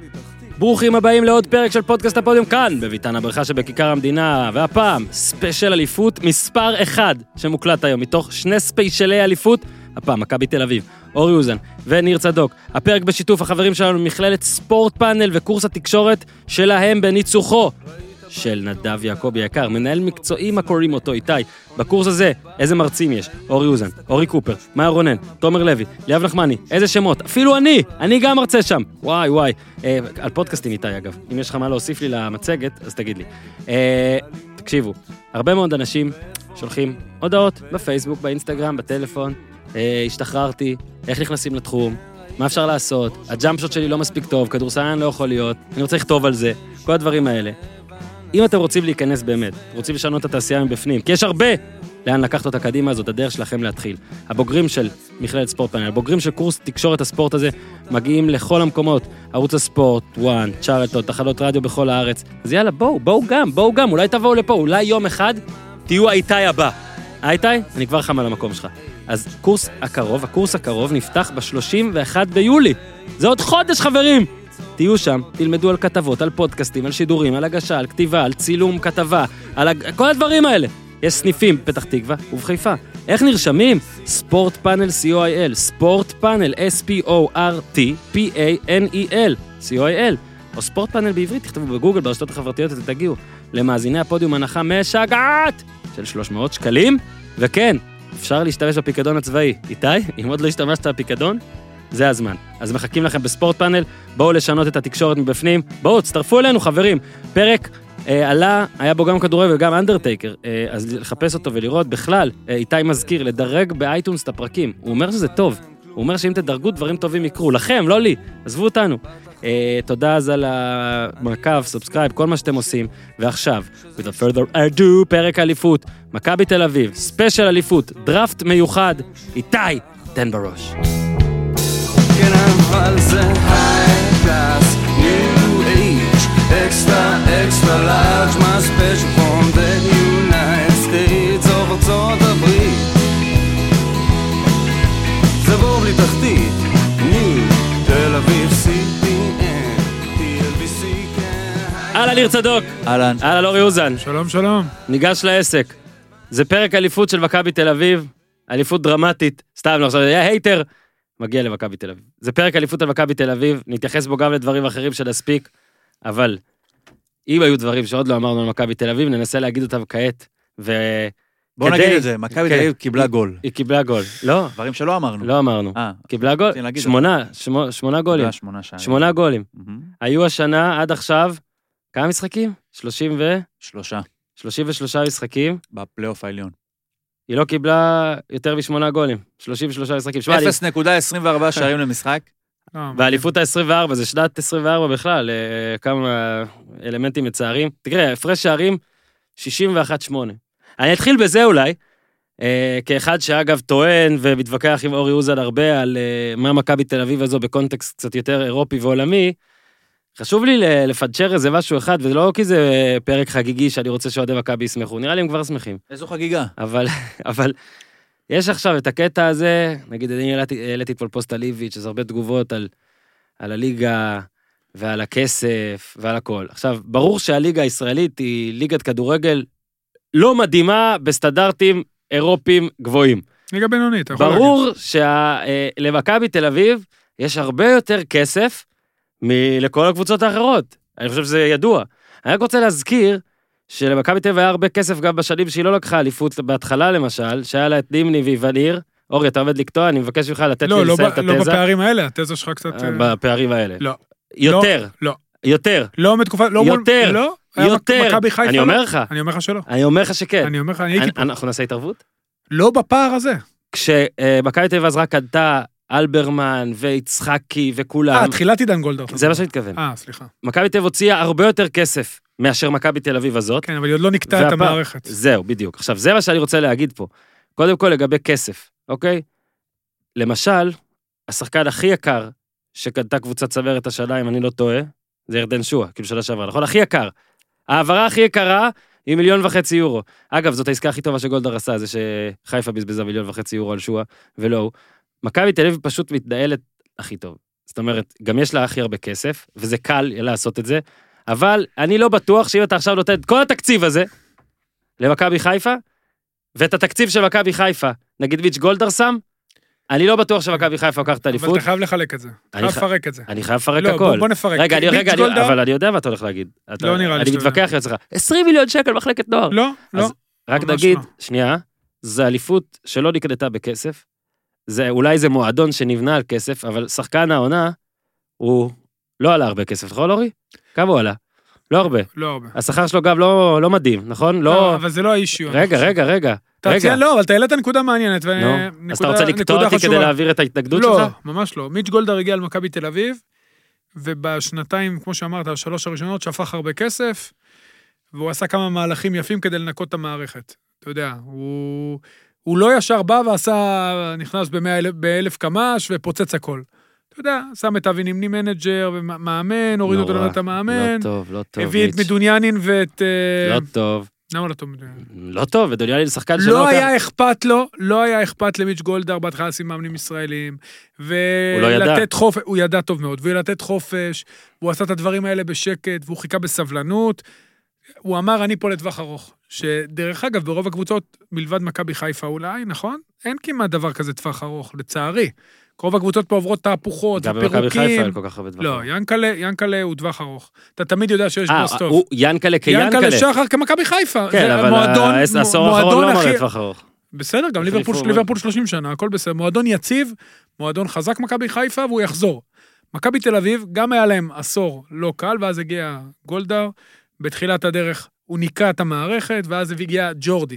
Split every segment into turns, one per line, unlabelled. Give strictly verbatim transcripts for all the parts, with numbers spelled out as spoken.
ברוכים הבאים לעוד פרק של פודקאסט הפודיום כאן, בביתן הברכה שבכיכר המדינה, והפעם ספיישל אליפות מספר אחד שמוקלט היום, מתוך שני ספיישלי אליפות, הפעם מכבי תל אביב, אורי אוזן וניר צדוק. הפרק בשיתוף החברים שלנו ממכללת ספורט פאנל וקורס התקשורת שלהם בניצוחו של נדב יעקבי היקר, מנהל מקצועי מה קוראים אותו איתי. בקורס הזה, איזה מרצים יש? אורי אוזן, אורי קופר, מאיה רונן, תומר לוי, ליאב נחמני, איזה שמות? אפילו אני, אני גם מרצה שם. וואי וואי, אה, על פודקאסטים איתי אגב, אם יש לך מה להוסיף לי למצגת, אז תגיד לי. אה, תקשיבו, הרבה מאוד אנשים שולחים הודעות בפייסבוק, באינסטגרם, בטלפון, אה, השתחררתי, איך נכנסים לתחום, מה אפשר לעשות, הג'אמפ שוט שלי לא מספיק טוב, כדורסלן לא יכול להיות, אני רוצה לכתוב על זה, כל הדברים האלה. אם אתם רוצים להיכנס באמת, רוצים לשנות את התעשייה מבפנים, כי יש הרבה לאן לקחת אותה קדימה, זאת הדרך שלכם להתחיל. הבוגרים של מכללת ספורט פאנל, הבוגרים של קורס תקשורת הספורט הזה, מגיעים לכל המקומות, ערוץ הספורט, וואן, צ'ארלטון, תחנות רדיו בכל הארץ. אז יאללה, בואו, בואו גם, בואו גם, אולי תבואו לפה, אולי יום אחד תהיו האיתי הבא. האיתי? אני כבר חם על המקום שלך. אז קורס הקרוב, הקורס הקרוב נפתח ב-שלושים ואחד ביולי. זה עוד חודש, חברים! תהיו שם, תלמדו על כתבות, על פודקאסטים, על שידורים, על הגשה, על כתיבה, על צילום כתבה, על הג... כל הדברים האלה. יש סניפים פתח תקווה ובחיפה. איך נרשמים? ספורט פאנל סי או איי אל, ספורט פאנל אס פי או אר טי פי איי אן אי אל, סי או איי אל, או ספורט פאנל בעברית, תכתבו בגוגל, ברשתות החברתיות, אתם תגיעו למאזיני הפודיום הנחה משגעת של שלוש מאות שקלים, וכן, אפשר להשתמש בפיקדון הצבאי. איתי, אם עוד לא השתמשת בפיקדון, זה הזמן. אז מחכים לכם בספורט פאנל, בואו לשנות את התקשורת מבפנים, בואו, תצטרפו אלינו חברים. פרק אה, עלה, היה בו גם כדורגל וגם אנדרטייקר, אה, אז לחפש אותו ולראות בכלל, אה, איתי מזכיר, לדרג באייטונס את הפרקים. הוא אומר שזה טוב, הוא אומר שאם תדרגו דברים טובים יקרו, לכם, לא לי, עזבו אותנו. אה, תודה אז על המעקב, סובסקרייב, כל מה שאתם עושים, ועכשיו, with a further ado, פרק אליפות, מכבי תל אביב, ספיישל אליפות, דראפט מיוחד, איתי, תן בראש.
אבל זה high class, new age, extra, extra large, my special from the United States of ארצות הברית. זה בור בלי תחתית, new, תל אביב, סי פי אן, טי אל בי סי, כן.
אהלן ניר צדוק.
אהלן.
אהלן אורי אוזן.
שלום, שלום.
ניגש לעסק. זה פרק אליפות של מכבי תל אביב, אליפות דרמטית, סתם, לא עכשיו, היה הייטר, מגיע למכבי תל אביב. זה פרק אליפות על מכבי תל אביב, נתייחס בו גם לדברים אחרים שנספיק, אבל אם היו דברים שעוד לא אמרנו על מכבי תל אביב, ננסה להגיד אותם כעת, ו...
בוא נגיד את זה, מכבי תל אביב קיבלה גול.
היא קיבלה גול. לא.
דברים שלא אמרנו.
לא אמרנו. קיבלה גול, שמונה, שמונה גולים. שמונה גולים. היו השנה עד עכשיו, כמה משחקים? שלושים ו... שלושה. שלושים ושלושה משחקים.
בפלייאוף העליון.
היא לא קיבלה יותר משמונה גולים, שלושים ושלושה משחקים.
אפס נקודה עשרים וארבע שערים למשחק.
והאליפות ה-עשרים וארבע, זה שנת עשרים וארבע בכלל, כמה אלמנטים מצערים. תראה, הפרש שערים, שישים ואחת שמונה. אני אתחיל בזה אולי, כאחד שאגב טוען ומתווכח עם אורי אוזן הרבה על מה מכבי תל אביב הזו בקונטקסט קצת יותר אירופי ועולמי, חשוב לי לפדשר איזה משהו אחד, ולא כי זה פרק חגיגי שאני רוצה שעודי מכבי ישמחו, נראה לי הם כבר שמחים.
איזו חגיגה.
אבל, אבל, יש עכשיו את הקטע הזה, נגיד, אני העליתי אתמול פוסט על איביץ', אז הרבה תגובות על, על הליגה, ועל הכסף, ועל הכל. עכשיו, ברור שהליגה הישראלית היא ליגת כדורגל לא מדהימה בסטנדרטים אירופיים גבוהים.
ליגה בינונית.
ברור שלמכבי תל אביב יש הרבה יותר כסף, מלכל הקבוצות האחרות. אני חושב שזה ידוע. אני רק רוצה להזכיר שלמכבי תל אביב היה הרבה כסף גם בשנים שהיא לא לקחה אליפות בהתחלה למשל, שהיה לה את נימני ואיווניר. אורי, אתה עומד לקטוע, אני מבקש ממך לתת לי לסיים את התזה.
לא בפערים האלה, התזה שלך קצת...
בפערים האלה.
לא.
יותר.
לא.
יותר.
לא מתקופה...
יותר.
לא.
יותר.
אני
אומר לך.
אני אומר לך שלא.
אני אומר לך שכן.
אני אומר לך, אני הייתי פה.
אנחנו נעשה התערבות?
לא בפער הזה.
כשמכבי תל אביב אז רק קנתה אלברמן ויצחקי וכולם.
אה, תחילת עידן גולדהר.
זה מה שאני מתכוון.
אה, סליחה.
מכבי תל אביב הוציאה הרבה יותר כסף מאשר מכבי תל אביב הזאת.
כן, אבל היא עוד לא נקטעה את המערכת.
זהו, בדיוק. עכשיו, זה מה שאני רוצה להגיד פה. קודם כל לגבי כסף, אוקיי? למשל, השחקן הכי יקר שקנתה קבוצת צמרת השנה, אם אני לא טועה, זה ירדן שואה, כאילו שנה שעברה, נכון? הכי יקר. העברה הכי יקרה היא מיליון וחצי יורו. אגב, זאת העסקה הכי טובה שגולדהר עשה, זה שחיפה בזבזה מיליון וחצי יורו על שואה, ולא הוא. מכבי תל אביב פשוט מתנהלת הכי טוב. זאת אומרת, גם יש לה הכי הרבה כסף, וזה קל לעשות את זה, אבל אני לא בטוח שאם אתה עכשיו נותן את כל התקציב הזה, למכבי חיפה, ואת התקציב של מכבי חיפה, נגיד מיץ' גולדהר שם, אני לא בטוח שמכבי חיפה לוקחת את האליפות.
אבל אתה חייב לחלק את זה. אתה חייב לפרק את זה.
אני חייב לפרק
לא,
הכל.
בוא, בוא נפרק.
רגע, אני, רגע, אני, אבל אני יודע מה אתה הולך להגיד. אתה,
לא נראה לי.
אני מתווכח אצלך. עשרים מיליון שקל מחלקת נוער.
לא, לא.
רק נגיד, לא. שנייה, זה אליפות שלא נקנתה בכסף, זה, אולי זה מועדון שנבנה על כסף, אבל שחקן העונה, הוא לא עלה הרבה כסף, נכון, אורי? כמה הוא עלה? לא הרבה.
לא הרבה.
השכר שלו גם לא, לא מדהים, נכון? לא,
לא, אבל זה לא האישיו.
רגע, רגע, רגע.
רגע. לא, אבל אתה העלית נקודה מעניינת.
נו, אז אתה רוצה לקטוע אותי כדי להעביר את ההתנגדות שלך?
לא, ממש לא. מיץ' גולדהר הגיע למכבי תל אביב, ובשנתיים, כמו שאמרת, השלוש הראשונות, שפך הרבה כסף, והוא עשה כמה מהלכים יפים כדי לנקות את המערכת. אתה יודע, הוא, הוא לא ישר בא ועשה, נכנס באלף קמ"ש ופוצץ הכל. אתה יודע, שם את אבינימני מנג'ר ומאמן, הוריד אותו לבית המאמן.
לא טוב, לא טוב.
הביא את מדוניאנין ואת...
לא טוב.
למה לא טוב מדוניאנין?
לא טוב, מדוניאנין שחקן שלא...
לא היה אכפת לו, לא היה אכפת למיץ' גולדהר בהתחלה לשים מאמנים ישראלים. ולתת חופש, הוא ידע טוב מאוד, ולתת חופש, הוא עשה את הדברים האלה בשקט, והוא חיכה בסבלנות. הוא אמר, אני פה לטווח ארוך. שדרך אגב, ברוב הקבוצות, מלבד מכבי חיפה אולי, נכון? אין כמעט דבר כזה טווח ארוך, לצערי. רוב הקבוצות פה עוברות תהפוכות,
גם במכבי חיפה אין כל כך הרבה טווח ארוך.
לא, ינקלה, ינקלה הוא טווח ארוך. אתה תמיד יודע שיש בוס טוב.
הוא ינקלה כינקלה.
ינקלה שחר כמכבי חיפה.
כן, אבל העשור האחרון לא מראה טווח ארוך.
בסדר, גם ליברפול שלושים שנה, הכל בסדר. מועדון יציב, מועדון חזק מכבי חיפה, והוא יחזור. מכבי תל אביב, גם היה להם עשור לא קל, ואז הגיע גולדהר, בתחילת הדרך הוא ניקה את המערכת, ואז הגיע ג'ורדי.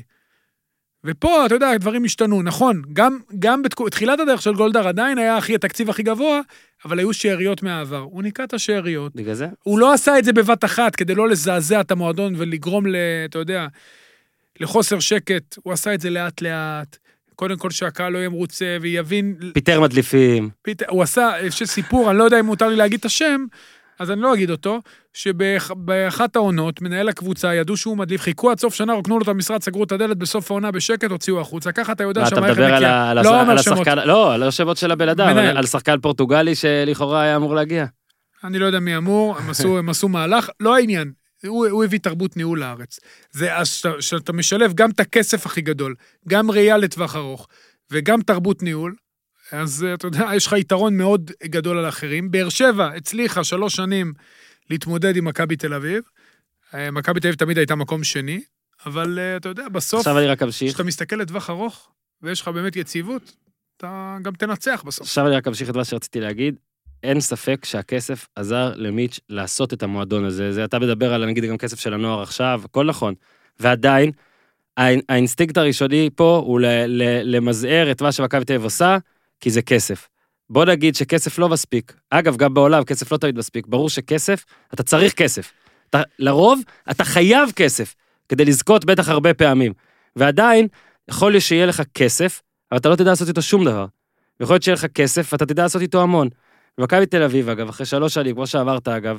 ופה, אתה יודע, הדברים השתנו, נכון, גם, גם בתחילת הדרך של גולדהר עדיין היה הכי, התקציב הכי גבוה, אבל היו שאריות מהעבר. הוא ניקה את השאריות.
בגלל זה?
הוא לא עשה את זה בבת אחת, כדי לא לזעזע את המועדון ולגרום ל, אתה יודע, לחוסר שקט. הוא עשה את זה לאט לאט. קודם כל שהקהל לא יהיה מרוצה ויבין...
פיטר מדליפים.
פיטר, הוא עשה, יש סיפור, אני לא יודע אם מותר לי להגיד את השם, אז אני לא אגיד אותו, שבאחת העונות, מנהל הקבוצה, ידעו שהוא מדליף, חיכו עד סוף שנה, רוקנו לו את המשרד, סגרו את הדלת, בסוף העונה בשקט, הוציאו החוצה. ככה אתה יודע שהמערכת מגיעה.
לא אומר שמות. לא, על השמות של הבן אדם, על שחקן פורטוגלי שלכאורה היה אמור להגיע.
אני לא יודע מי אמור, הם עשו מהלך, לא העניין. הוא הביא תרבות ניהול לארץ. זה שאתה משלב גם את הכסף הכי גדול, גם ראייה לטווח ארוך, וגם תרבות ניהול, אז אתה יודע, יש לך יתרון מאוד גדול על האחרים. באר שבע הצליחה שלוש שנים להתמודד עם מכבי תל אביב. מכבי תל אביב תמיד הייתה מקום שני, אבל אתה יודע, בסוף,
עכשיו אני רק אמשיך.
כשאתה מסתכל לטווח ארוך, ויש לך באמת יציבות, אתה גם תנצח בסוף.
עכשיו אני רק אמשיך את מה שרציתי להגיד. אין ספק שהכסף עזר למיץ' לעשות את המועדון הזה. זה אתה מדבר על, נגיד, גם כסף של הנוער עכשיו, הכל נכון. ועדיין, האינסטינקט הראשוני פה הוא למזער את מה שמכבי תל אביב עושה, כי זה כסף. בוא נגיד שכסף לא מספיק. אגב, גם בעולם כסף לא תמיד מספיק. ברור שכסף, אתה צריך כסף. אתה, לרוב, אתה חייב כסף, כדי לזכות בטח הרבה פעמים. ועדיין, יכול להיות שיהיה לך כסף, אבל אתה לא תדע לעשות איתו שום דבר. יכול להיות שיהיה לך כסף, ואתה תדע לעשות איתו המון. ומכבי תל אביב, אגב, אחרי שלוש שנים, כמו שאמרת, אגב,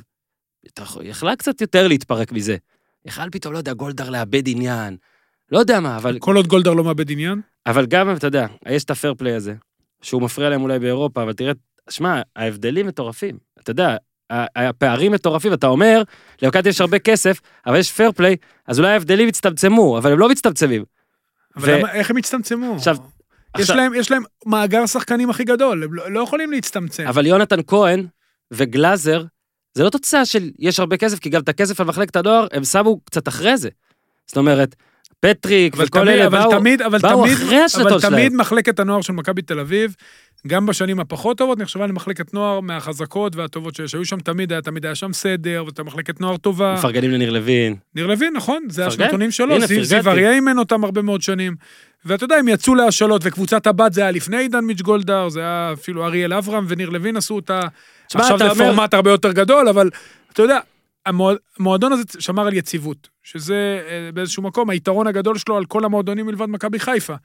יכלה קצת יותר להתפרק מזה. יכל פתאום, לא יודע, גולדהר לאבד עניין. לא יודע מה, אבל...
כל עוד גולדהר לא מאבד עניין?
אבל גם, אתה יודע, יש את הפייר פליי הזה, שהוא מפריע להם אולי באירופה, אבל תראה, שמע, ההבדלים מטורפים. אתה יודע, הפערים מטורפים, אתה אומר, למכבי יש הרבה כסף, אבל יש פייר פליי, אז אולי ההבדלים מצטמצמו, אבל הם לא מצטמצמים.
אבל ו... איך הם מצטמצמו? עכשיו... יש, עכשיו... להם, יש להם מאגר שחקנים הכי גדול, הם לא, לא יכולים להצטמצם.
אבל יונתן כהן וגלאזר, זה לא תוצאה של יש הרבה כסף, כי גם את הכסף על מחלקת הנוער, הם שמו קצת אחרי זה. זאת אומרת, פטריק וכל תמיד, אלה
אבל
באו,
תמיד, אבל
באו
תמיד,
אחרי השנתות
אבל
שלהם.
תמיד מחלקת הנוער של מכבי תל אביב, גם בשנים הפחות טובות, נחשבה למחלקת נוער מהחזקות והטובות שיש. היו שם תמיד, היה תמיד היה שם סדר, ואתה מחלקת נוער טובה.
מפרגנים לניר לוין.
ניר לוין, נכון, זה השנתונים שלו, זיו אריה אימן אותם הרבה מאוד שנים. ואתה יודע, הם יצאו להשאלות, וקבוצת הבת זה היה לפני עידן מיץ' גולדהר, זה היה אפילו אריאל אברהם וניר לוין עשו אותה. עכשיו זה פורמט הרבה יותר גדול, אבל אתה יודע, המועדון הזה שמר על יציבות, שזה באיזשהו מקום, היתרון הגדול שלו על כל המועדונים מלבד מכבי חיפה.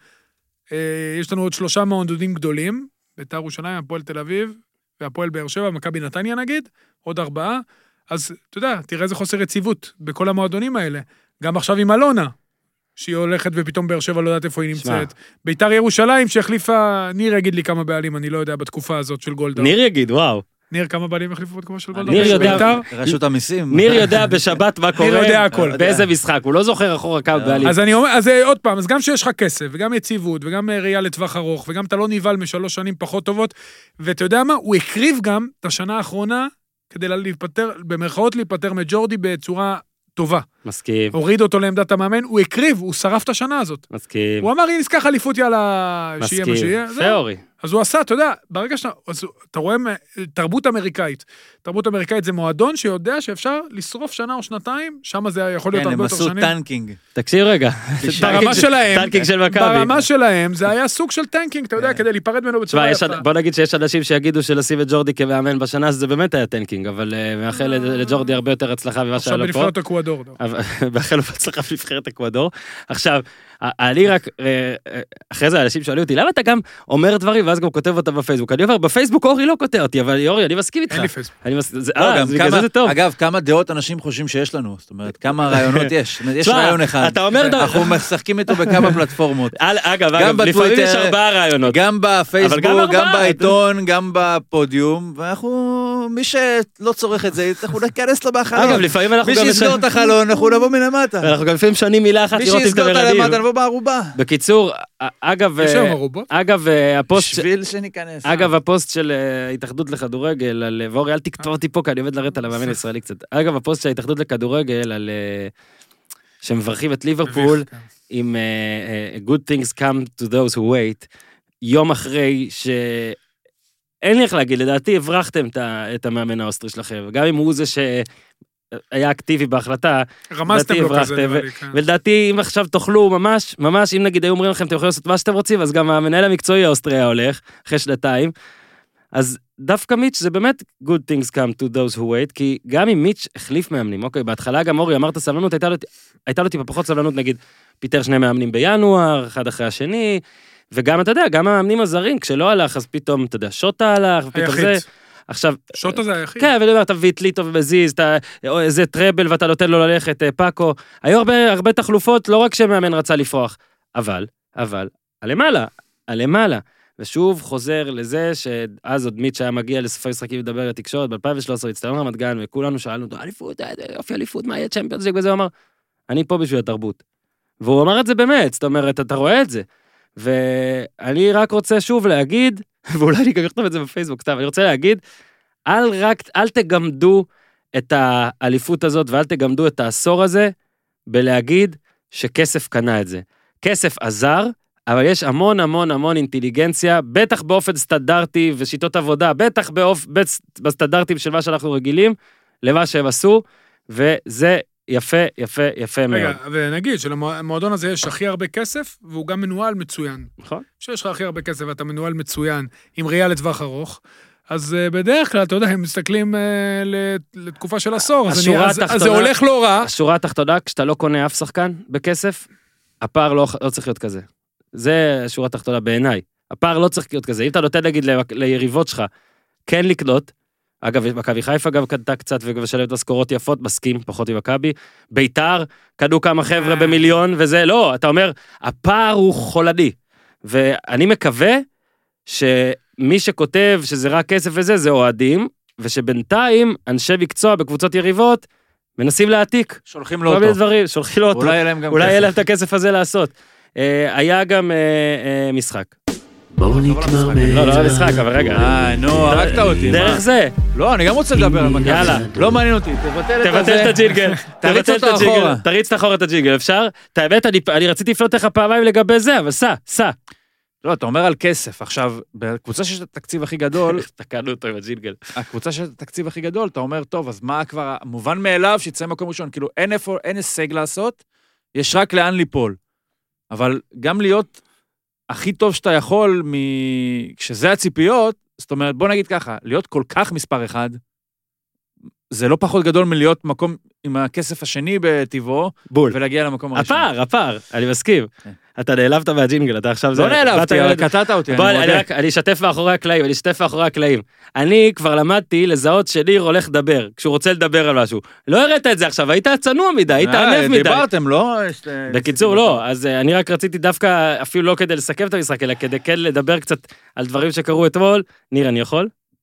יש לנו עוד שלושה מועדונים גדולים, בית"ר ירושלים, הפועל תל אביב, והפועל באר שבע, מכבי נתניה נגיד, עוד ארבעה, אז אתה יודע, תראה איזה חוסר יציבות בכל המועדונים האלה. גם עכשיו עם אלונה, שהיא הולכת ופתאום באר שבע לא יודעת איפה היא נמצאת. בית"ר ירושלים שהחליפה, ניר יגיד לי כמה בעלים, אני לא יודע, בתקופה הזאת של גולדהר.
ניר יגיד, וואו.
ניר, כמה בעלים החליפו בתקופה של גולדהר?
ניר יודע,
רשות המיסים.
ניר יודע בשבת מה קורה,
ניר יודע הכל.
באיזה משחק, הוא לא זוכר אחורה כמה בעלים.
אז אני אומר, אז עוד פעם, אז גם שיש לך כסף, וגם יציבות, וגם ראייה לטווח ארוך, וגם אתה לא ניבל משלוש שנים פחות טובות, ואתה יודע מה, הוא הקריב גם את השנה האחרונה, כדי להיפטר, במרכאות להיפטר מג'ורדי בצורה טובה.
מסכים.
הוריד אותו לעמדת המאמן, הוא הקריב, הוא שרף את השנה הזאת.
מסכים.
הוא אמר, הנה נזכח אליפות, יאללה, שיהיה מה שיהיה.
פאורי.
אז הוא עשה, אתה יודע, ברגע שאתה, אתה רואה תרבות אמריקאית. תרבות אמריקאית זה מועדון שיודע שאפשר לשרוף שנה או שנתיים, שם זה יכול להיות הרבה יותר שנים.
כן, הם עשו טנקינג.
תקשיב רגע.
ברמה שלהם,
טנקינג של מכבי.
ברמה שלהם, זה היה סוג של טנקינג, אתה יודע, כדי להיפרד ממנו בצורה יפה.
בוא נגיד שיש אנשים שיגידו שלשים את ג'ורדי כמאמן בשנה, זה באמת היה טנקינג, אבל מאחל לג'ורדי הרבה יותר הצלחה ממה שהיה לו פה.
עכשיו בנבחרת אקוודור.
מאחל לו הצלחה בנבחרת אקוודור. עכשיו, אני רק, אחרי זה אנשים שואלים אותי, למה אתה גם אומר דברים ואז גם כותב אותם בפייסבוק? אני אומר, בפייסבוק אורי לא כותב אותי, אבל אורי, אני מסכים איתך.
אין לי פייסבוק.
אה, בגלל זה זה טוב.
אגב, כמה דעות אנשים חושבים שיש לנו? זאת אומרת, כמה רעיונות יש? יש רעיון אחד.
אתה אומר דבר.
אנחנו משחקים איתו בכמה פלטפורמות.
אגב, אגב, לפעמים יש ארבעה רעיונות.
גם בפייסבוק, גם בעיתון, גם בפודיום, ואנחנו, מי שלא צורך את זה, אנחנו נכנס לו בחלון.
אגב, לפעמים אנחנו גם...
מי שיסגור את החלון, אנחנו נבוא מלמטה.
אנחנו גם לפעמים שנים מילה אחת לראות אם אתה מרדים.
נבוא בערובה.
בקיצור, אגב,
יש היום ערובות?
אגב, הפוסט...
בשביל שניכנס.
אגב, הפוסט של התאחדות לכדורגל, על... ואורי, אל תקטור אותי פה, כי אני עובד לרדת על המאמן הישראלי קצת. אגב, הפוסט של ההתאחדות לכדורגל, על... שמברכים את ליברפול, עם good things come to those who wait, יום אחרי ש... אין לי איך להגיד, לדעתי הברחתם את המאמן האוסטרי שלכם, גם אם הוא זה שהיה אקטיבי בהחלטה,
רמזתם לו כזה,
ולדעתי אם עכשיו תאכלו ממש, ממש, אם נגיד היו אומרים לכם, אתם יכולים לעשות מה שאתם רוצים, אז גם המנהל המקצועי האוסטרי היה הולך, אחרי שנתיים, אז דווקא מיץ' זה באמת good things come to those who wait, כי גם אם מיץ' החליף מאמנים, אוקיי, בהתחלה גם אורי אמרת סבלנות, הייתה לו, הייתה לו טיפה פחות סבלנות, נגיד, פיתר שני מאמנים בינואר, אחד אחרי השני, וגם, אתה יודע, גם המאמנים הזרים, כשלא הלך, אז פתאום, אתה יודע, שוטה הלך, ופתאום זה... עכשיו...
שוטה זה היחיד.
כן, ואני אומר, אתה מביא את ליטו ובזיז, אתה... איזה טראבל, ואתה נותן לו ללכת, פאקו. היו הרבה, הרבה תחלופות, לא רק שמאמן רצה לפרוח, אבל, אבל, הלמעלה, הלמעלה. ושוב חוזר לזה שאז עוד מיץ' היה מגיע לספי משחקים לדבר לתקשורת, ב-אלפיים ושלוש עשרה הצטרם רמת גן, וכולנו שאלנו אותו, אליפות, יופי אליפות, מה יהיה צ'מפיונס ליג? וזה הוא אמר, אני פה בשביל התרבות. והוא אמר את זה באמת, זאת אומרת, אתה רואה את זה. ואני רק רוצה שוב להגיד, ואולי אני גם אכתוב את זה בפייסבוק, סתם, אני רוצה להגיד, אל רק, אל תגמדו את האליפות הזאת, ואל תגמדו את העשור הזה, בלהגיד שכסף קנה את זה. כסף עזר, אבל יש המון המון המון אינטליגנציה, בטח באופן סטנדרטי ושיטות עבודה, בטח באופ... בסטנדרטים של מה שאנחנו רגילים, למה שהם עשו, וזה יפה, יפה, יפה מאוד.
רגע, ונגיד שלמועדון הזה יש הכי הרבה כסף, והוא גם מנוהל מצוין.
נכון.
שיש לך הכי הרבה כסף ואתה מנוהל מצוין, עם ראייה לטווח ארוך, אז בדרך כלל, אתה יודע, הם מסתכלים לתקופה של עשור, אז זה הולך לא רע.
השורה התחתונה, כשאתה לא קונה אף שחקן בכסף, הפער לא צריך להיות כזה. זה השורה התחתונה בעיניי. הפער לא צריך להיות כזה. אם אתה נותן, נגיד, ליריבות שלך, כן לקנות, אגב, מכבי חיפה גם קנתה קצת ושלמת משכורות יפות, מסכים, פחות עם מכבי. ביתר, קנו כמה חבר'ה במיליון, וזה, לא, אתה אומר, הפער הוא חולני. ואני מקווה שמי שכותב שזה רק כסף וזה, זה אוהדים, ושבינתיים אנשי מקצוע בקבוצות יריבות, מנסים להעתיק.
שולחים לו אותו.
דברים, שולחים לו אותו.
אולי יהיה להם גם
אולי יהיה להם את הכסף הזה לעשות. היה גם משחק.
בואו נתמרמר.
לא, לא משחק, אבל רגע.
אה, נו, הרגת אותי.
דרך זה.
לא, אני גם רוצה לדבר על מכבי.
יאללה.
לא מעניין אותי, תבטל את זה.
תבטל את הג'ינגל.
תריץ אותו אחורה.
תריץ את אחורה את הג'ינגל, אפשר? את האמת, אני רציתי לפנות לך פעמיים לגבי זה, אבל סע, סע.
לא, אתה אומר על כסף. עכשיו, בקבוצה שיש את התקציב הכי גדול...
תקענו אותו עם הג'ינגל.
הקבוצה שיש את התקציב הכי גדול, אתה אומר, טוב, אז מה כבר... מובן מאליו שיצא מקום ראשון, כאילו, אין איפה, אין הישג לעשות, יש רק לאן ליפול. אבל גם להיות הכי טוב שאתה יכול, מ... כשזה הציפיות, זאת אומרת, בוא נגיד ככה, להיות כל כך מספר אחד, זה לא פחות גדול מלהיות מקום עם הכסף השני בטבעו,
בול.
ולהגיע למקום הראשון.
הפער, הפער, אני מסכים. אתה נעלבת מהג'ינגל, אתה עכשיו...
לא נעלבתי, אבל קטעת אותי, אני מודה.
אני אשתף מאחורי הקלעים, אני אשתף מאחורי הקלעים. אני כבר למדתי לזהות שניר הולך לדבר, כשהוא רוצה לדבר על משהו. לא הראת את זה עכשיו, היית צנוע מדי, היית ענב מדי.
דיברתם, לא?
בקיצור, לא, אז אני רק רציתי דווקא, אפילו לא כדי לסכם את המשחק, אלא כדי כן לדבר קצת על דברים שקרו אתמול. ניר, אני יכול?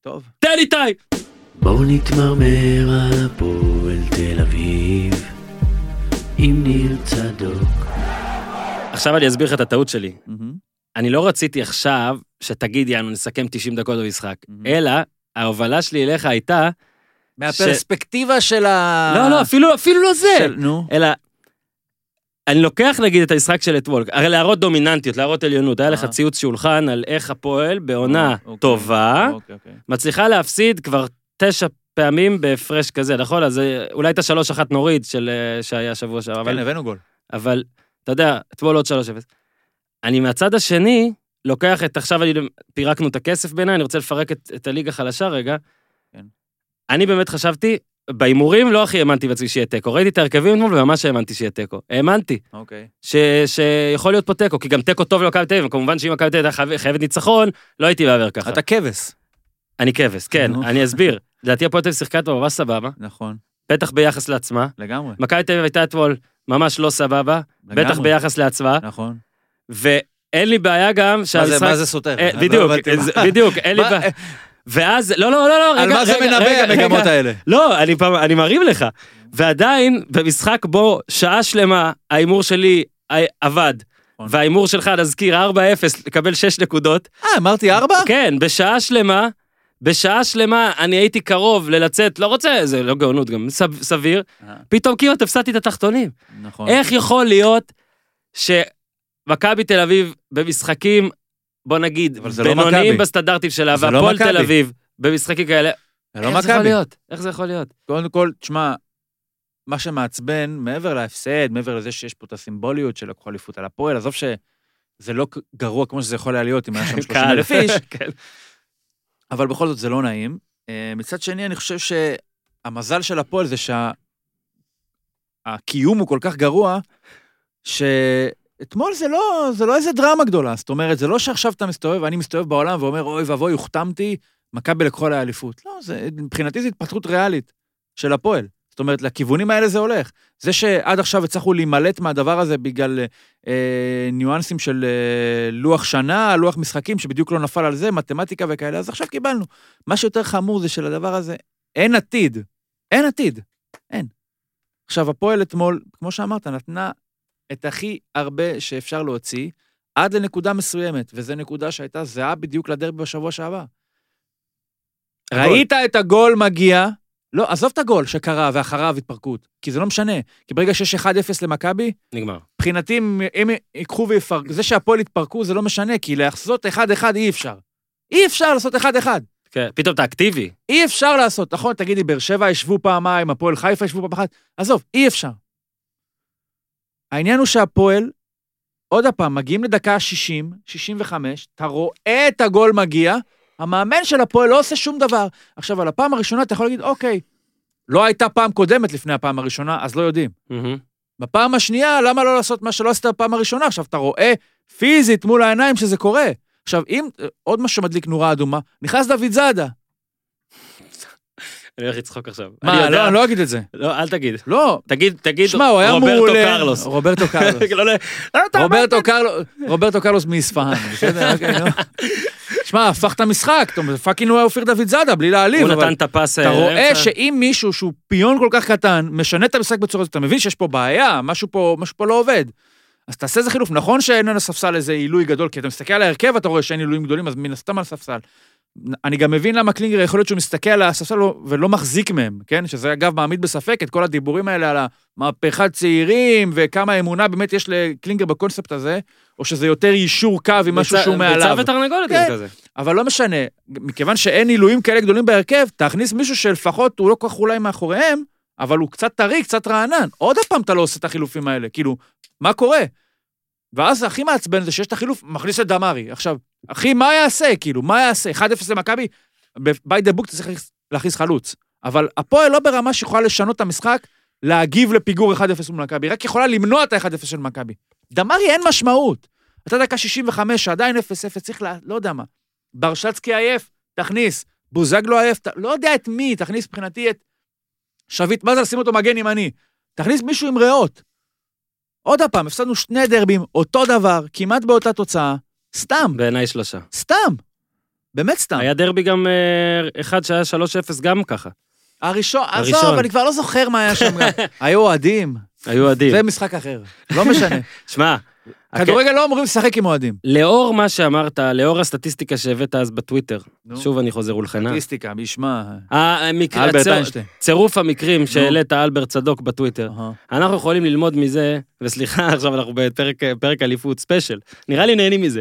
טוב.
תן איתי!
בואו נתמרמר על הפועל תל אביב, עם ניר צדוק.
עכשיו אני אסביר לך את הטעות שלי.
Mm-hmm.
אני לא רציתי עכשיו שתגיד, יאנו, נסכם תשעים דקות במשחק,
Mm-hmm.
אלא ההובלה שלי אליך הייתה...
מהפרספקטיבה ש... של ה...
לא, לא, אפילו, אפילו לא זה.
של... נו.
אלא, אני לוקח נגיד את המשחק של אתמול, הרי להראות דומיננטיות, להראות עליונות, היה לך ציוץ שולחן על איך הפועל בעונה טובה, מצליחה להפסיד כבר תשע פעמים בהפרש כזה, נכון? אז אולי את השלוש אחת נוריד שהיה שבוע שעבר.
כן, הבאנו גול.
אבל, אתה יודע, אתמול עוד שלוש אפס. אני מהצד השני, לוקח את, עכשיו פירקנו את הכסף בעיניי, אני רוצה לפרק את, את הליגה חלשה רגע.
כן.
אני באמת חשבתי, בהימורים לא הכי האמנתי בעצמי שיהיה טקו, ראיתי את הרכבים אתמול וממש האמנתי שיהיה טקו, האמנתי,
אוקיי.
ש, שיכול להיות פה טקו, כי גם טקו טוב למכבי תל אביב, וכמובן שאם מכבי תל אביב הייתה חייבת ניצחון, לא הייתי בעבר ככה.
אתה כבש.
אני כבש, כן, אני אסביר. לדעתי הפועל תל אביב שיחקה אתמול ממש סבבה,
נכון.
בטח ביחס לעצמה.
לגמרי.
מכבי תל אביב הייתה אתמול ממש לא סבבה, בטח ביחס לעצמה.
נכון.
ואין לי בעיה גם שהמשחק...
מה זה סותר?
בדיוק, בדיוק, אין לי בעיה. ואז, לא, לא, לא, לא, רגע,
על מה זה מנבא המגמות האלה?
לא, אני פעם, אני מרים לך. ועדיין, במשחק בו שעה שלמה, האימור שלי עבד, והאימור שלך, נזכיר, ארבע אפס, לקבל שש נקודות.
אה, אמרתי ארבע?
כן, בשעה שלמה, בשעה שלמה, אני הייתי קרוב ללצאת, לא רוצה, זה לא גאונות גם, סביר, פתאום כמעט הפסדתי את התחתונים.
נכון.
איך יכול להיות שמכבי תל אביב במשחקים, בוא נגיד, בינוניים בסטנדרטים שלה, והפועל תל אביב, במשחקים כאלה, איך זה יכול להיות? איך זה יכול להיות?
קודם כל, תשמע, מה שמעצבן, מעבר להפסד, מעבר לזה שיש פה את הסימבוליות של לקחו אליפות על הפועל, עזוב שזה לא גרוע כמו שזה יכול היה להיות, אם היה שם שלושים אלף איש, אבל בכל זאת זה לא נעים. מצד שני, אני חושב שהמזל של הפועל זה שהקיום הוא כל כך גרוע, ש... אתמול זה לא, זה לא איזה דרמה גדולה, זאת אומרת, זה לא שעכשיו אתה מסתובב, ואני מסתובב בעולם ואומר, אוי ואבוי, הוחתמתי, מכבי לקחו לאליפות. לא, זה, מבחינתי זה התפתחות ריאלית של הפועל. זאת אומרת, לכיוונים האלה זה הולך. זה שעד עכשיו הצלחו להימלט מהדבר הזה בגלל אה, ניואנסים של אה, לוח שנה, לוח משחקים, שבדיוק לא נפל על זה, מתמטיקה וכאלה, אז עכשיו קיבלנו. מה שיותר חמור זה שלדבר הזה, אין עתיד. אין עתיד. אין. עכשיו, הפועל אתמול, כמו שאמרת, נתנה את הכי הרבה שאפשר להוציא, עד לנקודה מסוימת, וזו נקודה שהייתה זהה בדיוק לדרבי בשבוע שעבר. ראית את הגול מגיע, לא, עזוב את הגול שקרה ואחריו התפרקות, כי זה לא משנה, כי ברגע שיש אחד אפס למכבי,
נגמר.
מבחינתי, הם ייקחו ויפרקו, זה שהפועל יתפרקו זה לא משנה, כי לעשות אחד אחד אי אפשר. אי אפשר לעשות אחד אחד.
כן, פתאום אתה אקטיבי.
אי אפשר לעשות, נכון, תגידי, באר שבע ישבו פעמיים, הפועל חיפה ישבו פעם אחת, עזוב, אי אפשר. העניין הוא שהפועל, עוד הפעם, מגיעים לדקה שישים, שישים וחמש, אתה רואה את הגול מגיע, המאמן של הפועל לא עושה שום דבר. עכשיו, על הפעם הראשונה אתה יכול להגיד, אוקיי, לא הייתה פעם קודמת לפני הפעם הראשונה, אז לא יודעים.
Mm-hmm.
בפעם השנייה, למה לא לעשות מה שלא עשית בפעם הראשונה? עכשיו, אתה רואה פיזית מול העיניים שזה קורה. עכשיו, אם עוד משהו מדליק נורה אדומה, נכנס דוד זאדה.
אני הולך לצחוק עכשיו.
מה, לא, אני לא אגיד את זה.
לא, אל תגיד.
לא.
תגיד, תגיד,
שמה, הוא היה
רוברטו קרלוס.
רוברטו קרלוס. רוברטו קרלוס, רוברטו קרלוס מאספהאן, בסדר? אוקיי, נו. שמע, הפך את המשחק, פאקינג הוא היה אופיר דוד זאדה, בלי להעליב.
הוא נתן את הפס.
אתה רואה שאם מישהו שהוא פיון כל כך קטן, משנה את המשחק בצורה הזאת, אתה מבין שיש פה בעיה, משהו פה לא עובד. אז תעשה איזה חילוף. נכון שאין על הספסל איזה עילוי גדול, כי אתה מסתכל על ההרכב, אתה רואה שאין עילויים גדולים, אז מן הסתם על הספסל. אני גם מבין למה קלינגר יכול להיות שהוא מסתכל על הספסל ולא מחזיק מהם, כן? שזה אגב מעמיד בספק את כל הדיבורים האלה על המהפכת צעירים, וכמה אמונה באמת יש לקלינגר בקונספט הזה, או שזה יותר יישור קו עם משהו שהוא מעליו.
ביצה ותרנגולת
כן.
כזה.
אבל לא משנה, מכיוון שאין עילויים כאלה גדולים בהרכב, תכניס מישהו שלפחות הוא לא כל כך אולי מאחוריהם, אבל הוא קצת טרי, קצת רענן. עוד הפעם אתה לא עושה את החילופים האלה, כאילו, מה קורה? ואז הכי מעצבן זה שיש את החילוף, מכניס את דמרי. עכשיו, אחי, מה יעשה? כאילו, מה יעשה? אחד אפס למכבי, by the book אתה צריך להכניס חלוץ. אבל הפועל לא ברמה שיכולה לשנות את המשחק, להגיב לפיגור אחד אפס למכבי, רק יכולה למנוע את ה-אחד אפס של מכבי. דמרי אין משמעות. אתה דקה שישים וחמש, עדיין אפס אפס, צריך לה, לא יודע מה. ברשצקי עייף, תכניס. בוזגלו עייף, ת... לא יודע את מי, תכניס מבחינתי את שביט, מה זה לשים אותו מגן ימני? תכניס מישהו עם ריאות. עוד הפעם, הפסדנו שני דרבים, אותו דבר, כמעט באותה תוצאה, סתם.
בעיניי שלושה.
סתם. באמת סתם.
היה דרבי גם אחד שהיה שלוש אפס גם ככה.
הראשון, עזוב, אני כבר לא זוכר מה היה שם. היו אוהדים.
היו אוהדים.
זה משחק אחר, לא משנה.
שמע,
כדורגל לא אמורים לשחק עם אוהדים.
לאור מה שאמרת, לאור הסטטיסטיקה שהבאת אז בטוויטר, שוב אני חוזר ולכנה.
סטטיסטיקה, בשמה.
אלברט איינשטיין. צירוף המקרים שהעלית אלברט צדוק בטוויטר. אנחנו יכולים ללמוד מזה, וסליחה, עכשיו אנחנו בפרק אליפות ספיישל. נראה לי נהנים מזה.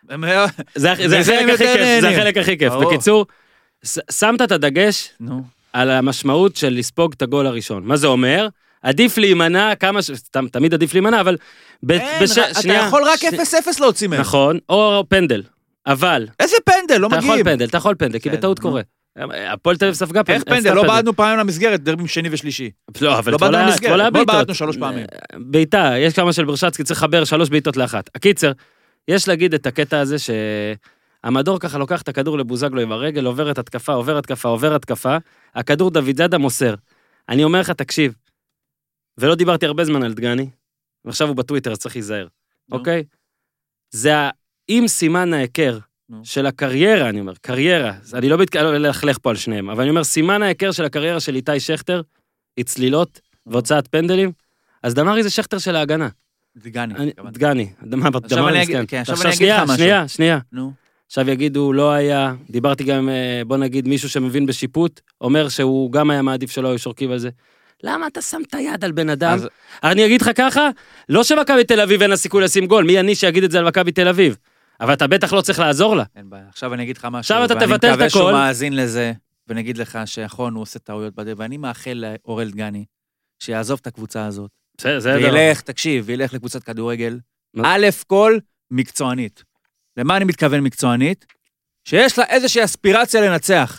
זה החלק הכי כיף, זה החלק הכי כיף. בקיצור, שמת את הדגש על המשמעות של לספוג את הגול הראשון. מה זה אומר? עדיף להימנע כמה ש... תמיד עדיף להימנע, אבל...
אין, אתה יכול רק אפס אפס להוציא מהם.
נכון, או פנדל. אבל...
איזה פנדל? לא מגיעים.
אתה יכול פנדל, אתה יכול פנדל, כי בטעות קורה. הפועל תל אביב ספגה פנדל.
איך פנדל? לא בעדנו פעמים למסגרת, דרבים שני ושלישי.
לא, אבל כל היה בעיטות.
לא בעדנו שלוש פעמים.
בעיטה, יש כמה של ברשצקי, צריך לחבר שלוש בעיטות לאחת. הקיצר, יש להגיד את הקטע הזה שהמדור ככה לוקח את הכדור לבוזגלו עם הרגל, עוברת התקפה, עובר התקפה, עובר התקפה, הכדור דוד זאדה מוסר. אני אומר לך, תקשיב, ולא דיברתי הרבה זמן על דגני, ועכשיו הוא בטוויטר, אז צריך להיזהר, אוקיי? זה עם סימן ההיכר של הקריירה, אני אומר, קריירה, אני לא מתכוון להחלך פה על שניהם, אבל אני אומר, סימן ההיכר של הקריירה של איתי שכטר, היא צלילות והוצאת פנדלים, אז דמרי זה שכטר של ההגנה.
דגני.
דגני,
עכשיו אני אגיד לך משהו.
שנייה, שנייה. עכשיו יגידו, לא היה, דיברתי גם, בוא נגיד, מישהו שמבין בשיפוט, אומר שהוא גם היה מעדיף שלא היו שורקים על זה. למה אתה שם את היד על בן אדם? אז... אני אגיד לך ככה, לא שמכבי תל אביב אין לה סיכוי לשים גול, מי אני שיגיד את זה על מכבי תל אביב? אבל אתה בטח לא צריך לעזור לה.
אין בעיה, עכשיו אני אגיד לך משהו,
עכשיו אתה תבטל את הכל.
ואני מקווה שהוא מאזין לזה, ואני אגיד לך שיכון, הוא עושה טעויות בדרך, ואני מאחל לאורל דגני, שיעזוב את הקבוצה הזאת.
זה, זה
וילך, דבר. תקשיב, וילך לקבוצת כדורגל, א' כל מקצוענית. למה אני מתכוון מקצוענית? שיש לה איזושהי אספירציה לנצח.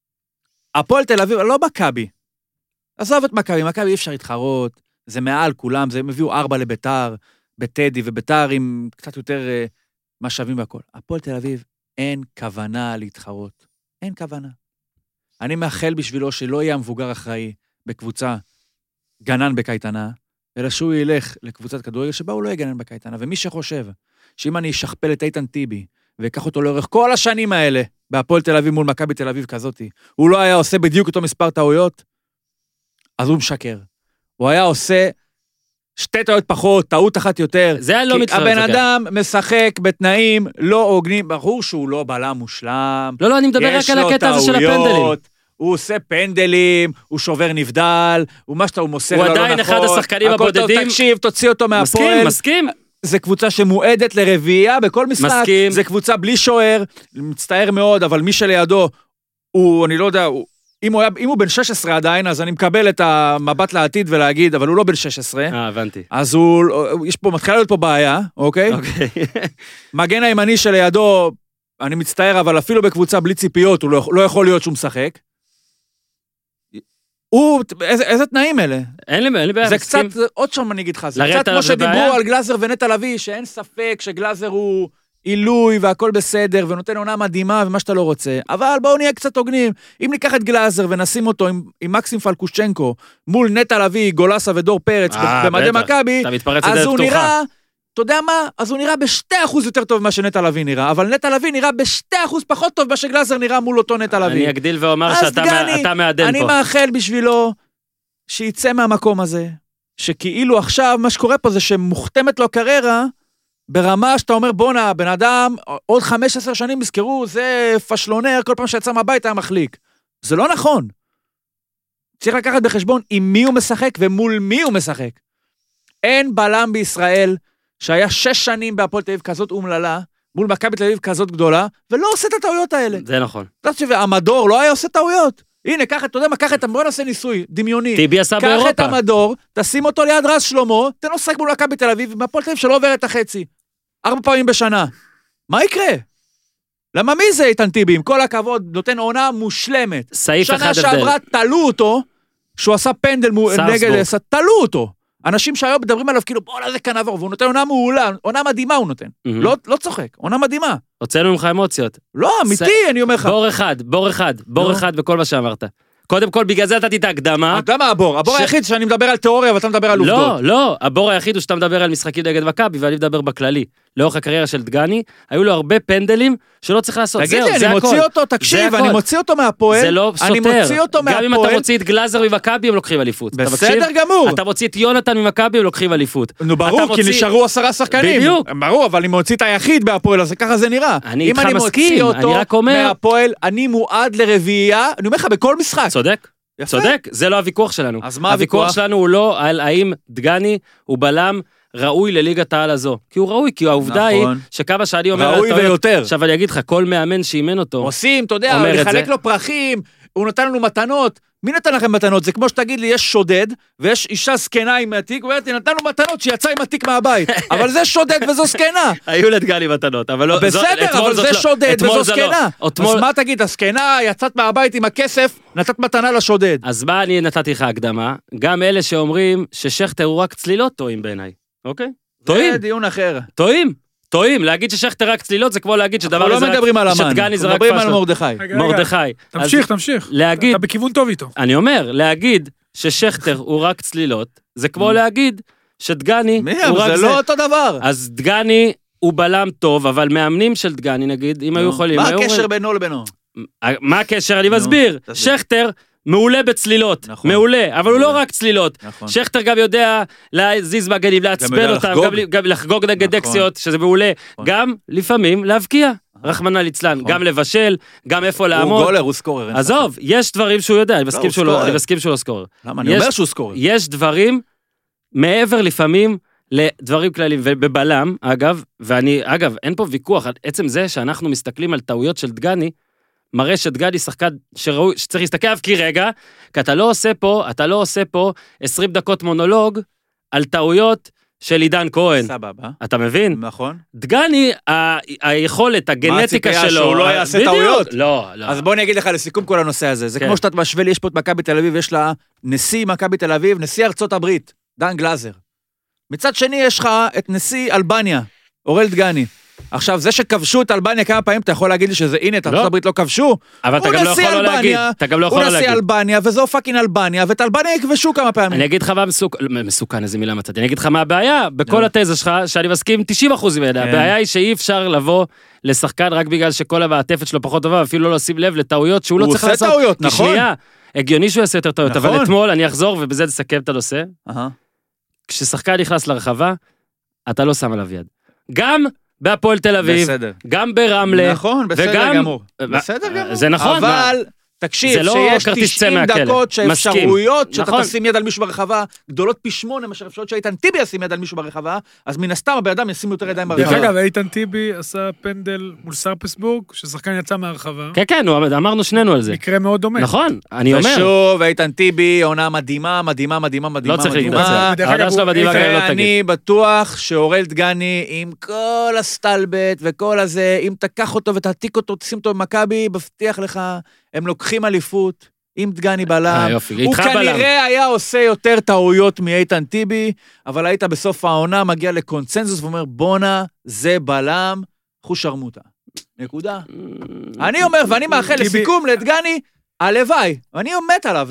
הפועל תל אביב, לא מכבי. עזוב את מכבי, מכבי אי אפשר להתחרות, זה מעל כולם, זה מביאו ארבע לביתר, בטדי וביתר עם קצת יותר uh, משאבים והכל. הפועל תל אביב אין כוונה להתחרות, אין כוונה. אני מאחל בשבילו שלא יהיה המבוגר אחראי בקבוצה גנן בקייטנה, אלא שהוא ילך לקבוצת כדורגל שבה הוא לא יגנן בקייטנה, ומי שחושב שאם אני אשכפל את איתן טיבי, ויקח אותו לאורך כל השנים האלה, בהפועל תל אביב מול מכבי תל אביב כזאת, הוא לא היה עושה בדיוק אותו מספר טעויות, אז הוא משקר. הוא היה עושה שתי טעויות פחות, טעות אחת יותר.
זה לא מתחרט.
הבן אדם משחק בתנאים לא הוגנים, ברור שהוא לא בלם מושלם.
לא, לא, אני מדבר רק על הקטע הזה של הפנדלים.
הוא עושה פנדלים, הוא שובר נבדל, הוא מה שאתה, הוא מוסר לו לא נכון.
הוא עדיין אחד השחקנים הבודדים.
תקשיב, תוציא אותו מהפועל.
מסכים, מסכים.
זה קבוצה שמועדת לרביעייה בכל משחק.
מסכים.
זה קבוצה בלי שוער, מצטער מאוד, אבל מי שלידו, הוא, אני לא יודע, הוא, אם הוא, היה, אם הוא בן שש עשרה עדיין, אז אני מקבל את המבט לעתיד ולהגיד, אבל הוא לא בן שש עשרה.
אה, הבנתי.
אז הוא, יש פה, מתחילה להיות פה בעיה, אוקיי?
אוקיי.
מגן הימני שלידו, אני מצטער, אבל אפילו בקבוצה בלי ציפיות, הוא לא, לא יכול להיות שהוא משחק. הוא, איזה, איזה תנאים אלה?
אין לי, אין לי בעיה.
זה קצת, עוד שם אני אגיד לך, זה קצת כמו שדיברו על גלאזר ונטע לביא, שאין ספק שגלאזר הוא עילוי והכל בסדר, ונותן עונה מדהימה ומה שאתה לא רוצה, אבל בואו נהיה קצת הוגנים. אם ניקח את גלאזר ונשים אותו עם, עם מקסים פלקושצ'נקו, מול נטע לביא, גולסה ודור פרץ, במדי מכבי, אז הוא נראה, אתה יודע מה? אז הוא נראה בשתי אחוז יותר טוב מה שנטע לביא נראה, אבל נטע לביא נראה בשתי אחוז פחות טוב מה שגלאזר נראה מול אותו נטע לביא.
אני אגדיל ואומר שאתה מעדן פה.
אני מאחל בשבילו שיצא מהמקום הזה, שכאילו עכשיו מה שקורה פה זה שמוכתמת לו קריירה, ברמה שאתה אומר בונה, בן אדם, עוד חמש עשרה שנים יזכרו, זה פשלונר, כל פעם שיצא מהבית היה מחליק. זה לא נכון. צריך לקחת בחשבון עם מי הוא משחק ומול מי הוא משחק. אין בלם בישראל שהיה שש שנים בהפועל תל אביב כזאת אומללה, מול מכבי תל אביב כזאת גדולה, ולא עושה את הטעויות האלה.
זה נכון.
אתה חושב, המדור לא היה עושה טעויות. הנה, קח, אתה יודע מה, קח את, בוא נעשה ניסוי, דמיוני.
טיבי עשה באירופה.
קח את המדור, תשים אותו ליד רז שלמה, תן לו שחק מול מכבי תל אביב, מהפועל תל אביב שלא עובר את החצי. ארבע פעמים בשנה. מה יקרה? למה מי זה איתן טיבי? עם כל הכבוד, נותן עונה מושלמת.
סעיף אחד
שנה
הבדל.
שעברה תלו אותו, שהוא עשה פנדל נגד, תלו אותו. אנשים שהיום מדברים עליו כאילו, בוא לזה כאן עבור, והוא נותן עונה מעולה, עונה מדהימה הוא נותן. לא, לא צוחק, עונה מדהימה.
הוצאנו ממך אמוציות.
לא, אמיתי, אני אומר לך.
בור אחד, בור אחד, בור אחד בכל מה שאמרת. קודם כל, בגלל זה נתתי את ההקדמה.
אתה יודע מה הבור? הבור היחיד שאני מדבר על תיאוריה, ואתה מדבר על עובדות.
לא, לא, הבור היחיד הוא שאתה מדבר על משחקים נגד מכבי, ואני מדבר בכללי. לאורך הקריירה של דגני, היו לו הרבה פנדלים שלא צריך לעשות.
תגיד לי, אני מוציא אותו, תקשיב, אני מוציא אותו מהפועל.
זה לא סותר.
אני מוציא אותו מהפועל.
גם אם אתה מוציא את גלאזר ממכבי, הם לוקחים אליפות.
בסדר גמור.
אתה מוציא את יונתן ממכבי, הם לוקחים אליפות.
נו ברור, כי נשארו עשרה שחקנים.
בדיוק.
ברור, אבל אני מוציא את היחיד מהפועל, אז ככה זה נראה.
אני איתך מסכים, אני רק אומר...
מהפועל, אני מועד לרביעייה, אני אומר לך, בכל משחק.
צודק. צודק, זה לא הוויכוח שלנו.
אז מה
הוויכוח
הוויכוח?
שלנו הוא לא על האם דגני הוא בלם ראוי לליגת העל הזו. כי הוא ראוי, כי העובדה
נכון.
היא שכמה שאני אומר...
ראוי ויותר.
עכשיו אני אגיד לך, כל מאמן שאימן אותו...
עושים, אתה יודע,
אומר את
לחלק
זה.
לו פרחים, הוא נתן לנו מתנות. מי נתן לכם מתנות? זה כמו שתגיד לי, יש שודד, ויש אישה סקנה עם התיק, ואומרת לי, נתנו מתנות שיצא עם התיק מהבית. אבל זה שודד וזו סקנה.
היו לדגני מתנות, אבל לא...
בסדר, אבל זה שודד וזו סקנה. אז מה תגיד, הסקנה, יצאת מהבית עם הכסף, נתת מתנה לשודד.
אז מה אני נתתי לך הקדמה? גם אלה שאומרים ששכטר הוא רק צלילות טועים בעיניי. אוקיי? טועים.
זה דיון אחר.
טועים. טועים, להגיד ששכטר רק צלילות זה כמו להגיד שדבר
אנחנו לא מדברים על אמן, אנחנו מדברים על מרדכי.
מרדכי.
תמשיך, תמשיך.
להגיד...
אתה בכיוון טוב איתו.
אני אומר, להגיד ששכטר הוא רק צלילות, זה כמו להגיד שדגני הוא רק זה.
זה לא אותו דבר.
אז דגני הוא בלם טוב, אבל מאמנים של דגני נגיד, אם היו יכולים...
מה הקשר בינו לבינו?
מה הקשר? אני מסביר. שכטר... מעולה בצלילות, נכון. מעולה, אבל הוא לא רק צלילות. נכון. שכטר גם יודע להזיז מגנים, לעצבן אותם, לחגוג. גם, גם לחגוג נגד נכון. אקסיות, שזה מעולה. נכון. גם לפעמים להבקיע, נכון. רחמנא ליצלן, נכון. גם לבשל, גם איפה לעמוד.
הוא גולר, הוא סקורר.
עזוב, ספק. יש דברים שהוא יודע, אני
לא,
מסכים, שהוא לא, אני מסכים שהוא לא סקורר.
למה? אני אומר שהוא סקורר.
יש דברים, מעבר לפעמים, לדברים כלליים, ובבלם, אגב, ואני, אגב, אין פה ויכוח, עצם זה שאנחנו מסתכלים על טעויות של דגני, מראה שדגני שחקן שראוי, שצריך להסתכל עליו כי רגע, כי אתה לא עושה פה, אתה לא עושה פה עשרים דקות מונולוג על טעויות של עידן כהן.
סבבה.
אתה מבין?
נכון.
דגני, ה- היכולת, הגנטיקה שלו.
מה הציפייה שהוא לא יעשה
בדיוק.
טעויות?
לא, לא.
אז בוא אני אגיד לך לסיכום כל הנושא הזה. זה
כן.
כמו שאתה משווה לי, יש פה את מכבי תל אביב, יש לה נשיא מכבי תל אביב, נשיא ארצות הברית, דן גלאזר. מצד שני יש לך את נשיא אלבניה, אורל דגני. עכשיו, זה שכבשו את אלבניה כמה פעמים, אתה יכול להגיד לי שזה, הנה, את ארצות הברית לא כבשו?
אבל אתה גם לא יכול לא להגיד. אתה גם לא יכול לא להגיד.
הוא נשיא אלבניה, וזו פאקינג אלבניה, ואת אלבניה יכבשו כמה פעמים.
אני אגיד לך מה מסוכן, איזה מילה מצאתי. אני אגיד לך מה הבעיה, בכל התזה שלך, שאני מסכים תשעים אחוז ממנה. הבעיה היא שאי אפשר לבוא לשחקן רק בגלל שכל המעטפת שלו פחות טובה, אפילו לא לשים לב לטעויות שהוא לא צריך לעשות.
הוא עושה טעויות, נכון.
שנייה, הגיוני שהוא יעשה יותר טעויות, אבל אתמול אני אחזור ובזה נסכם את הנושא. כששחקן נכנס לרחבה, אתה לא שם עליו יד. גם בהפועל תל אביב, בסדר. גם ברמלה,
נכון, בסדר
וגם...
גמור. בסדר גמור.
זה נכון.
אבל, תקשיב,
לא
שיש תשעים דקות שאפשרויות, שאתה
נכון.
תשים יד על מישהו ברחבה, גדולות פי שמונה, מאשר אפשרויות שאיתן טיבי ישים יד על מישהו ברחבה, אז מן הסתם הבן אדם ישים יותר ידיים ברחבה.
אגב, איתן טיבי עשה פנדל מול סרפסבורג, ששחקן יצא מהרחבה.
כן, כן, אמרנו שנינו על זה.
מקרה מאוד דומה.
נכון, אני אומר.
ושוב, איתן טיבי, עונה מדהימה, מדהימה, מדהימה, מדהימה,
לא צריך להתנצל.
אני בטוח שאורל דגני, עם כל הסטלבט וכל הזה, אם תקח אותו ותעתיק אותו, תשים אותו במכבי, מבטיח לך, הם לוקחים אליפות, עם דגני בלם. הוא כנראה היה עושה יותר טעויות מאיתן טיבי, אבל היית בסוף העונה, מגיע לקונצנזוס ואומר, בונה, זה בלם, חוש שרמוטה. נקודה. אני אומר, ואני מאחל לסיכום לדגני, הלוואי, ואני מת עליו,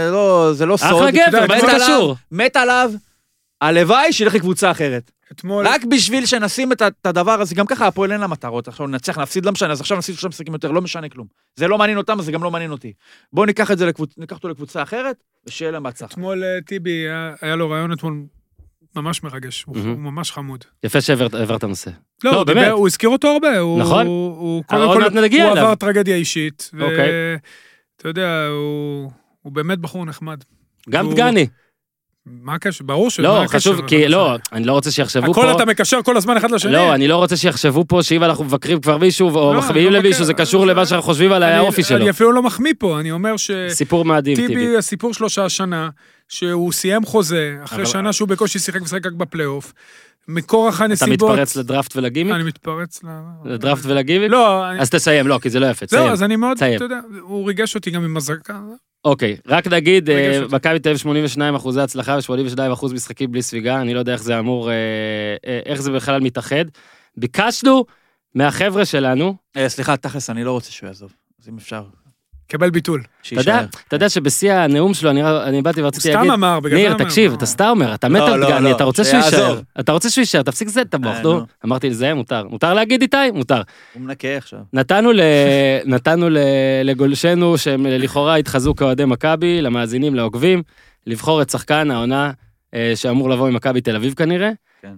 זה לא סוד.
אחלה גבר, מה זה קשור?
מת עליו, הלוואי שילך לקבוצה אחרת.
אתמול...
רק בשביל שנשים את הדבר הזה, גם ככה הפועל אין לה מטרות, עכשיו נצליח להפסיד, לא משנה, אז עכשיו נפסיד שלושה משחקים יותר, לא משנה כלום. זה לא מעניין אותם, אז זה גם לא מעניין אותי. בואו ניקח את זה, ניקח אותו לקבוצה אחרת, ושיהיה להם בהצלחה.
אתמול טיבי, היה לו רעיון אתמול ממש מרגש, הוא ממש חמוד.
יפה שהעברת הנושא.
לא, באמת. הוא הזכיר אותו הרבה,
נכון.
הוא עבר טרגדיה אישית, ואתה יודע, הוא באמת בחור נחמד.
גם דגני.
מה הקשר? ברור שלא.
לא, חשוב, כי לא, אני לא רוצה שיחשבו פה...
הכל אתה מקשר כל הזמן אחד לשני.
לא, אני לא רוצה שיחשבו פה שאם אנחנו מבקרים כבר מישהו, או מחמיאים למישהו, זה קשור למה שאנחנו חושבים על האופי שלו.
אני אפילו לא מחמיא פה, אני אומר ש...
סיפור מדהים, טיבי.
טיבי, הסיפור שלו שהשנה, שהוא סיים חוזה, אחרי שנה שהוא בקושי שיחק ושחק רק בפלייאוף, מכורח הנסיבות...
אתה מתפרץ לדראפט ולגימיק?
אני מתפרץ
לדראפט ולגימיק?
לא.
אז תסיים, לא, כי זה לא יפה, תסיים.
לא, אז אני מאוד, אתה יודע, הוא ריגש אותי גם עם הזרקה.
אוקיי, רק נגיד, מכבי תל אביב שמונים ושניים אחוזי הצלחה ו-שמונים ושניים אחוז משחקים בלי ספיגה, אני לא יודע איך זה אמור, איך זה בכלל מתאחד. ביקשנו מהחבר'ה שלנו...
סליחה, תכלס, אני לא רוצה שהוא יעזוב, אז אם אפשר...
קבל ביטול.
אתה יודע שבשיא הנאום שלו, אני באתי ורציתי להגיד,
סתם אמר, בגלל
ניר, תקשיב, אתה סתם אומר, אתה מת על דגני, אתה רוצה שהוא יישאר, אתה רוצה שהוא יישאר, תפסיק זה את המוח, אמרתי לזה, מותר, מותר להגיד איתי, מותר.
הוא מנקה עכשיו.
נתנו לגולשנו, שהם לכאורה התחזו כאוהדי מכבי, למאזינים, לעוקבים, לבחור את שחקן העונה, שאמור לבוא ממכבי תל אביב כנראה,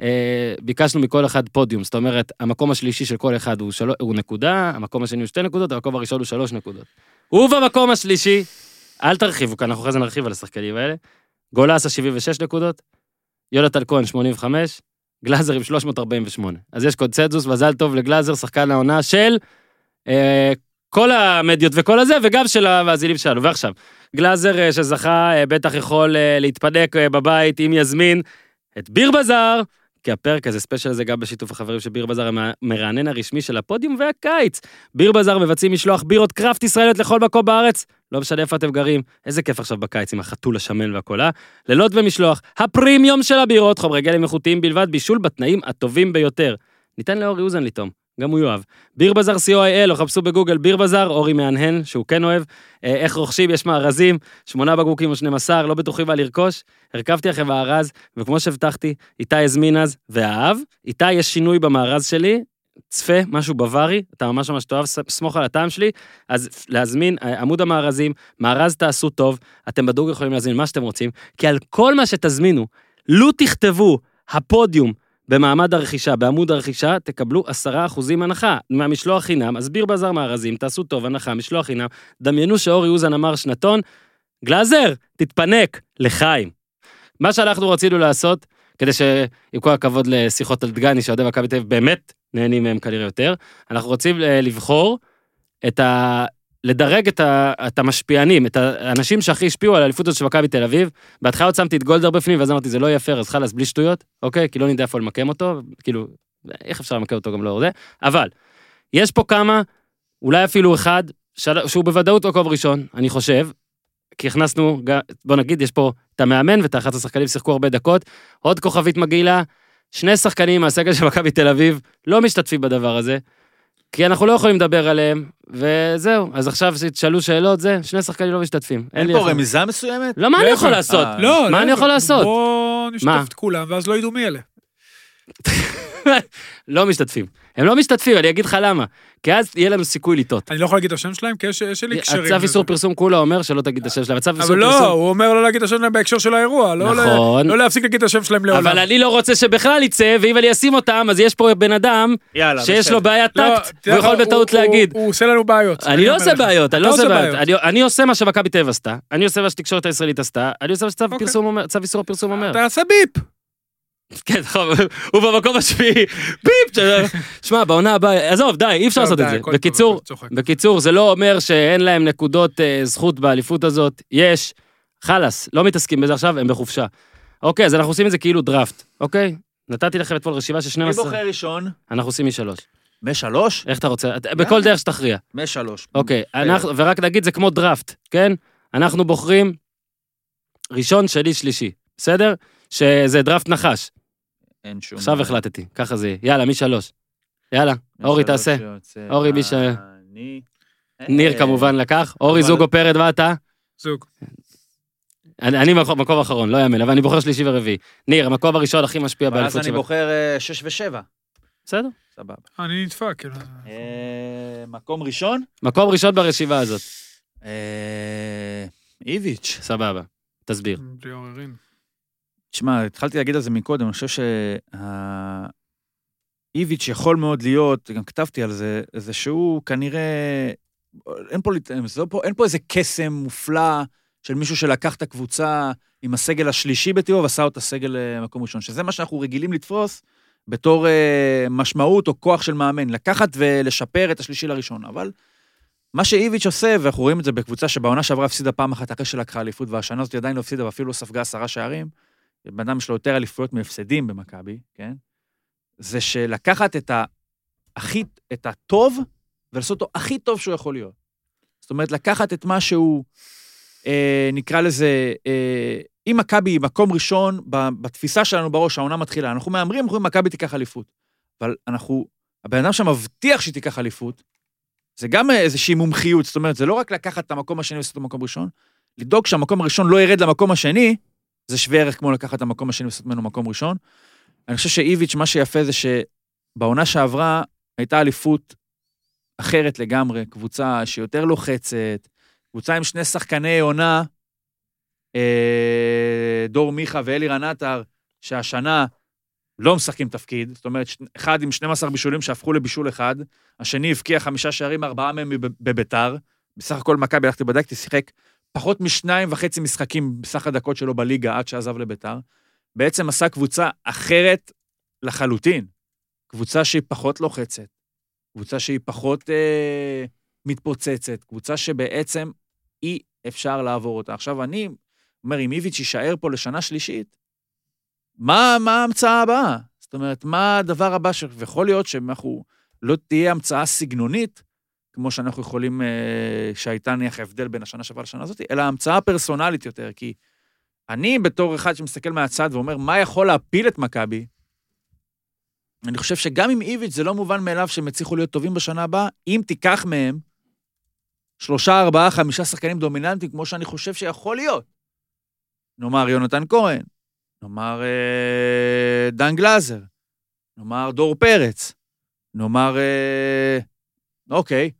ביקשנו מכל אחד פודיום, זאת אומרת, המקום השלישי של כל אחד הוא נקודה, המקום השני הוא שתי נקודות, המקום הראשון הוא שלוש נקודות. ובמקום השלישי, אל תרחיבו, כי אנחנו אחרי זה נרחיב על השחקנים האלה, גולסה שבעים ושש נקודות, יונתן כהן שמונים וחמש, גלאזר עם שלוש מאות ארבעים ושמונה. אז יש קונצנזוס, מזל טוב לגלאזר, שחקן העונה של אה, כל המדיות וכל הזה, וגם של המאזינים שלנו. ועכשיו, גלאזר אה, שזכה, אה, בטח יכול אה, להתפנק אה, בבית, אם יזמין את ביר בזאר, כי הפרק הזה, ספיישל הזה גם בשיתוף החברים של ביר בזאר, המרענן הרשמי של הפודיום והקיץ. ביר בזאר מבצעים משלוח בירות קראפט ישראליות לכל מקום בארץ. לא משנה איפה אתם גרים. איזה כיף עכשיו בקיץ עם החתול השמן והקולה. לילות ומשלוח. הפרימיום של הבירות, חומרי גלם איכותיים בלבד, בישול בתנאים הטובים ביותר. ניתן לאורי אוזן לטעום. גם הוא יאהב. ביר בזאר סי או איי אל, או חפשו בגוגל ביר בזאר, אורי מהנהן, שהוא כן אוהב. איך רוכשים, יש מארזים, שמונה בקבוקים או שנים עשר, לא בטוחים מה לרכוש. הרכבתי לכם מארז, וכמו שהבטחתי, איתי הזמין אז, ואהב. איתי יש שינוי במארז שלי, צפה, משהו בווארי, אתה ממש ממש תאהב, סמוך על הטעם שלי, אז להזמין עמוד המארזים, מארז תעשו טוב, אתם בדוג יכולים להזמין מה שאתם רוצים, כי על כל מה שתזמינו, לו תכתבו הפודיום, במעמד הרכישה, בעמוד הרכישה, תקבלו עשרה אחוזים הנחה, מהמשלוח חינם, אז ביר בזאר מארזים, תעשו טוב, הנחה, משלוח חינם, דמיינו שאורי אוזן אמר שנתון, גלאזר, תתפנק, לחיים. מה שאנחנו רצינו לעשות, כדי שעם כל הכבוד לשיחות על דגני, שעודי מכבי תל אביב באמת נהנים מהם כנראה יותר, אנחנו רוצים לבחור את ה... לדרג את, ה, את המשפיענים, את האנשים שהכי השפיעו על האליפות הזאת של מכבי תל אביב, בהתחלה עוד שמתי את גולדר בפנים, ואז אמרתי, זה לא יהיה פייר, אז חלאס, בלי שטויות, אוקיי? כי לא נדע איפה למקם אותו, כאילו, איך אפשר למקם אותו גם לא זה, אבל, יש פה כמה, אולי אפילו אחד, שהוא בוודאות עוקב ראשון, אני חושב, כי הכנסנו, בוא נגיד, יש פה את המאמן, ואת האחת השחקנים שיחקו הרבה דקות, עוד כוכבית מגעילה, שני שחקנים מהסגל של מכבי תל אביב, לא משתתפים בדבר הזה, כי אנחנו לא יכולים לדבר עליהם, וזהו. אז עכשיו שתשאלו שאלות, זה, שני שחקנים לא משתתפים.
אין פה רמיזה מסוימת?
לא, מה אני יכול לעשות?
לא,
מה אני יכול לעשות?
בוא נשתף את כולם, ואז לא ידעו מי אלה.
לא משתתפים. הם לא משתתפים, אני אגיד לך למה. כי אז יהיה לנו סיכוי לטעות.
אני לא יכול להגיד את השם שלהם, כי יש לי קשרים.
הצו איסור פרסום כולה אומר שלא תגיד את השם שלהם.
אבל לא, הוא אומר לא להגיד את השם שלהם בהקשר של האירוע.
נכון.
לא להפסיק להגיד את השם שלהם לעולם.
אבל אני לא רוצה שבכלל יצא, ואם אני אשים אותם, אז יש פה בן אדם שיש לו בעיית טקט, הוא יכול בטעות להגיד.
הוא עושה לנו בעיות.
אני לא עושה בעיות, אני לא עושה בעיות. אני עושה מה שמכבי תל אביב עשתה, אני עושה מה שתקשורת הישראלית עשתה, אני עושה מה שצו איסור הפרסום אומר.
תעשה ביפ.
כן, הוא במקום השביעי, ביפ, שמע, בעונה הבאה, עזוב, די, אי אפשר לעשות את זה. בקיצור, בקיצור, זה לא אומר שאין להם נקודות זכות באליפות הזאת, יש, חלס, לא מתעסקים בזה עכשיו, הם בחופשה. אוקיי, אז אנחנו עושים את זה כאילו דראפט, אוקיי? נתתי לכם את כל רשיבה של שנים עשר.
מי בוחר ראשון?
אנחנו עושים משלוש.
משלוש?
איך אתה רוצה? בכל דרך שתכריע.
משלוש.
אוקיי, ורק נגיד, זה כמו דראפט, כן? אנחנו בוחרים ראשון, שני, שלישי, בסדר? שזה דראפט נחש.
אין שום.
עכשיו החלטתי, ככה זה, יאללה, מי שלוש. יאללה, אורי תעשה. אורי מי ש... ניר כמובן לקח. אורי זוג או פרד ואתה?
זוג.
אני מקום אחרון, לא יאמן, אבל אני בוחר שלישי ורביעי. ניר, המקום הראשון הכי משפיע באליפות
שבע. אז אני בוחר שש ושבע.
בסדר?
סבבה.
אני נדפק.
מקום ראשון?
מקום ראשון ברשיבה הזאת.
איביץ'.
סבבה, תסביר.
תשמע, התחלתי להגיד על זה מקודם, אני חושב שהאיביץ' יכול מאוד להיות, גם כתבתי על זה, זה שהוא כנראה, אין פה, אין פה איזה קסם מופלא של מישהו שלקח את הקבוצה עם הסגל השלישי בטבעו, ועשה אותה סגל מקום ראשון, שזה מה שאנחנו רגילים לתפוס בתור משמעות או כוח של מאמן, לקחת ולשפר את השלישי לראשון, אבל מה שאיביץ' עושה, ואנחנו רואים את זה בקבוצה שבעונה שעברה הפסידה פעם אחת אחרי שלקחה אליפות, והשנה הזאת עדיין לא הפסידה, ואפילו לא ספגה עשרה שערים, בן אדם שלו יותר אליפויות מהפסדים במכבי, כן? זה שלקחת את הכי, את הטוב, ולעשות אותו הכי טוב שהוא יכול להיות. זאת אומרת, לקחת את מה שהוא, אה, נקרא לזה, אה, אם מכבי מקום ראשון, בתפיסה שלנו בראש, העונה מתחילה, אנחנו מאמרים, אנחנו אומרים, מכבי תיקח אליפות. אבל אנחנו, הבן אדם שמבטיח שהיא תיקח אליפות, זה גם איזושהי מומחיות, זאת אומרת, זה לא רק לקחת את המקום השני ולעשות את המקום הראשון, לדאוג שהמקום הראשון לא ירד למקום השני, זה שווה ערך כמו לקחת את המקום השני ולעשות ממנו מקום ראשון. אני חושב שאיביץ' מה שיפה זה שבעונה שעברה הייתה אליפות אחרת לגמרי, קבוצה שיותר לוחצת, קבוצה עם שני שחקני עונה, דור מיכה ואלי רנטר, שהשנה לא משחקים תפקיד, זאת אומרת, אחד עם שנים עשר בישולים שהפכו לבישול אחד, השני הבקיע חמישה שערים, ארבעה מהם בביתר, בסך הכל מכבי, הלכתי בדקתי, שיחק פחות משניים וחצי משחקים בסך הדקות שלו בליגה, עד שעזב לביתר, בעצם עשה קבוצה אחרת לחלוטין, קבוצה שהיא פחות לוחצת, קבוצה שהיא פחות אה, מתפוצצת, קבוצה שבעצם אי אפשר לעבור אותה. עכשיו אני אומר, אם איביץ' יישאר פה לשנה שלישית, מה, מה ההמצאה הבאה? זאת אומרת, מה הדבר הבא, ש... ויכול להיות שאנחנו לא תהיה המצאה סגנונית, כמו שאנחנו יכולים, אה, שהייתה ניח הבדל בין השנה שעברה לשנה הזאת, אלא המצאה פרסונלית יותר, כי אני בתור אחד שמסתכל מהצד ואומר, מה יכול להפיל את מכבי, אני חושב שגם עם איביץ' זה לא מובן מאליו שהם הצליחו להיות טובים בשנה הבאה, אם תיקח מהם שלושה, ארבעה, חמישה שחקנים דומיננטיים, כמו שאני חושב שיכול להיות. נאמר יונתן כהן, נאמר אה, דן גלאזר, נאמר דור פרץ, נאמר, אה, אוקיי,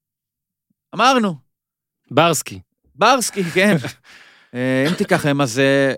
אמרנו.
ברסקי.
ברסקי, כן. אה, אם תיקח להם, אז אה,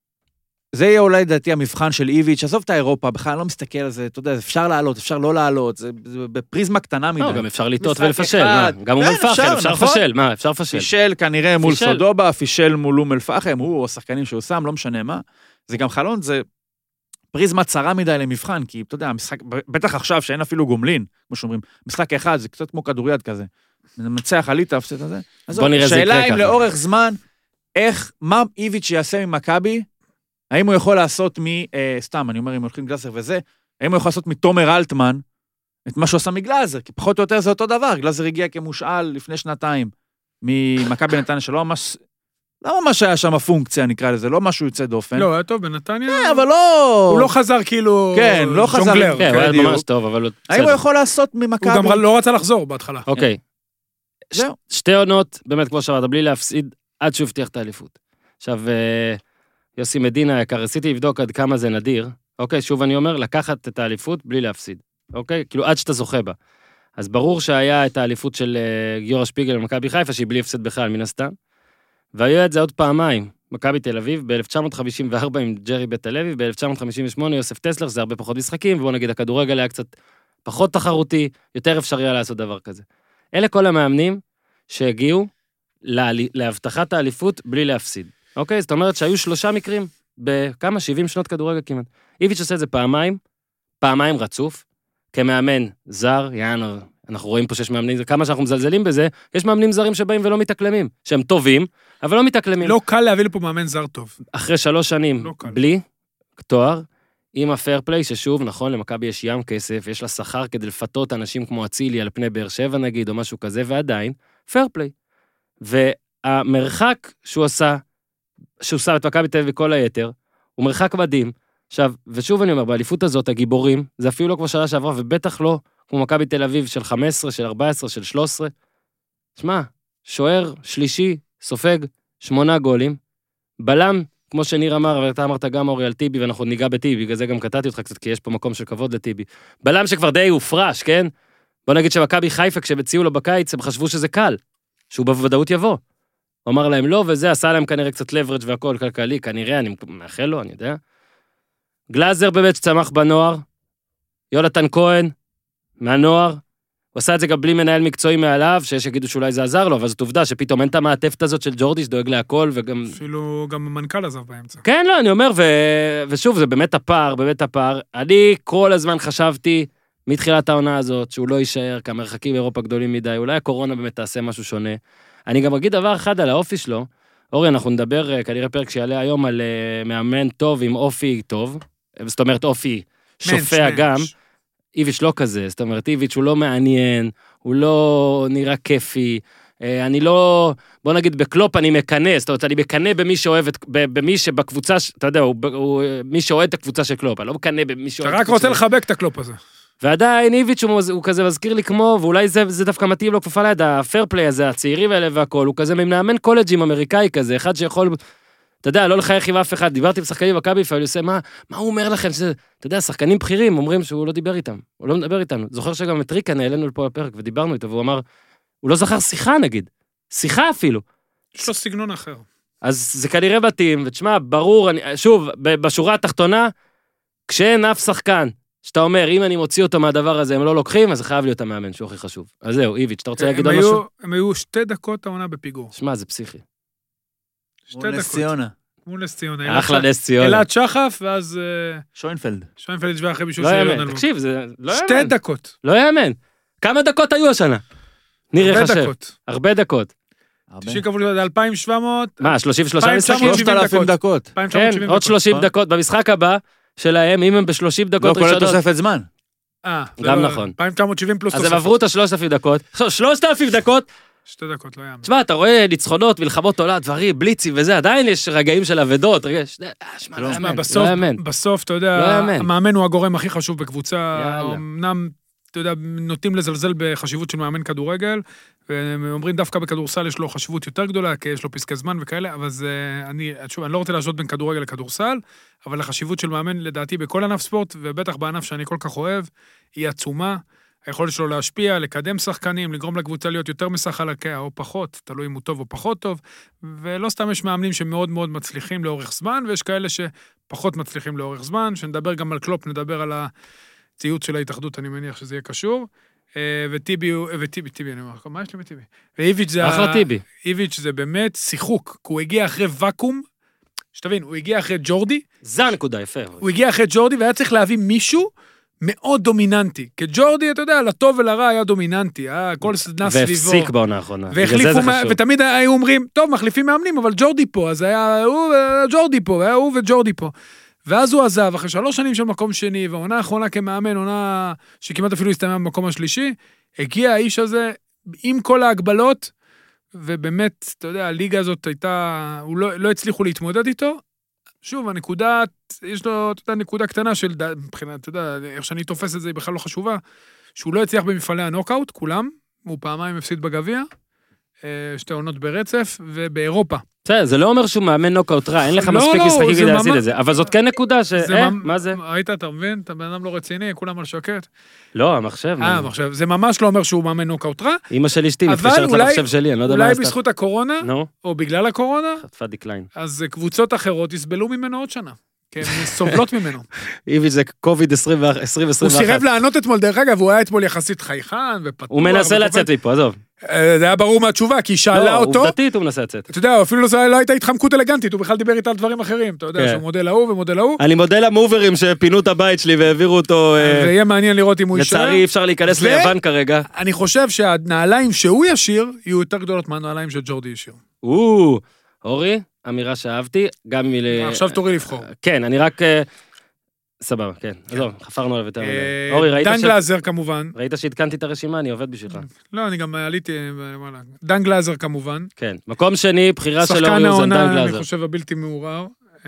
זה יהיה אולי דעתי המבחן של איביץ', עזוב את האירופה, בכלל לא מסתכל על זה, אתה יודע, אפשר לעלות, אפשר לא לעלות, זה, זה בפריזמה קטנה מדי.
לא, גם אפשר לטעות ולפשל, מה? גם אום אל-פחם, אפשר לפשל, מה? אפשר לפשל.
פישל כנראה מול סודובה, פישל מול אום אל-פחם, הוא או השחקנים שהוא שם, לא משנה מה. זה גם חלון, זה פריזמה צרה מדי למבחן, כי אתה יודע, המשחק, בטח עכשיו שאין אפילו גומלין, כמו שאומרים, משחק אחד, זה קצת כמו כדוריד כזה. מנצח עלית, הפסט הזה.
בוא נראה זה יקרה ככה.
שאלה אם לאורך זמן, איך, מה איביץ' יעשה ממכבי, האם הוא יכול לעשות מ... אה, סתם, אני אומר, אם הולכים גלאזר וזה, האם הוא יכול לעשות מתומר אלטמן, את מה שהוא עשה מגלאזר, כי פחות או יותר זה אותו דבר, גלאזר הגיע כמושאל לפני שנתיים, ממכבי נתניה שלא ממש... לא ממש היה שם הפונקציה, נקרא לזה, לא משהו יוצא דופן.
לא, היה טוב בנתניה.
כן, אבל לא...
הוא לא חזר כאילו...
כן, לא חזר...
כן, הוא היה ממש טוב, אבל...
האם הוא יכול לעשות ממכבי?
הוא גם לא רצה לחזור בהתחלה.
אוקיי.
זהו.
שתי עונות, באמת כמו שאמרת, בלי להפסיד, עד שהוא הבטיח את האליפות. עכשיו, יוסי מדינה יקר, רציתי לבדוק עד כמה זה נדיר. אוקיי, שוב אני אומר, לקחת את האליפות בלי להפסיד. אוקיי? כאילו עד שאתה זוכה בה. אז ברור שהיה את האליפות של גיורא שפיגל במכבי חיפה, שהיא בלי הפסד בכלל, מן הסתם. והיו את זה עוד פעמיים, מכבי תל אביב, ב-אלף תשע מאות חמישים וארבע עם ג'רי בית הלוי, ב-אלף תשע מאות חמישים ושמונה יוסף טסלר, זה הרבה פחות משחקים, ובוא נגיד, הכדורגל היה קצת פחות תחרותי, יותר אפשר היה לעשות דבר כזה. אלה כל המאמנים שהגיעו לה, להבטחת האליפות בלי להפסיד. אוקיי? זאת אומרת שהיו שלושה מקרים, בכמה? שבעים שנות כדורגל כמעט. איביץ' עושה את זה פעמיים, פעמיים רצוף, כמאמן זר, יענו, אנחנו רואים פה שיש מאמנים, כמה שאנחנו מזלזלים בזה, יש מאמנים זרים שבאים ולא מתאקלמים, שהם טובים, אבל לא מתאקלמים.
לא קל להביא לפה מאמן זר טוב.
אחרי שלוש שנים,
לא
בלי תואר, עם הפייר פליי, ששוב, נכון, למכבי יש ים כסף, יש לה שכר כדי לפתות אנשים כמו אצילי על פני באר שבע נגיד, או משהו כזה, ועדיין, פייר פליי. והמרחק שהוא עשה, שהוא שם את מכבי תל אביב וכל היתר, הוא מרחק מדהים. עכשיו, ושוב אני אומר, באליפות הזאת, הגיבורים, זה אפילו לא כמו שנה שעברה, ובטח לא כמו מכבי תל אביב של חמש עשרה, של ארבע עשרה, של שלוש עשרה. שמע, שוער שלישי, סופג, שמונה גולים, בלם, כמו שניר אמר, ואתה אמרת גם אורי על טיבי, ואנחנו ניגע בטיבי, בגלל זה גם קטעתי אותך קצת, כי יש פה מקום של כבוד לטיבי. בלם שכבר די הופרש, כן? בוא נגיד שמכבי חיפה, כשבציעו לו בקיץ, הם חשבו שזה קל, שהוא בוודאות יבוא. הוא אמר להם לא, וזה עשה להם כנראה קצת לברג' והכל כלכלי, כנראה, אני מאחל לו, אני יודע. גלאזר באמת שצמח בנוער, יונתן כהן, מהנוער, הוא עשה את זה גם בלי מנהל מקצועי מעליו, שיש יגידו שאולי זה עזר לו, אבל זאת עובדה שפתאום אין את המעטפת הזאת של ג'ורדי, שדואג להכל, וגם...
אפילו גם המנכ"ל עזב באמצע.
כן, לא, אני אומר, ו... ושוב, זה באמת הפער, באמת הפער. אני כל הזמן חשבתי, מתחילת העונה הזאת, שהוא לא יישאר, כי המרחקים באירופה גדולים מדי, אולי הקורונה באמת תעשה משהו שונה. אני גם אגיד דבר אחד על האופי שלו, אורי, אנחנו נדבר כנראה פרק שיעלה היום על מאמן טוב עם אופי טוב, זאת אומרת אופי שופע גם, איביץ' לא כזה, זאת אומרת איביץ' הוא לא מעניין, הוא לא נראה כיפי, אני לא, בוא נגיד בקלופ אני מקנה, זאת אומרת אני מקנה במי שאוהב, במי שבקבוצה, אתה יודע, הוא, הוא, מי שאוהד את הקבוצה של קלופ, אני לא מקנה במי שאוהד...
אתה רק רוצה לחבק את הקלופ הזה.
ועדיין איביץ' הוא, הוא כזה מזכיר לי כמו, ואולי זה, זה דווקא מתאים לו כפופה ליד, הפייר פליי הזה, הצעירים האלה והכל, הוא כזה מאמן קולג'ים אמריקאי כזה, אחד שיכול, אתה יודע, לא לחייך עם אף אחד, דיברתי עם שחקנים במכבי, ואני עושה, מה, מה הוא אומר לכם? שזה, אתה יודע, שחקנים בכירים אומרים שהוא לא דיבר איתם, הוא לא מדבר איתנו. זוכר שגם את ריקה נעלינו לפה בפרק ודיברנו איתו, והוא אמר, הוא לא זכר שיחה נגיד, שיחה אפילו.
יש לו סגנון אחר.
אז זה כנראה בתים, ותשמע, ברור, אני, שוב, בשורה התחתונה, כשאין אף שחקן, שאתה אומר, אם אני מוציא אותו מהדבר הזה, הם לא לוקחים, אז זה חייב להיות המאמן, שהוא הכי חשוב. אז זהו, איביץ', אתה רוצה להגיד עוד משהו?
הם היו שתי דקות העונה בפיגור.
שמע, זה פסיכי.
מול נס ציונה.
מול נס ציונה.
אחלה נס ציונה.
אלעד שחף, ואז...
שוינפלד.
שוינפלד ישבה אחרי בישול
לא
של
יאמן, תקשיב, זה לא יאמן.
שתי דקות.
לא יאמן. כמה דקות היו השנה? נראה
הרבה
חשב.
דקות.
הרבה דקות.
תשעי כבוד אלפיים ושבע מאות.
מה, שלושים ושלושה משחקים?
שלושת אלפים דקות.
כן, עוד שלושים דקות. במשחק הבא שלהם, אם הם ב-שלושים דקות ראשונות.
לא כולל תוספת זמן.
אה,
גם נכון.
אלפיים תשע מאות שבעים פלוס תוספת.
אז הם עברו את ה-שלושת אלפים דקות. שלושת אלפים דקות.
שתי דקות, לא יאמן.
תשמע, אתה רואה ניצחונות, מלחמות עולה, דברים, בליצים וזה, עדיין יש רגעים של אבדות, רגע, שמע, לא יאמן, לא יאמן.
בסוף, אתה יודע, המאמן הוא הגורם הכי חשוב בקבוצה, אמנם, אתה יודע, נוטים לזלזל בחשיבות של מאמן כדורגל, ואומרים דווקא בכדורסל יש לו חשיבות יותר גדולה, כי יש לו פסקי זמן וכאלה, אבל זה, אני, שוב, אני לא רוצה להשוות בין כדורגל לכדורסל, אבל החשיבות של מאמן, לדעתי, בכל ענף ספורט, ובטח בענף שאני כל כך אוהב, היא עצומה. היכולת שלו להשפיע, לקדם שחקנים, לגרום לקבוצה להיות יותר מסחלקיה או פחות, תלוי אם הוא טוב או פחות טוב, ולא סתם יש מאמנים שמאוד מאוד מצליחים לאורך זמן, ויש כאלה שפחות מצליחים לאורך זמן, שנדבר גם על קלופ, נדבר על הציוץ של ההתאחדות, אני מניח שזה יהיה קשור, וטיבי, וטיבי, טיבי, אני אומר, מה יש לי בטיבי? ואיביץ' זה...
אחלה טיבי.
איביץ' זה באמת שיחוק, כי הוא הגיע אחרי וקום, שתבין, הוא הגיע אחרי ג'ורדי.
זה הנקודה, יפה.
הוא הגיע אחרי ג'ורדי, והיה צריך להביא מישהו מאוד דומיננטי. כי ג'ורדי, אתה יודע, לטוב ולרע היה דומיננטי, היה כל סדנה סביבו.
והפסיק בעונה האחרונה.
והחליפו, ותמיד היו אומרים, טוב, מחליפים מאמנים, אבל ג'ורדי פה, אז היה הוא וג'ורדי פה, היה הוא וג'ורדי פה. ואז הוא עזב, אחרי שלוש שנים של מקום שני, והעונה האחרונה כמאמן, עונה שכמעט אפילו הסתיימה במקום השלישי, הגיע האיש הזה עם כל ההגבלות, ובאמת, אתה יודע, הליגה הזאת הייתה, הוא לא, לא הצליחו להתמודד איתו, שוב, הנקודה, יש לו, אתה יודע, נקודה קטנה של, מבחינת, אתה יודע, איך שאני תופס את זה, היא בכלל לא חשובה, שהוא לא הצליח במפעלי הנוקאוט, כולם, הוא פעמיים הפסיד בגביע, שתי עונות ברצף, ובאירופה.
בסדר, זה לא אומר שהוא מאמן נוקאוט רע, אין לך מספיק משחקים כדי להציל את זה, אבל זאת כן נקודה ש... אה, מה זה?
ראית, אתה מבין? אתה בן אדם לא רציני, כולם על שקט.
לא, המחשב.
אה, המחשב. זה ממש לא אומר שהוא מאמן נוקאוט רע.
אמא של אשתי מתקשרת למחשב שלי, אני לא יודע מה
אולי בזכות הקורונה,
נו.
או בגלל הקורונה,
חטפה דקליין.
אז קבוצות אחרות יסבלו ממנו עוד שנה. כן, סובלות ממנו.
איביץ' זה קוביד עשרים עשרים ואחת.
הוא סירב לענות אתמול, דרך אגב, הוא היה אתמול יחסית חייכן ופתוח.
הוא מנסה לצאת מפה, עזוב.
זה היה ברור מהתשובה, כי היא שאלה אותו.
לא, עובדתית הוא מנסה לצאת.
אתה יודע, אפילו לא הייתה התחמקות אלגנטית, הוא בכלל דיבר איתה על דברים אחרים. אתה יודע, שהוא מודל ההוא ומודל ההוא.
אני מודל המוברים שפינו את הבית שלי והעבירו אותו.
זה יהיה מעניין לראות אם הוא יישאר.
לצערי אי אפשר להיכנס ליוון כרגע.
אני חושב שהנעליים שהוא ישיר, יהיו יותר גדולות מהנעליים של ג'ורדי ישיר.
או, אורי, אמירה שאהבתי, גם מ...
עכשיו תורי לבחור.
כן, אני רק... סבבה, כן. עזוב, חפרנו עליו יותר. אורי, ראית ש...
דן גלאזר כמובן.
ראית שהתקנתי את הרשימה, אני עובד בשבילך.
לא, אני גם עליתי... דן גלאזר כמובן.
כן. מקום שני, בחירה של אורי אוזן, דן גלאזר.
שחקן העונה, אני חושב, הבלתי מעורר.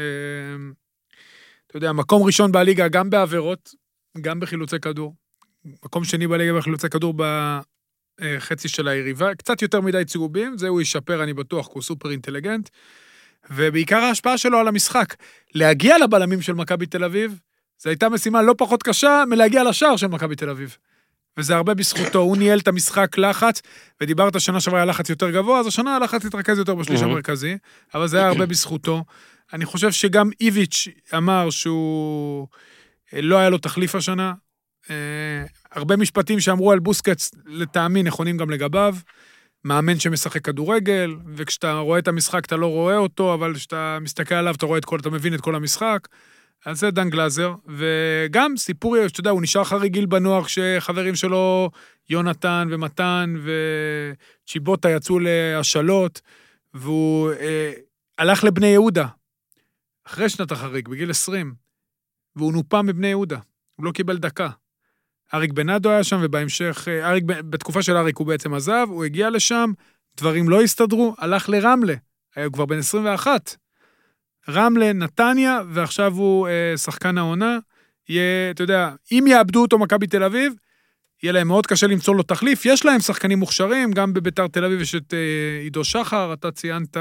אתה יודע, מקום ראשון בליגה, גם בעבירות, גם בחילוצי כדור. מקום שני בליגה בחילוצי כדור בחצי של היריבה. קצת יותר מדי צהובים, זה הוא ישפר, אני בטוח, כי הוא סופר אינטליגנט. ובעיקר ההשפעה שלו על המשחק. להגיע לבלמים של מכבי תל אביב, זו הייתה משימה לא פחות קשה מלהגיע לשער של מכבי תל אביב. וזה הרבה בזכותו, הוא ניהל את המשחק לחץ, ודיברת שנה שעברה היה לחץ יותר גבוה, אז השנה הלחץ התרכז יותר בשליש המרכזי, אבל זה היה הרבה בזכותו. אני חושב שגם איביץ' אמר שהוא לא היה לו תחליף השנה. הרבה משפטים שאמרו על בוסקץ לטעמי נכונים גם לגביו, מאמן שמשחק כדורגל, וכשאתה רואה את המשחק אתה לא רואה אותו, אבל כשאתה מסתכל עליו אתה רואה את כל, אתה מבין את כל המשחק. אז זה דן גלאזר, וגם סיפור, שאתה יודע, הוא נשאר חריגיל בנוער, כשחברים שלו, יונתן ומתן וצ'יבוטה יצאו להשאלות, והוא אה, הלך לבני יהודה, אחרי שנת החריג, בגיל עשרים, והוא נופם בבני יהודה, הוא לא קיבל דקה. אריק בנאדו היה שם, ובהמשך, אריק, בתקופה של אריק הוא בעצם עזב, הוא הגיע לשם, דברים לא הסתדרו, הלך לרמלה, היה כבר בן עשרים ואחת, רמלה, נתניה, ועכשיו הוא אה, שחקן העונה, יהיה, אתה יודע, אם יאבדו אותו מכבי תל אביב, יהיה להם מאוד קשה למצוא לו תחליף, יש להם שחקנים מוכשרים, גם בביתר תל אביב יש את אה, עידו שחר, אתה ציינת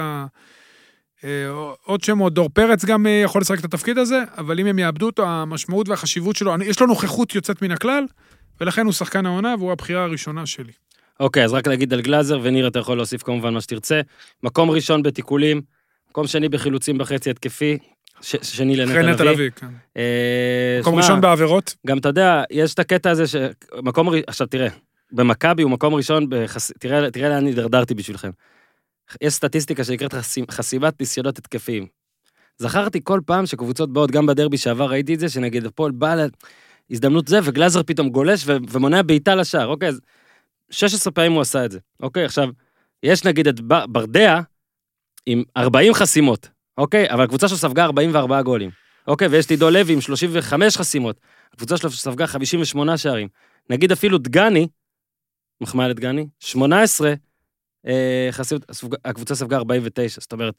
אה, עוד שמות, דור פרץ גם אה, יכול לשחק את התפקיד הזה, אבל אם הם יאבדו אותו, המשמעות והחשיבות שלו, אני, יש לו נוכחות יוצאת מן הכלל, ולכן הוא שחקן העונה, והוא הבחירה הראשונה שלי.
אוקיי, אז רק להגיד על גלאזר, וניר, אתה יכול להוסיף כמובן מה שתרצה. מקום ראשון בתיקולים, מקום שני בחילוצים בחצי התקפי, ש, שני לנטע לביא.
אחרי נטע לביא, כן.
אה,
מקום
שמה,
ראשון בעבירות.
גם אתה יודע, יש את הקטע הזה שמקום, עכשיו תראה, במכבי הוא מקום ראשון, בחס... תראה, תראה לאן אני דרדרתי בשבילכם. יש סטטיסטיקה שנקראת חסימ... חסימת ניסיונות התקפיים. זכרתי כל פעם שקבוצות באות, גם בדרבי שעבר ראיתי את זה, שנגיד הפועל בא להזדמנות זה, וגלאזר פתאום גולש ו... ומונע בעיטה לשער. אוקיי, אז שש עשרה פעמים הוא עשה את זה. אוקיי, עכשיו, יש נגיד את ברדע עם ארבעים חסימות. אוקיי, אבל הקבוצה שלו ספגה ארבעים וארבעה גולים. אוקיי, ויש עידו לוי עם שלושים וחמש חסימות. הקבוצה שלו ספגה חמישים ושמונה שערים. נגיד אפילו דגני, מחמאה לדגני, שמונה עשרה אה, חסימות, הקבוצה ספגה ארבעים ותשע. זאת אומרת,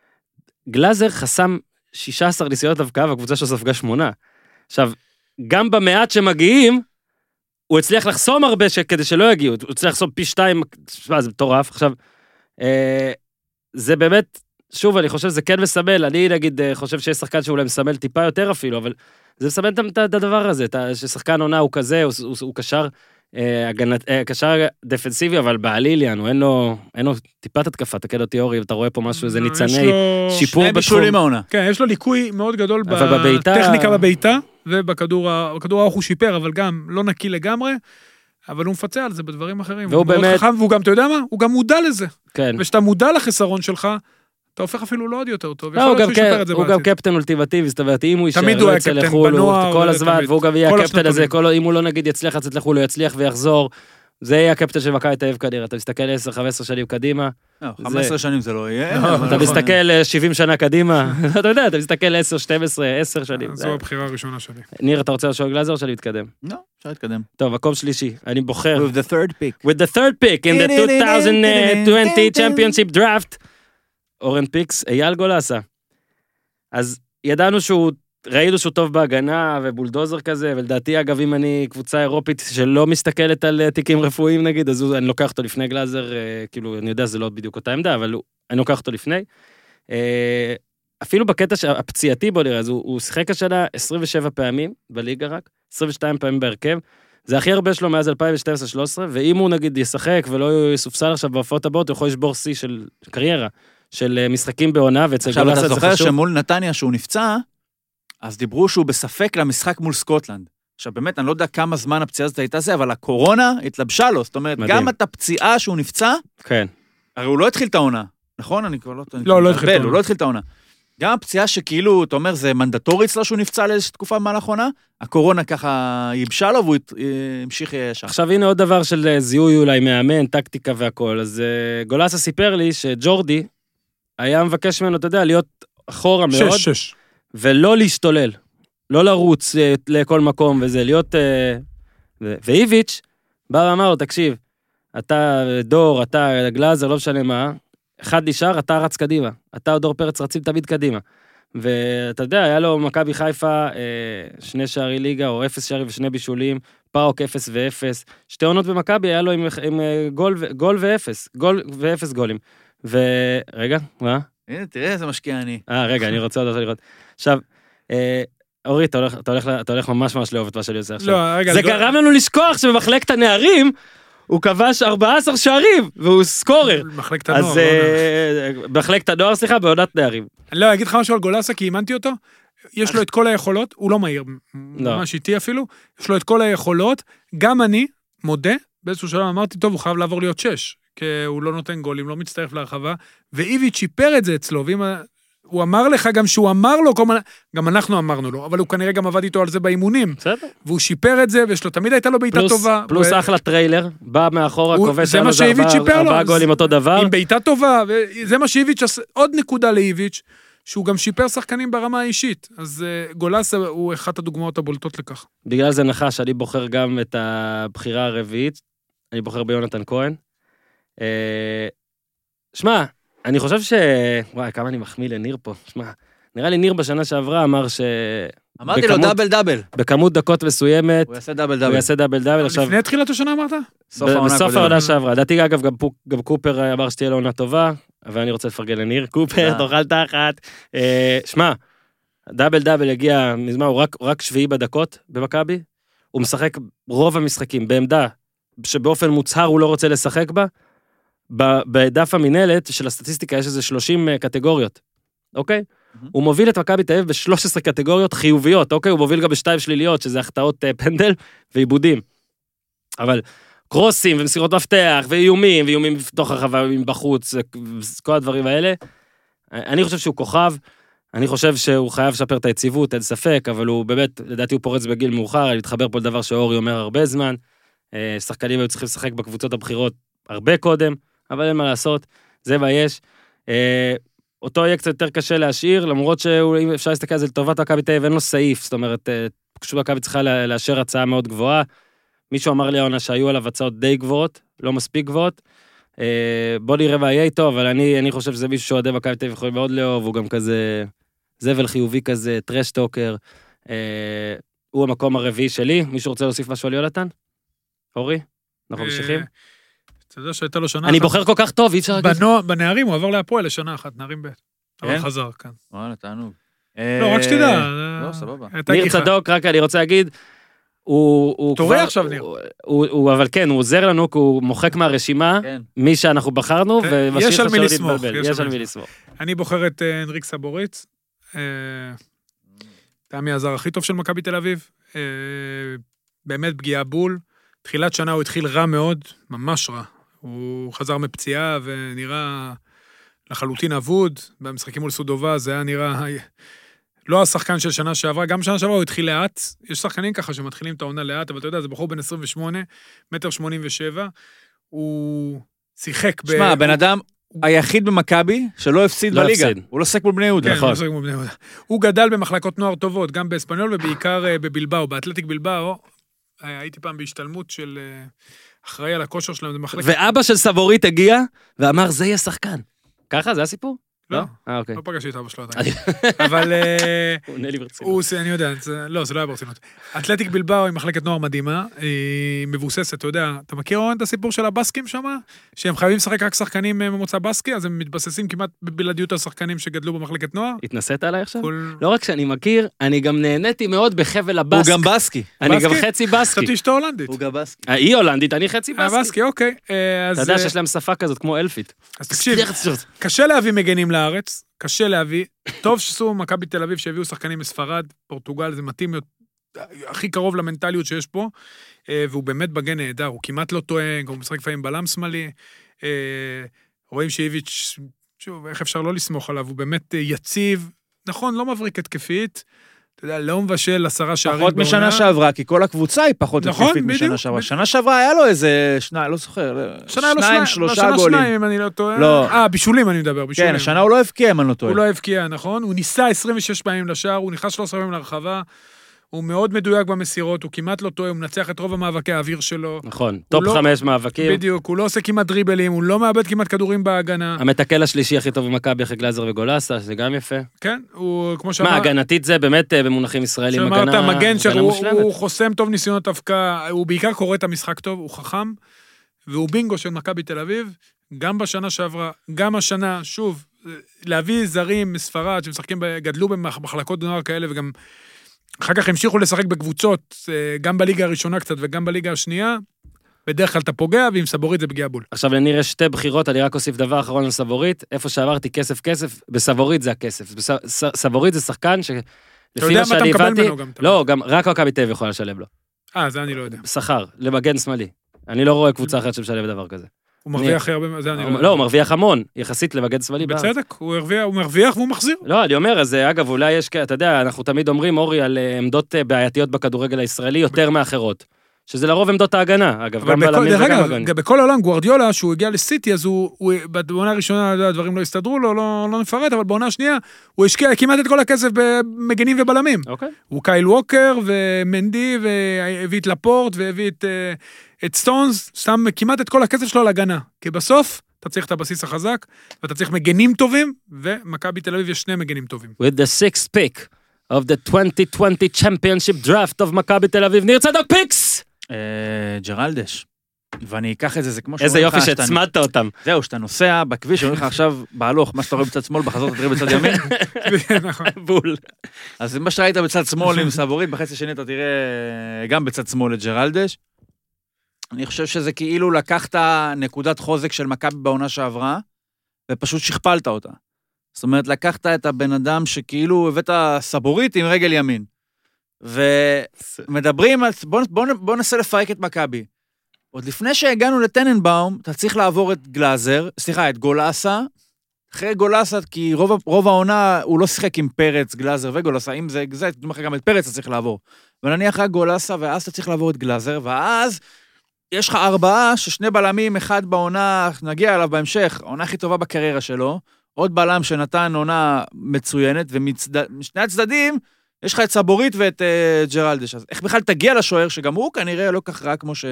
גלאזר חסם שישה עשר ניסיונות הבקעה, והקבוצה שלו ספגה שמונה. עכשיו, גם במעט שמגיעים, הוא הצליח לחסום הרבה ש... כדי שלא יגיעו, הוא הצליח לחסום פי שתיים, זה מטורף. עכשיו, אה, זה באמת, שוב, אני חושב שזה כן מסמל, אני נגיד חושב שיש שחקן שאולי מסמל טיפה יותר אפילו, אבל זה מסמל את הדבר הזה, ששחקן עונה הוא כזה, הוא, הוא, הוא קשר, אה, הגנת, אה, קשר דפנסיבי, אבל בעליליאן, הוא אין לו, אין לו טיפת התקפה, תקד אותי אורי, אתה רואה פה משהו, איזה ניצני שיפור
שני בישולים העונה.
כן, יש לו ליקוי מאוד גדול בטכניקה בביתה, ובכדור הארוך הוא שיפר, אבל גם לא נקי לגמרי, אבל הוא מפצע על זה בדברים אחרים.
והוא באמת...
חכם, והוא גם, אתה יודע מה? הוא גם מודע לזה.
כן.
ושאתה מודע לחסרון שלך, אתה הופך אפילו לא עוד יותר טוב.
לא, הוא, גם, ק... הוא גם קפטן אולטימטיבי, זאת אומרת, אם הוא יישאר,
לא יצא לחול,
הוא כל הזמן, והוא גם יהיה הקפטן הזה, כל... אם הוא לא נגיד יצליח לצאת לחול, הוא יצליח ויחזור, זה יהיה הקפטן של מכבי תל אביב כנראה, אתה מסתכל עשר חמש עשרה שנים קדימה.
חמש עשרה שנים זה לא יהיה.
אתה מסתכל שבעים שנה קדימה, אתה יודע, אתה מסתכל עשר שתים עשרה, עשר שנים.
זו הבחירה הראשונה שלי.
ניר, אתה רוצה לשאול גלאזר או שאני מתקדם?
לא, אפשר להתקדם.
טוב, מקום שלישי, אני בוחר.
With the third pick.
With the third pick in the two thousand twenty championship draft. אורן פיקס, אייל גולסה. אז ידענו שהוא, ראינו שהוא טוב בהגנה ובולדוזר כזה, ולדעתי אגב אם אני קבוצה אירופית שלא מסתכלת על תיקים רפואיים נגיד, אז אני לוקח אותו לפני גלאזר, כאילו אני יודע זה לא בדיוק אותה עמדה, אבל אני לוקח אותו לפני. אפילו בקטע הפציעתי בוא נראה, אז הוא, הוא שיחק השנה עשרים ושבע פעמים בליגה רק, עשרים ושתיים פעמים בהרכב, זה הכי הרבה שלו מאז אלפיים ושתים עשרה שלוש עשרה, ואם הוא נגיד ישחק ולא יסופסל עכשיו בהופעות הבאות, הוא יכול לשבור שיא של קריירה. של משחקים בעונה, ואצל גולסה זה חשוב.
עכשיו, אתה זוכר שמול נתניה שהוא נפצע, אז דיברו שהוא בספק למשחק מול סקוטלנד. עכשיו, באמת, אני לא יודע כמה זמן הפציעה הזאת הייתה זה, אבל הקורונה התלבשה לו, זאת אומרת, מדהים. גם את הפציעה שהוא נפצע,
כן.
הרי הוא לא התחיל את העונה, נכון? אני כבר לא...
לא, לא התחיל את העונה.
הוא לא התחיל את העונה. גם הפציעה שכאילו, אתה אומר, זה מנדטורי אצלו שהוא נפצע לאיזושהי תקופה במהלך העונה, הקורונה ככה ייבשה לו, והוא המשיך ישר.
עכשיו, הנה עוד דבר של זיהוי אולי מאמן, טקטיקה והכל. אז גולסה סיפר לי שג'ורדי היה מבקש ממנו, אתה יודע, להיות אחורה מאוד,
שש, שש.
ולא להשתולל, לא לרוץ לכל מקום וזה, להיות... ואיביץ' בא ואמר לו, תקשיב, אתה דור, אתה גלאזר, לא משנה מה, אחד נשאר, אתה רץ קדימה, אתה או דור פרץ רצים תמיד קדימה, ואתה יודע, היה לו מכבי חיפה, שני שערי ליגה, או אפס שערי ושני בישולים, פאוק אפס ואפס, שתי עונות במכבי, היה לו עם, עם גול, גול ואפס, גול ואפס גולים. ורגע, מה?
הנה, תראה איזה משקיע אני.
אה, רגע, אני רוצה עוד לראות. עכשיו, אורי, אתה הולך, אתה הולך, אתה הולך ממש ממש לאהוב את מה שאני עושה עכשיו.
לא, רגע.
זה גרם לנו לשכוח שבמחלקת הנערים, הוא כבש ארבעה עשר שערים, והוא סקורר.
מחלקת הנוער.
אז מחלקת הנוער, סליחה, בעונת נערים.
לא, אני אגיד לך משהו על גולסה, כי אימנתי אותו, יש לו את כל היכולות, הוא לא מהיר, ממש איתי אפילו, יש לו את כל היכולות, גם אני, מודה, באיזשהו שלב אמרתי, טוב, הוא חייב לעבור להיות שש, כי הוא לא נותן גולים, לא מצטרף להרחבה, ואיביץ' שיפר את זה אצלו, ואם הוא אמר לך גם שהוא אמר לו, גם אנחנו אמרנו לו, אבל הוא כנראה גם עבד איתו על זה באימונים, והוא שיפר את זה, ויש לו, תמיד הייתה לו בעיטה טובה.
פלוס אחלה טריילר, בא מאחורה, כובש על ארבעה גולים אותו דבר.
עם בעיטה טובה, וזה מה שאיביץ', עוד נקודה לאיביץ', שהוא גם שיפר שחקנים ברמה האישית, אז גולסה הוא אחת הדוגמאות הבולטות לכך.
בגלל זה נחש, אני בוחר גם את הבחירה הרביעית, אני בוחר ביונתן כהן. שמע, אני חושב ש... וואי, כמה אני מחמיא לניר פה. שמע, נראה לי ניר בשנה שעברה אמר
אמרתי לו דאבל דאבל.
בכמות דקות מסוימת.
הוא יעשה דאבל דאבל.
הוא יעשה דאבל דאבל.
לפני תחילת השנה אמרת?
בסוף העונה שעברה. דעתי אגב, גם קופר אמר שתהיה לו עונה טובה, אבל אני רוצה לפרגן לניר. קופר, תאכל תחת. שמע, דאבל דאבל הגיע מזמן, הוא רק שביעי בדקות במכבי. הוא משחק רוב המשחקים בעמדה שבאופן מוצהר הוא לא רוצה לשחק בה. בדף המנהלת של הסטטיסטיקה יש איזה שלושים קטגוריות. אוקיי? הוא מוביל את מכבי תל אביב ב-שלוש עשרה קטגוריות חיוביות, אוקיי? הוא מוביל גם בשתיים שליליות, שזה החטאות פנדל ועיבודים. אבל קרוסים ומסירות מפתח, ואיומים, ואיומים בתוך הרחבה, ואיומים בחוץ, כל הדברים האלה. אני חושב שהוא כוכב, אני חושב שהוא חייב לשפר את היציבות, אין ספק, אבל הוא באמת, לדעתי הוא פורץ בגיל מאוחר, אני מתחבר פה לדבר שאורי אומר הרבה זמן, שחקנים היו צריכים לשחק בקבוצות הבחירות הרבה קודם, אבל אין מה לעשות, זה מה יש. אותו יהיה קצת יותר קשה להשאיר, למרות שאם אפשר להסתכל על זה לטובת מכבי תל אביב, אין לו סעיף, זאת אומרת, פשוט מכבי צריכה לאשר הצעה מאוד גבוהה. מישהו אמר לי העונה שהיו עליו הצעות די גבוהות, לא מספיק גבוהות. בוא נראה מה יהיה איתו, אבל אני, אני חושב שזה מישהו שאוהדי מכבי תל אביב יכול מאוד לאהוב, הוא גם כזה זבל חיובי כזה, טרש טוקר. הוא המקום הרביעי שלי. מישהו רוצה להוסיף משהו על יונתן? אורי? אנחנו ממשיכים?
אתה יודע שהייתה לו שנה אחת.
אני בוחר כל כך טוב, אי אפשר...
בנערים הוא עבר להפועל לשנה אחת, נערים ב'. אבל חזר כאן.
וואלה, תענוג.
לא, רק שתדע.
לא, סבבה.
ניר צדוק, רק אני רוצה להגיד, הוא...
תורי עכשיו, ניר.
אבל כן, הוא עוזר לנו, כי הוא מוחק מהרשימה, מי שאנחנו בחרנו,
יש על מי לסמוך.
יש על מי לסמוך.
אני בוחר את אנריק סבוריץ, תמי הזר הכי טוב של מכבי תל אביב, באמת פגיעה בול, תחילת שנה הוא התחיל רע מאוד, ממש רע. הוא חזר מפציעה ונראה לחלוטין אבוד, במשחקים מול סודובה זה היה נראה, לא השחקן של שנה שעברה, גם שנה שעברה הוא התחיל לאט, יש שחקנים ככה שמתחילים את העונה לאט, אבל אתה יודע, זה בחור בן עשרים ושמונה, מטר שמונים ושבע, הוא שיחק ב...
שמע, הבן אדם היחיד במכבי שלא הפסיד בליגה, הוא לא שחק מול בני יהודה.
כן, הוא לא שחק מול בני יהודה. הוא גדל במחלקות נוער טובות, גם באספניול ובעיקר בבלבאו, באתלטיק בלבאו, הייתי פעם בהשתלמות של אחראי על הכושר שלהם, זה מחלקת...
ואבא של סבורית הגיע ואמר, זה יהיה שחקן. ככה, זה הסיפור?
לא,
אה, אוקיי.
לא פגשתי את אבא שלו עדיין. אבל...
הוא עונה לי ברצינות.
אני יודע, לא, זה לא היה ברצינות. אתלטיק בלבאו היא מחלקת נוער מדהימה, היא מבוססת, אתה יודע, אתה מכיר את הסיפור של הבסקים שם? שהם חייבים לשחק רק שחקנים ממוצא בסקי, אז הם מתבססים כמעט בבלעדיות על שחקנים שגדלו במחלקת נוער.
התנסית עליי עכשיו? לא רק שאני מכיר, אני גם נהניתי מאוד בחבל הבסק.
הוא גם בסקי.
אני גם חצי בסקי.
חשבתי שאתה הולנדית.
הוא גם בסקי.
היא הולנדית, אני חצי בסקי.
בסקי, אוקיי.
אתה יודע שיש להם שפה כזאת כמו אלפית.
אז תקשיב, קשה להביא מגנים לארץ, קשה להביא. טוב שעשו מכבי תל אביב שהביאו שחקנים מספרד, פורטוגל, זה מתאים הכי קרוב למנטליות שיש פה, והוא באמת בגן נהדר, הוא כמעט לא טועה, הוא משחק לפעמים בלם שמאלי, רואים שאיביץ', שוב, איך אפשר לא לסמוך עליו, הוא באמת יציב, נכון, לא מבריק התקפית, אתה יודע, לא מבשל עשרה שערים
בעונה. פחות משנה שעברה, כי כל הקבוצה היא פחות התקפית משנה שעברה. שנה שעברה היה לו איזה שניים, לא זוכר, שניים, שלושה גולים.
שניים, אם אני לא טועה. אה, בישולים אני מדבר, בישולים.
כן, השנה הוא לא הבקיע, אם אני לא טועה.
הוא לא הבקיע, נכון? הוא ניסה עשרים ושש פעמים לשער, הוא נכנס שלוש עשרה פעמים להרחבה, הוא מאוד מדויק במסירות, הוא כמעט לא טועה, הוא מנצח את רוב המאבקי האוויר שלו.
נכון, טופ חמש מאבקים.
בדיוק, הוא לא עושה כמעט דריבלים, הוא לא מאבד כמעט כדורים בהגנה.
המתקל השלישי הכי טוב במכבי אחרי גלאזר וגולסה, זה גם יפה.
כן, הוא כמו שאמר...
מה, הגנתית זה באמת במונחים ישראלים,
שאמרת, המגן שהוא חוסם טוב ניסיונות הפקעה, הוא בעיקר קורא את המשחק טוב, הוא חכם, והוא בינגו של מכבי תל אביב, גם בשנה שעברה, גם השנה, שוב, להביא זרים מספרד שמשחקים, גדלו במחלקות נוער כאלה וגם אחר כך המשיכו לשחק בקבוצות, גם בליגה הראשונה קצת וגם בליגה השנייה, בדרך כלל אתה פוגע, ועם סבורית זה פגיעה בול.
עכשיו לנראה שתי בחירות, אני רק אוסיף דבר אחרון על סבורית, איפה שאמרתי כסף כסף, בסבורית זה הכסף. סבורית זה שחקן שלפי מה שאני הבנתי, לא, גם רק מכבי תל אביב יכולה לשלם לו.
אה, זה אני לא יודע.
שכר, למגן שמאלי. אני לא רואה קבוצה אחרת שמשלם דבר כזה.
הוא מרוויח הרבה, זה אני לא יודע.
לא, הוא מרוויח המון, יחסית למגן שמאלי בארץ.
בצדק, הוא מרוויח והוא מחזיר.
לא, אני אומר, אז אגב, אולי יש, אתה יודע, אנחנו תמיד אומרים, אורי, על עמדות בעייתיות בכדורגל הישראלי יותר מאחרות. שזה לרוב עמדות ההגנה, אגב, גם בלמים וגם הגנים.
בכל העולם, גוארדיולה, שהוא הגיע לסיטי, אז הוא, בעונה הראשונה, הדברים לא הסתדרו לו, לא נפרט, אבל בעונה השנייה, הוא השקיע כמעט את כל הכסף במגנים ובלמים. הוא קייל ווקר ומנדי, והביא את לפורט, והביא את סטונס, שם כמעט את כל הכסף שלו להגנה. כי בסוף, אתה צריך את הבסיס החזק, ואתה צריך מגנים טובים, ומכבי תל אביב יש שני מגנים טובים.
With the six pick of the twenty twenty championship draft of מכבי תל אביב. ניר צדוק פיקס!
ג'רלדש. ואני אקח את זה, זה כמו
איזה יופי שהצמדת אותם.
זהו, שאתה נוסע בכביש, אומרים לך עכשיו בהלוך, מה שאתה רואה בצד שמאל, בחזור אתה תראה בצד ימין.
נכון. בול.
אז מה שראית בצד שמאל עם סבורית, בחצי שני אתה תראה גם בצד שמאל את ג'רלדש. אני חושב שזה כאילו לקחת נקודת חוזק של מכבי בעונה שעברה, ופשוט שכפלת אותה. זאת אומרת, לקחת את הבן אדם שכאילו הבאת סבורית עם רגל ימין. ומדברים, בוא, בוא, בוא ננסה לפרק את מכבי. עוד לפני שהגענו לטננבאום, אתה צריך לעבור את גלאזר, סליחה, את גולאסה, אחרי גולאסה, כי רוב, רוב העונה הוא לא שיחק עם פרץ, גלאזר וגולאסה, אם זה, זה, גם את פרץ אתה צריך לעבור. ונניח רק גולאסה, ואז אתה צריך לעבור את גלאזר, ואז יש לך ארבעה, ששני בלמים, אחד בעונה, נגיע אליו בהמשך, העונה הכי טובה בקריירה שלו, עוד בלם שנתן עונה מצוינת, ומשני הצדדים, יש לך את סבורית ואת uh, ג'רלדש. אז איך בכלל תגיע לשוער, שגם הוא כנראה לא כך רע כמו ש...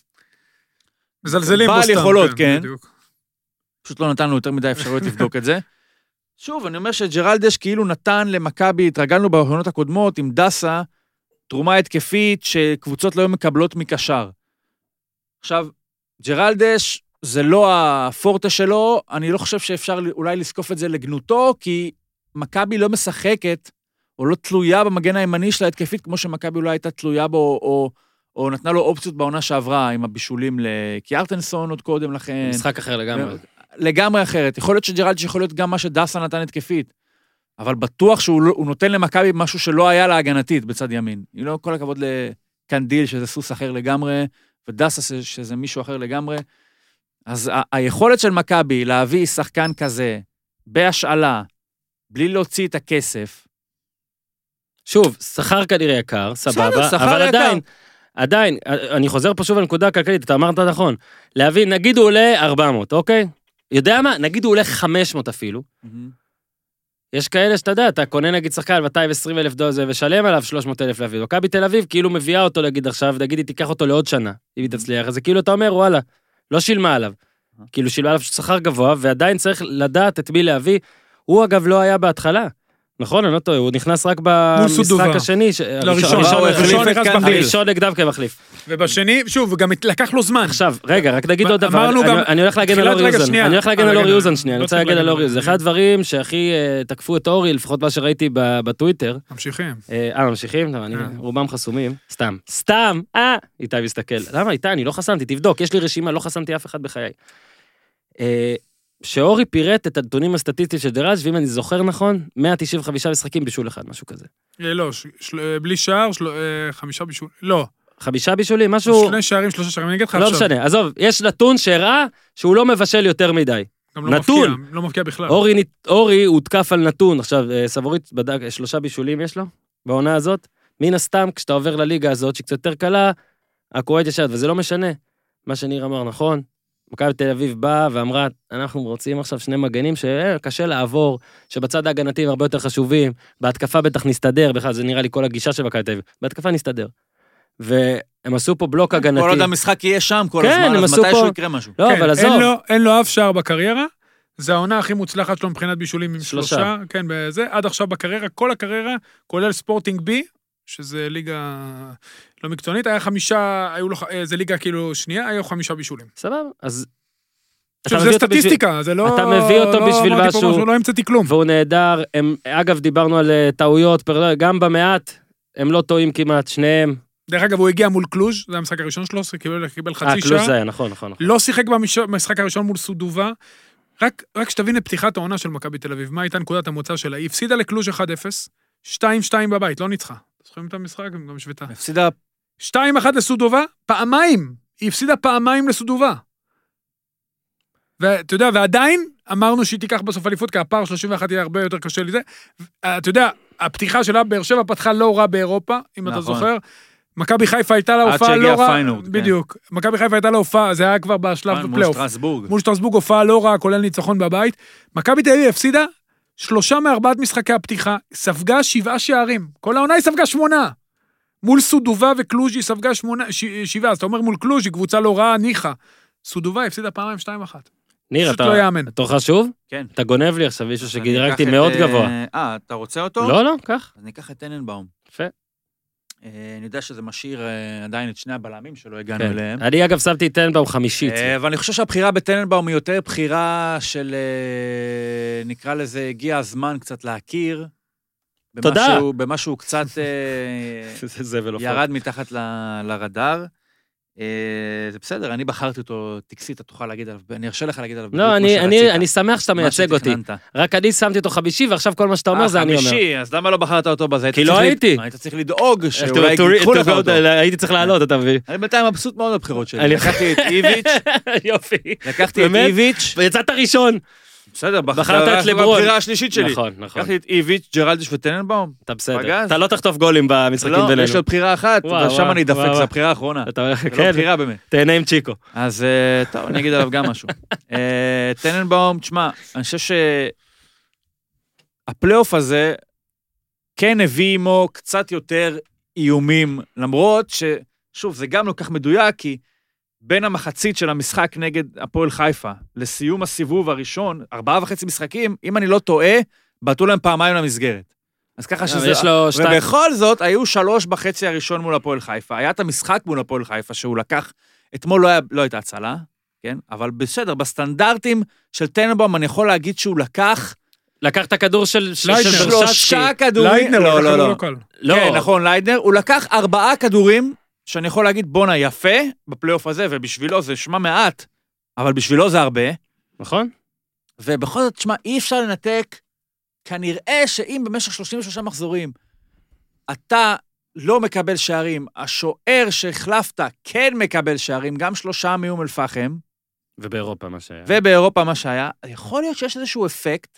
מזלזלים
בעל יכולות, כן. פשוט לא נתנו יותר מדי אפשרויות לבדוק את זה. שוב, אני אומר שג'רלדש כאילו נתן למכבי, התרגלנו בעונות הקודמות עם דסה, תרומה התקפית שקבוצות לא היו מקבלות מקשר. עכשיו, ג'רלדש זה לא הפורטה שלו, אני לא חושב שאפשר אולי לסקוף את זה לגנותו, כי מכבי לא משחקת, או לא תלויה במגן הימני של ההתקפית, כמו שמכבי אולי הייתה תלויה בו, או, או נתנה לו אופציות בעונה שעברה, עם הבישולים לקיארטנסון עוד קודם לכן.
משחק אחר לגמרי.
לגמרי אחרת. יכול להיות שג'רלדש יכול להיות גם מה שדסה נתן התקפית, אבל בטוח שהוא נותן למכבי משהו שלא היה לה הגנתית בצד ימין. היא לא כל הכבוד לקנדיל, שזה סוס אחר לגמרי, ודסה שזה מישהו אחר לגמרי. אז ה- היכולת של מכבי להביא שחקן כזה, בהשאלה, בלי להוציא את הכסף,
שוב, שכר כנראה יקר, סבבה, אבל עדיין, עדיין, אני חוזר פה שוב לנקודה הכלכלית, אתה אמרת נכון, להבין, נגיד הוא עולה ארבע מאות, אוקיי? יודע מה? נגיד הוא עולה חמש מאות אפילו. יש כאלה שאתה יודע, אתה קונה נגיד שחקן מאתיים ועשרים אלף דולר ושלם עליו שלוש מאות אלף להביא. מכבי תל אביב כאילו מביאה אותו להגיד עכשיו, נגיד היא תיקח אותו לעוד שנה, אם היא תצליח, אז כאילו אתה אומר, וואלה, לא שילמה עליו. כאילו שילמה עליו שכר גבוה, ועדיין צריך לדעת את מי להביא. הוא אגב לא היה בהתחלה. נכון, אני לא טועה, הוא נכנס רק במשחק השני, הראשון נגדם כמחליף.
ובשני, שוב, גם לקח לו זמן.
עכשיו, רגע, רק נגיד עוד דבר, אני הולך להגן על אורי יוזן, אני הולך להגן על אורי יוזן שנייה, אני רוצה להגן על אורי יוזן, זה אחד הדברים שהכי תקפו את אורי, לפחות מה שראיתי בטוויטר.
ממשיכים.
אה, ממשיכים? רובם חסומים, סתם, סתם, אה, איתי מסתכל, למה איתי, אני לא חסמתי, תבדוק, יש לי רשימה, לא חסמתי אף אחד בחיי. שאורי פירט את הנתונים הסטטיסטיים של דראז' ואם אני זוכר נכון, מאה תשעים וחמישה משחקים בישול אחד, משהו כזה.
לא, בלי שער, חמישה בישול, לא.
חמישה בישולים, משהו...
שני שערים, שלושה שערים, אני אגיד לך עכשיו.
לא משנה, עזוב, יש נתון שהראה שהוא לא מבשל יותר מדי. נתון.
לא מפקיע בכלל.
אורי הותקף על נתון, עכשיו, סבורית בדק, שלושה בישולים יש לו, בעונה הזאת, מן הסתם, כשאתה עובר לליגה הזאת, שקצת יותר קלה, הקוראת ישד, וזה לא משנה. מה שניר אמר נכון, מכבי תל אביב באה ואמרה, אנחנו רוצים עכשיו שני מגנים שקשה לעבור, שבצד ההגנתי הם הרבה יותר חשובים, בהתקפה בטח נסתדר, בכלל זה נראה לי כל הגישה של מכבי תל אביב, בהתקפה נסתדר. והם עשו פה בלוק הגנתי.
כל עוד המשחק יהיה שם כל הזמן, אז מתישהו יקרה משהו.
לא, אבל עזוב.
אין לו אף שער בקריירה, זה העונה הכי מוצלחת שלו מבחינת בישולים עם שלושה, כן, בזה, עד עכשיו בקריירה, כל הקריירה, כולל ספורטינג בי, שזה ליגה לא מקצוענית, היה חמישה, היו לו, זה ליגה כאילו שנייה, היו חמישה בישולים.
סבבה, אז...
זה סטטיסטיקה, זה לא...
אתה מביא אותו בשביל משהו...
לא המצאתי כלום.
והוא נהדר, אגב, דיברנו על טעויות, גם במעט, הם לא טועים כמעט, שניהם.
דרך אגב, הוא הגיע מול קלוז', זה המשחק הראשון שלו, קיבל חצי שעה.
קלוז' זה היה, נכון, נכון.
לא שיחק במשחק הראשון מול סודובה, רק שתבין את פתיחת העונה של מכבי תל אביב, מה הייתה נקודת המוצא שלה? היא הפסידה לקלוז' אחד אפס, שתיים שתיים בבית, לא ניצחה. זוכרים את המשחק? גם שוויתה.
הפסידה...
שתיים אחת לסודובה, פעמיים. היא הפסידה פעמיים לסודובה. ואתה יודע, ועדיין אמרנו שהיא תיקח בסוף אליפות, כי הפער שלושים ואחת יהיה הרבה יותר קשה לזה. אתה יודע, הפתיחה שלה, באר שבע פתחה לא רע באירופה, אם אתה זוכר. מכבי חיפה הייתה לה הופעה לא רע. בדיוק. מכבי חיפה הייתה לה הופעה, זה היה כבר בשלב בפלייאוף.
מול שטרסבורג.
מול שטרסבורג הופעה לא רע, כולל ניצחון בבית. מכבי תל אביב הפסידה שלושה מארבעת משחקי הפתיחה, ספגה שבעה שערים. כל העונה היא ספגה שמונה. מול סודובה וקלוז' היא ספגה שמונה, שבעה. אז אתה אומר מול קלוז' היא קבוצה לא רעה, ניחה. סודובה הפסידה פעמיים שתיים אחת.
ניר,
פשוט לא יאמן.
אתה חשוב?
כן.
אתה גונב לי עכשיו מישהו
אז אני
שגירקתי
אקח
מאוד
את,
גבוה.
אה, אתה רוצה אותו?
לא, לא, קח.
אז אני אקח את טננבאום.
יפה.
אה, אני יודע שזה משאיר אה, עדיין את שני הבלמים שלא הגענו
כן.
אליהם.
אני אגב שמתי את טננבאום חמישית.
אה, אבל אני חושב שהבחירה בטננבאום היא יותר בחירה של, אה, נקרא לזה, הגיע הזמן קצת להכיר.
תודה.
במשהו, במשהו קצת אה,
זה ולא
ירד מתחת ל- לרדאר. אה, זה בסדר, אני בחרתי אותו, טקסית, אתה תוכל להגיד עליו, אני ארשה לך להגיד עליו. בדיוק
לא,
כמו
אני, אני,
שרצית,
אני שמח שאתה
מה
מייצג אותי.
שתכננת.
רק אני שמתי אותו חמישי, ועכשיו כל מה שאתה אומר
אה,
זה אני אומר.
חמישי, אז למה לא בחרת אותו בזה?
כי
היית
לא
צריך
הייתי.
לד- היית צריך לדאוג
To-
שאולי
to-
יקחו
to
לך
go-
אותו.
הייתי צריך לעלות, אתה מבין?
אני בינתיים מבסוט מאוד בבחירות שלי.
אני-
לקחתי את איביץ',
יופי.
לקחתי את
באמת?
איביץ',
ויצאת ראשון.
בסדר,
בחרת את לברון.
בבחירה השלישית שלי.
נכון, נכון.
לקחתי את איביץ', ג'רלדש וטננבאום.
אתה בסדר.
פגז?
אתה לא תחטוף גולים במשחקים
לא,
בינינו.
יש עוד בחירה אחת,
וואו,
ושם
וואו,
אני אדפק,
וואו,
זו
וואו.
הבחירה האחרונה.
אתה-
זה לא
כן,
בחירה באמת.
תהנה עם צ'יקו.
אז אה, טוב, אני אגיד עליו גם משהו. אה, טננבאום, תשמע, אני חושב שהפלייאוף הזה כן הביא עמו קצת יותר איומים, למרות ש... שוב, זה גם לא כך מדויק, כי בין המחצית של המשחק נגד הפועל חיפה לסיום הסיבוב הראשון, ארבעה וחצי משחקים, אם אני לא טועה, בעטו להם פעמיים למסגרת. אז ככה שזה...
יש לו שתיים.
ובכל זאת, היו שלוש בחצי הראשון מול הפועל חיפה. היה את המשחק מול הפועל חיפה, שהוא לקח... אתמול לא, היה, לא הייתה הצלה, כן? אבל בסדר, בסטנדרטים של טננבאום, אני יכול להגיד שהוא לקח...
לקח את הכדור של של
ליידנר.
ברשצקי.
שלושה כדורים...
ליידנר,
לא, לא, לא.
לא קל.
לא.
כן, נכון, ליידנר. הוא לקח ארבעה כדורים, שאני יכול להגיד, בונה, יפה, בפלייאוף הזה, ובשבילו זה שמע מעט, אבל בשבילו זה הרבה.
נכון?
ובכל זאת, שמע, אי אפשר לנתק, כנראה שאם במשך שלושים ושלושה מחזורים, אתה לא מקבל שערים, השוער שהחלפת כן מקבל שערים, גם שלושה מאום אל פחם,
ובאירופה מה שהיה.
ובאירופה מה שהיה, יכול להיות שיש איזשהו אפקט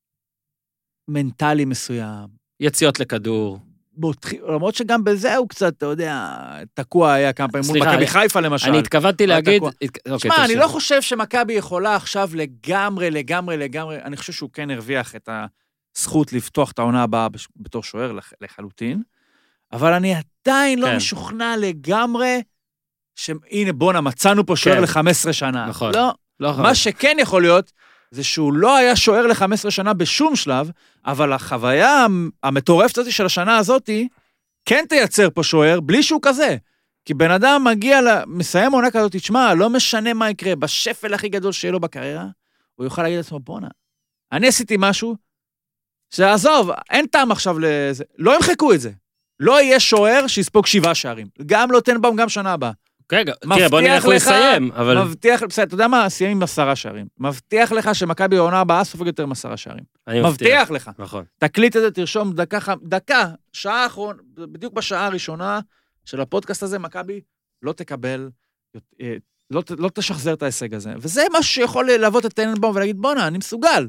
מנטלי מסוים.
יציאות לכדור.
בוטח... למרות שגם בזה הוא קצת, אתה יודע, תקוע היה כמה פעמים, מול
סליחה,
מכבי
אני-
חיפה למשל.
אני התכוונתי להגיד...
תקוע.
אוקיי,
שמע, אני
תמשיך.
לא חושב שמכבי יכולה עכשיו לגמרי, לגמרי, לגמרי, אני חושב שהוא כן הרוויח את הזכות לפתוח את העונה הבאה בש- בתור שוער לח- לחלוטין, אבל אני עדיין לא
כן.
משוכנע לגמרי, שהנה בונה, מצאנו פה שוער
כן.
ל-חמש עשרה שנה.
נכון.
לא,
לא
מה שכן יכול להיות, זה שהוא לא היה שוער ל-חמש עשרה שנה בשום שלב, אבל החוויה המטורפת הזאת של השנה הזאת, כן תייצר פה שוער, בלי שהוא כזה. כי בן אדם מגיע, ל... מסיים עונה כזאת, תשמע, לא משנה מה יקרה, בשפל הכי גדול שיהיה לו בקריירה, הוא יוכל להגיד לעצמו, בונה, אני עשיתי משהו, שעזוב, אין טעם עכשיו לזה, לא ימחקו את זה. לא יהיה שוער שיספוג שבעה שערים. גם לא טננבאום, גם שנה הבאה.
רגע, תראה, בוא נראה איך הוא
לך-
יסיים, אבל...
מבטיח, בסדר, אתה יודע מה? סיים עם עשרה שערים. מבטיח לך שמכבי העונה הבאה סופג יותר מעשרה שערים.
אני
מבטיח לך.
נכון.
תקליט את זה, תרשום דקה, ח- דקה, שעה אחרונה, בדיוק בשעה הראשונה של הפודקאסט הזה, מכבי לא תקבל, אה, לא, ת- לא תשחזר את ההישג הזה. וזה משהו שיכול להוות את טננבאום ולהגיד, בונה, אני מסוגל.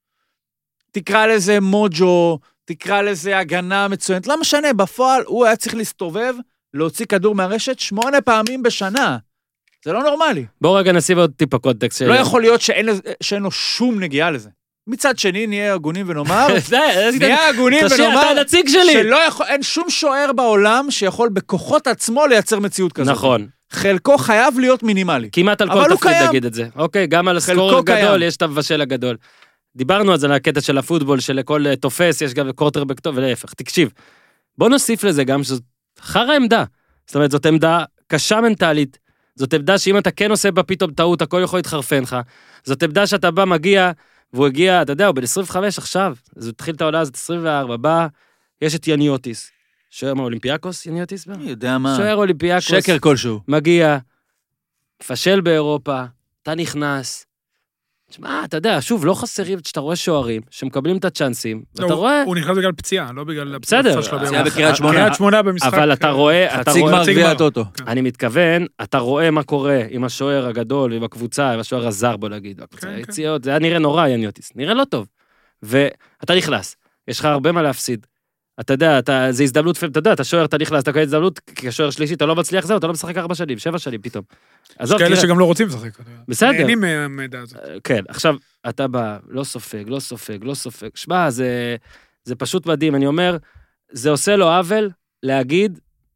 תקרא לזה מוג'ו, תקרא לזה הגנה מצוינת, לא משנה, בפועל הוא היה צריך להסתובב, להוציא כדור מהרשת שמונה פעמים בשנה. זה לא נורמלי.
בואו רגע נשים עוד טיפה קונטקסט.
לא יכול להיות שאין, לזה- שאין לו שום נגיעה לזה. מצד שני, נהיה הגונים ונאמר, נהיה הגונים
תשאיר,
ונאמר,
אתה הנציג שלי.
שלא יכול, אין שום שוער בעולם שיכול בכוחות עצמו לייצר מציאות כזאת.
נכון.
חלקו חייב להיות מינימלי.
כמעט על
אבל
כל
הוא
תפקיד
קיים.
להגיד את זה. אוקיי, גם על
חלקו
הסקור הגדול,
קיים.
יש את המבשל הגדול. דיברנו על זה, על הקטע של הפוטבול, שלכל אה, תופס, יש גם קורטרבק טוב, ולהפך. תקשיב, בוא נוסיף לזה גם שזאת חרא עמדה. זאת אומרת, זאת עמדה קשה מנטלית, זאת עמדה שאם אתה כן עושה בה פתאום טעות, הכל יכול להתחרפן לך. זאת עמדה שאתה בא, מגיע, והוא הגיע, אתה יודע, הוא בן עשרים וחמש עכשיו, אז הוא התחיל את העונה הזאת עשרים וארבע, בא, יש את יניוטיס. שוער מאולימפיאקוס, יניוטיס?
אני יודע מה.
שוער אולימפיאקוס.
שקר כלשהו.
מגיע, פשל באירופה, אתה נכנס. תשמע, אתה יודע, שוב, לא חסרים שאתה רואה שוערים, שמקבלים את הצ'אנסים,
לא,
ואתה
הוא-
רואה,
הוא נכנס בגלל פציעה, לא בגלל...
בסדר,
הפציעה שלו
פציעה
ביום.
בקריית שמונה.
קריית שמונה במשחק.
אבל אתה רואה, אתה
חצי
רואה,
גמר
חצי
גביע
גמר.
הטוטו.
אני מתכוון, אתה רואה מה קורה עם השוער הגדול, עם הקבוצה, עם השוער הזר, בוא נגיד, הקבוצה,
כן, כן.
היציאות, זה היה נראה נורא, יניוטיס, נראה לא טוב. ואתה נכנס, יש לך הרבה מה להפסיד. אתה יודע, אתה, זה הזדמנות, אתה יודע, אתה שוער, אתה נכנס, אתה קורא הזדמנות, כשוער שלישי, אתה לא מצליח זהו, אתה לא משחק ארבע שנים, שבע שנים פתאום.
יש
עזוב,
כאלה
תראה,
שגם לא רוצים לשחק. אתה יודע.
בסדר.
נהנים מהמידע הזה.
כן, עכשיו, אתה בא, לא סופג, לא סופג, לא סופג. שמע, זה, זה פשוט מדהים. אני אומר, זה עושה לו עוול להגיד,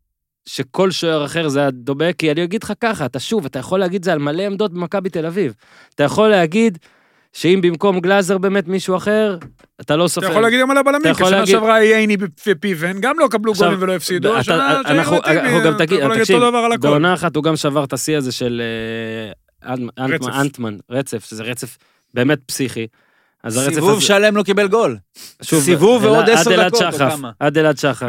שכל שוער אחר זה הדומה, כי אני אגיד לך ככה, אתה שוב, אתה יכול להגיד זה על מלא עמדות במכבי תל אביב. אתה יכול להגיד שאם במקום גלאזר באמת מישהו אחר, אתה לא סופר.
אתה יכול להגיד גם על הבלמים, כשנה שעברה ייני ופיבן, גם לא קבלו גולים ולא הפסידו, השנה
אנחנו גם תגיד, תקשיב, בעונה אחת הוא גם שבר את השיא הזה של אנטמן, רצף, שזה רצף באמת פסיכי.
סיבוב שלם לא קיבל גול. סיבוב ועוד עשר דקות.
עד אלעד שחף.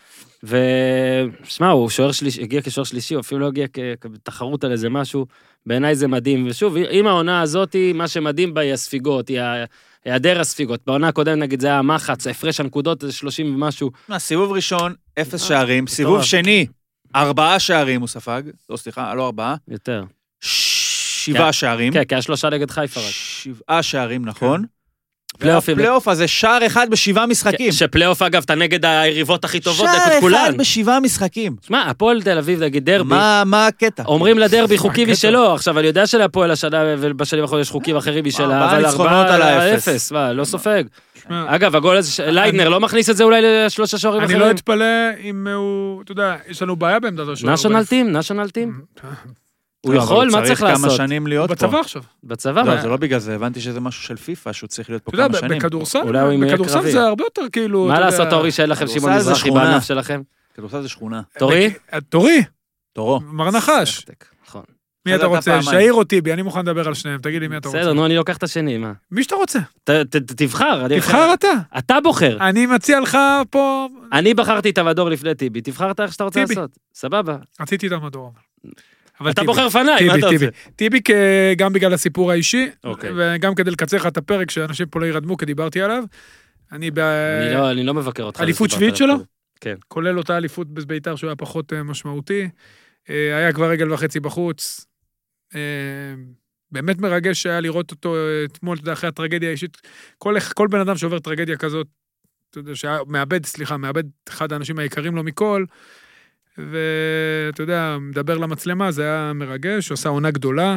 ושמע, הוא שוער שלישי, הגיע כשוער שלישי, הוא אפילו לא הגיע כתחרות על איזה משהו, בעיניי זה מדהים, ושוב, עם העונה הזאת, מה שמדהים בה היא הספיגות, היא היעדר הספיגות, בעונה הקודם נגיד זה היה המחץ, הפרש הנקודות, זה שלושים ומשהו.
סיבוב ראשון, אפס שערים, סיבוב שני, ארבעה שערים הוא ספג, לא סליחה, לא ארבעה.
יותר.
שבעה שערים.
כן, כי היה שלושה נגד חיפה רק.
שבעה שערים, נכון.
פלייאוף
הזה שער אחד בשבעה משחקים.
שפלייאוף אגב, אתה נגד היריבות הכי טובות,
שער אחד בשבעה משחקים.
שמע, הפועל תל אביב, נגיד דרבי.
מה הקטע?
אומרים לדרבי חוקי משלו, עכשיו אני יודע שלהפועל השנה ובשנים האחרונות יש חוקים אחרים משלה, אבל ארבעה על האפס, לא סופג. אגב, הגול הזה, ליידנר לא מכניס את זה אולי לשלושה שוערים אחרים.
אני לא אתפלא אם הוא, אתה יודע, יש לנו בעיה בעמדת השוער.
נשיונל טים, נשיונל טים. הוא יכול, מה צריך לעשות?
כמה שנים להיות פה.
בצבא עכשיו.
בצבא?
לא, זה לא בגלל זה, הבנתי שזה משהו של פיפה, שהוא צריך להיות פה כמה שנים.
בכדורסל זה הרבה יותר כאילו...
מה לעשות, אורי, שאין לכם שמעון מזרחי בענף שלכם?
כדורסל זה שכונה.
תורי?
תורי.
תורו.
מר נחש.
נכון.
מי אתה רוצה? שעיר או טיבי? אני מוכן לדבר על שניהם, תגיד לי מי אתה רוצה.
בסדר, נו, אני לוקח את השני, מה?
מי שאתה רוצה.
תבחר.
תבחר אתה.
אתה בוחר.
אני מציע לך פה...
אני בחרתי את המדור לפני טיבי, תבחר אתה איך שאתה רוצה לעשות. סבבה.
רציתי את המדור.
אתה בוחר פניי, מה אתה רוצה?
טיבי גם בגלל הסיפור האישי, וגם כדי לקצר לך את הפרק שאנשים פה לא ירדמו, כי דיברתי עליו. אני
לא מבקר אותך.
אליפות שביעית שלו?
כן.
כולל אותה אליפות בביתר שהוא היה פחות משמעותי. היה כבר רגל וחצי בחוץ. באמת מרגש שהיה לראות אותו אתמול, אחרי הטרגדיה האישית. כל בן אדם שעובר טרגדיה כזאת, שמאבד, סליחה, מאבד אחד האנשים היקרים לו מכל, ואתה יודע, מדבר למצלמה, זה היה מרגש, עושה עונה גדולה,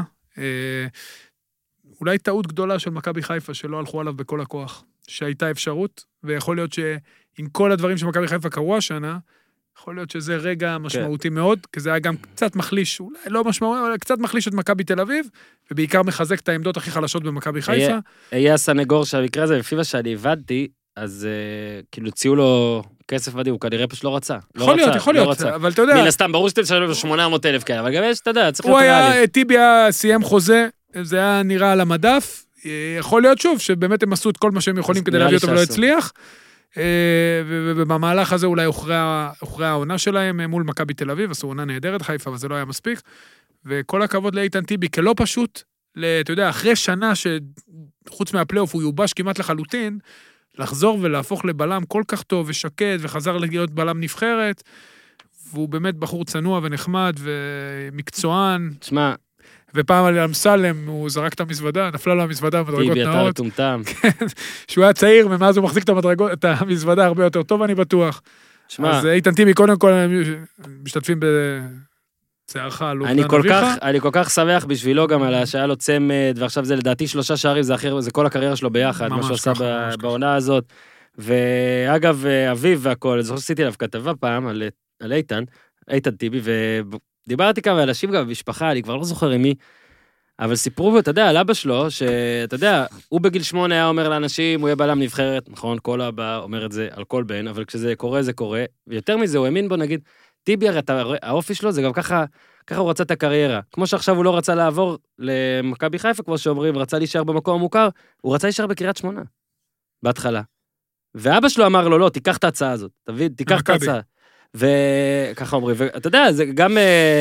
אולי טעות גדולה של מכבי חיפה, שלא הלכו עליו בכל הכוח, שהייתה אפשרות, ויכול להיות שעם כל הדברים שמכבי חיפה קרו השנה, יכול להיות שזה רגע משמעותי מאוד, כי זה היה גם קצת מחליש, אולי לא משמעותי, אבל קצת מחליש את מכבי תל אביב, ובעיקר מחזק את העמדות הכי חלשות במכבי חיפה.
היה הסנגור שהמקרה הזה, לפי מה שאני הבנתי, אז כאילו ציעו לו כסף מדהים, הוא כנראה פשוט לא רצה.
יכול להיות, יכול להיות, אבל אתה יודע...
מן הסתם, ברור שאתם תשלם שמונה מאות אלף כאלה, אבל גם יש, אתה יודע, צריך
להיות ריאלי. טיבי סיים חוזה, זה היה נראה על המדף, יכול להיות שוב, שבאמת הם עשו את כל מה שהם יכולים כדי להביא אותו ולא הצליח, ובמהלך הזה אולי הוכרעה העונה שלהם מול מכבי תל אביב, עשו עונה נהדרת חיפה, אבל זה לא היה מספיק, וכל הכבוד לאיתן טיבי, כלא פשוט, אתה יודע, אחרי שנה שחוץ מהפלייאוף הוא יובש כמעט לחלוטין, לחזור ולהפוך לבלם כל כך טוב ושקט, וחזר להיות בלם נבחרת, והוא באמת בחור צנוע ונחמד ומקצוען.
תשמע,
ופעם על אמסלם, הוא זרק את המזוודה, נפלה לו המזוודה במדרגות נאות.
טיבי, אתה לטומטם.
שהוא היה צעיר, ומאז הוא מחזיק את המדרגות, את המזוודה הרבה יותר טוב, אני בטוח. שמה. אז איתן טיבי, קודם כל, משתתפים בצערך על אובדן אביך.
אני כל כך שמח בשבילו גם על שהיה לו צמד, ועכשיו זה לדעתי שלושה שערים, זה כל הקריירה שלו ביחד, מה שהוא עשה בעונה הזאת. ואגב, אביב והכל, זוכר שעשיתי עליו כתבה פעם על איתן, איתן טיבי, ודיברתי כמה אנשים גם במשפחה, אני כבר לא זוכר עם מי, אבל סיפרו, אתה יודע, על אבא שלו, שאתה יודע, הוא בגיל שמונה היה אומר לאנשים, הוא יהיה בלם נבחרת, נכון, כל אבא אומר את זה על כל בן, אבל כשזה קורה, זה קורה, ויותר מזה, הוא האמין בו, נגיד, טיבי, האופי שלו, זה גם ככה, ככה הוא רצה את הקריירה. כמו שעכשיו הוא לא רצה לעבור למכבי חיפה, כמו שאומרים, רצה להישאר במקום המוכר, הוא רצה להישאר בקריית שמונה, בהתחלה. ואבא שלו אמר לו, לא, תיקח את ההצעה הזאת, תבין, תיקח את ההצעה. וככה אומרים, ואתה יודע, זה גם,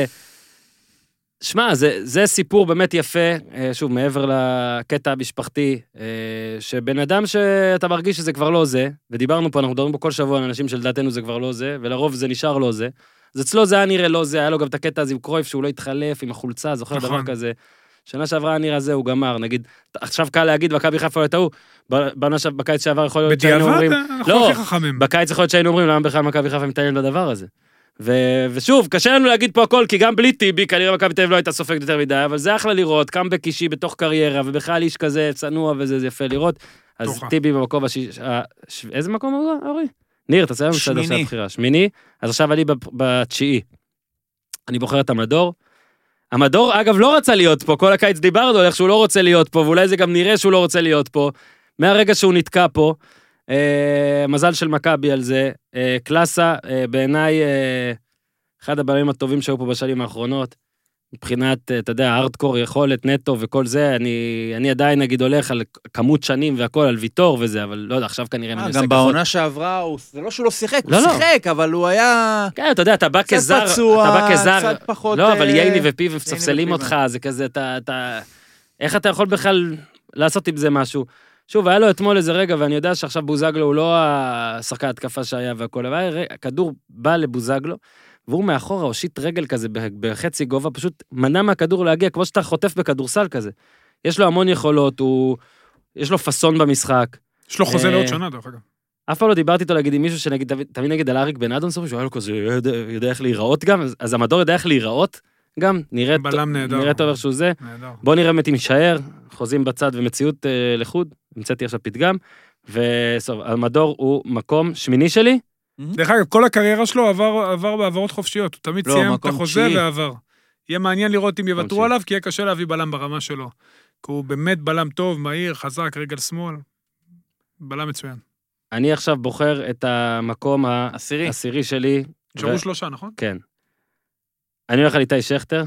שמע, זה, זה סיפור באמת יפה, שוב, מעבר לקטע המשפחתי, שבן אדם שאתה מרגיש שזה כבר לא זה, ודיברנו פה, אנחנו מדברים פה כל שבוע על אנשים שלדעתנו זה כבר לא זה, ולרוב זה נשאר לא זה, אז אצלו זה היה נראה לא זה, היה לו גם את הקטע הזה עם קרויף, שהוא לא התחלף עם החולצה, זוכר דבר כזה, שנה שעברה נראה זה, הוא גמר, נגיד, עכשיו קל להגיד, מכבי חיפה לא טעו, בקיץ שעבר יכול להיות שהיינו אומרים, לא, בקיץ יכול להיות שהיינו אומרים, למה בכלל מכבי חיפה מתעניין בדבר הזה. ושוב, קשה לנו להגיד פה הכל, כי גם בלי טיבי, כנראה מכבי תל אביב לא הייתה סופגת יותר מדי, אבל זה אחלה לראות, קאמבק אישי בתוך קריירה, ובכלל איש כזה צנוע, וזה יפה לראות. אז טיבי במקום השיש... איזה מקום הוא, אורי? ניר, אתה צייב מצד עכשיו בחירה. שמיני, אז עכשיו אני בתשיעי. אני בוחר את המדור. המדור, אגב, לא רצה להיות פה, כל הקיץ דיברנו על איך שהוא לא רוצה להיות פה, ואולי זה גם נראה שהוא לא רוצה להיות פה. מהרגע שהוא נתקע פה, אה, מזל של מכבי על זה, אה, קלאסה, אה, בעיניי, אה, אחד הבעלים הטובים שהיו פה בשנים האחרונות, מבחינת, אתה יודע, הארדקור, יכולת, נטו וכל זה, אני, אני עדיין נגיד הולך על כמות שנים והכל, על ויטור וזה, אבל לא יודע, עכשיו כנראה...
אה, גם בעונה שעברה, הוא, זה לא שהוא לא שיחק,
לא,
הוא
לא.
שיחק, אבל הוא היה...
כן, אתה יודע, אתה בא כזר,
קצת פצוע,
אתה בא כזר,
קצת פחות...
לא, אבל
אה,
ייני ופיו מספסלים
ייני
אותך, זה כזה, אתה, אתה... איך אתה יכול בכלל לעשות עם זה משהו? שוב, היה לו אתמול איזה רגע, ואני יודע שעכשיו בוזגלו הוא לא השחקן התקפה שהיה והכל, אבל הכדור בא לבוזגלו, והוא מאחורה הושיט רגל כזה בחצי גובה, פשוט מנע מהכדור להגיע, כמו שאתה חוטף בכדורסל כזה. יש לו המון יכולות, הוא... יש לו פסון במשחק.
יש לו חוזה לעוד שנה, דרך אגב.
אף פעם לא דיברתי איתו להגיד עם מישהו שנגיד, תמיד נגיד על אריק בן אדונסון, שהוא היה לו כזה, יודע איך להיראות גם, אז המדור יודע איך להיראות גם, נראה טוב איך שהוא זה. בוא נראה באמת אם יישאר, חוזים בצד ומציאות לחוד, המצאתי עכשיו פתגם, וסוף, המדור הוא מקום שמיני שלי.
דרך אגב, כל הקריירה שלו עבר בעברות חופשיות, הוא תמיד סיים את החוזה ועבר. יהיה מעניין לראות אם יוותרו עליו, כי יהיה קשה להביא בלם ברמה שלו. כי הוא באמת בלם טוב, מהיר, חזק, רגל שמאל, בלם מצוין.
אני עכשיו בוחר את המקום העשירי שלי.
שבו שלושה, נכון?
כן. אני הולך על איתי שכטר.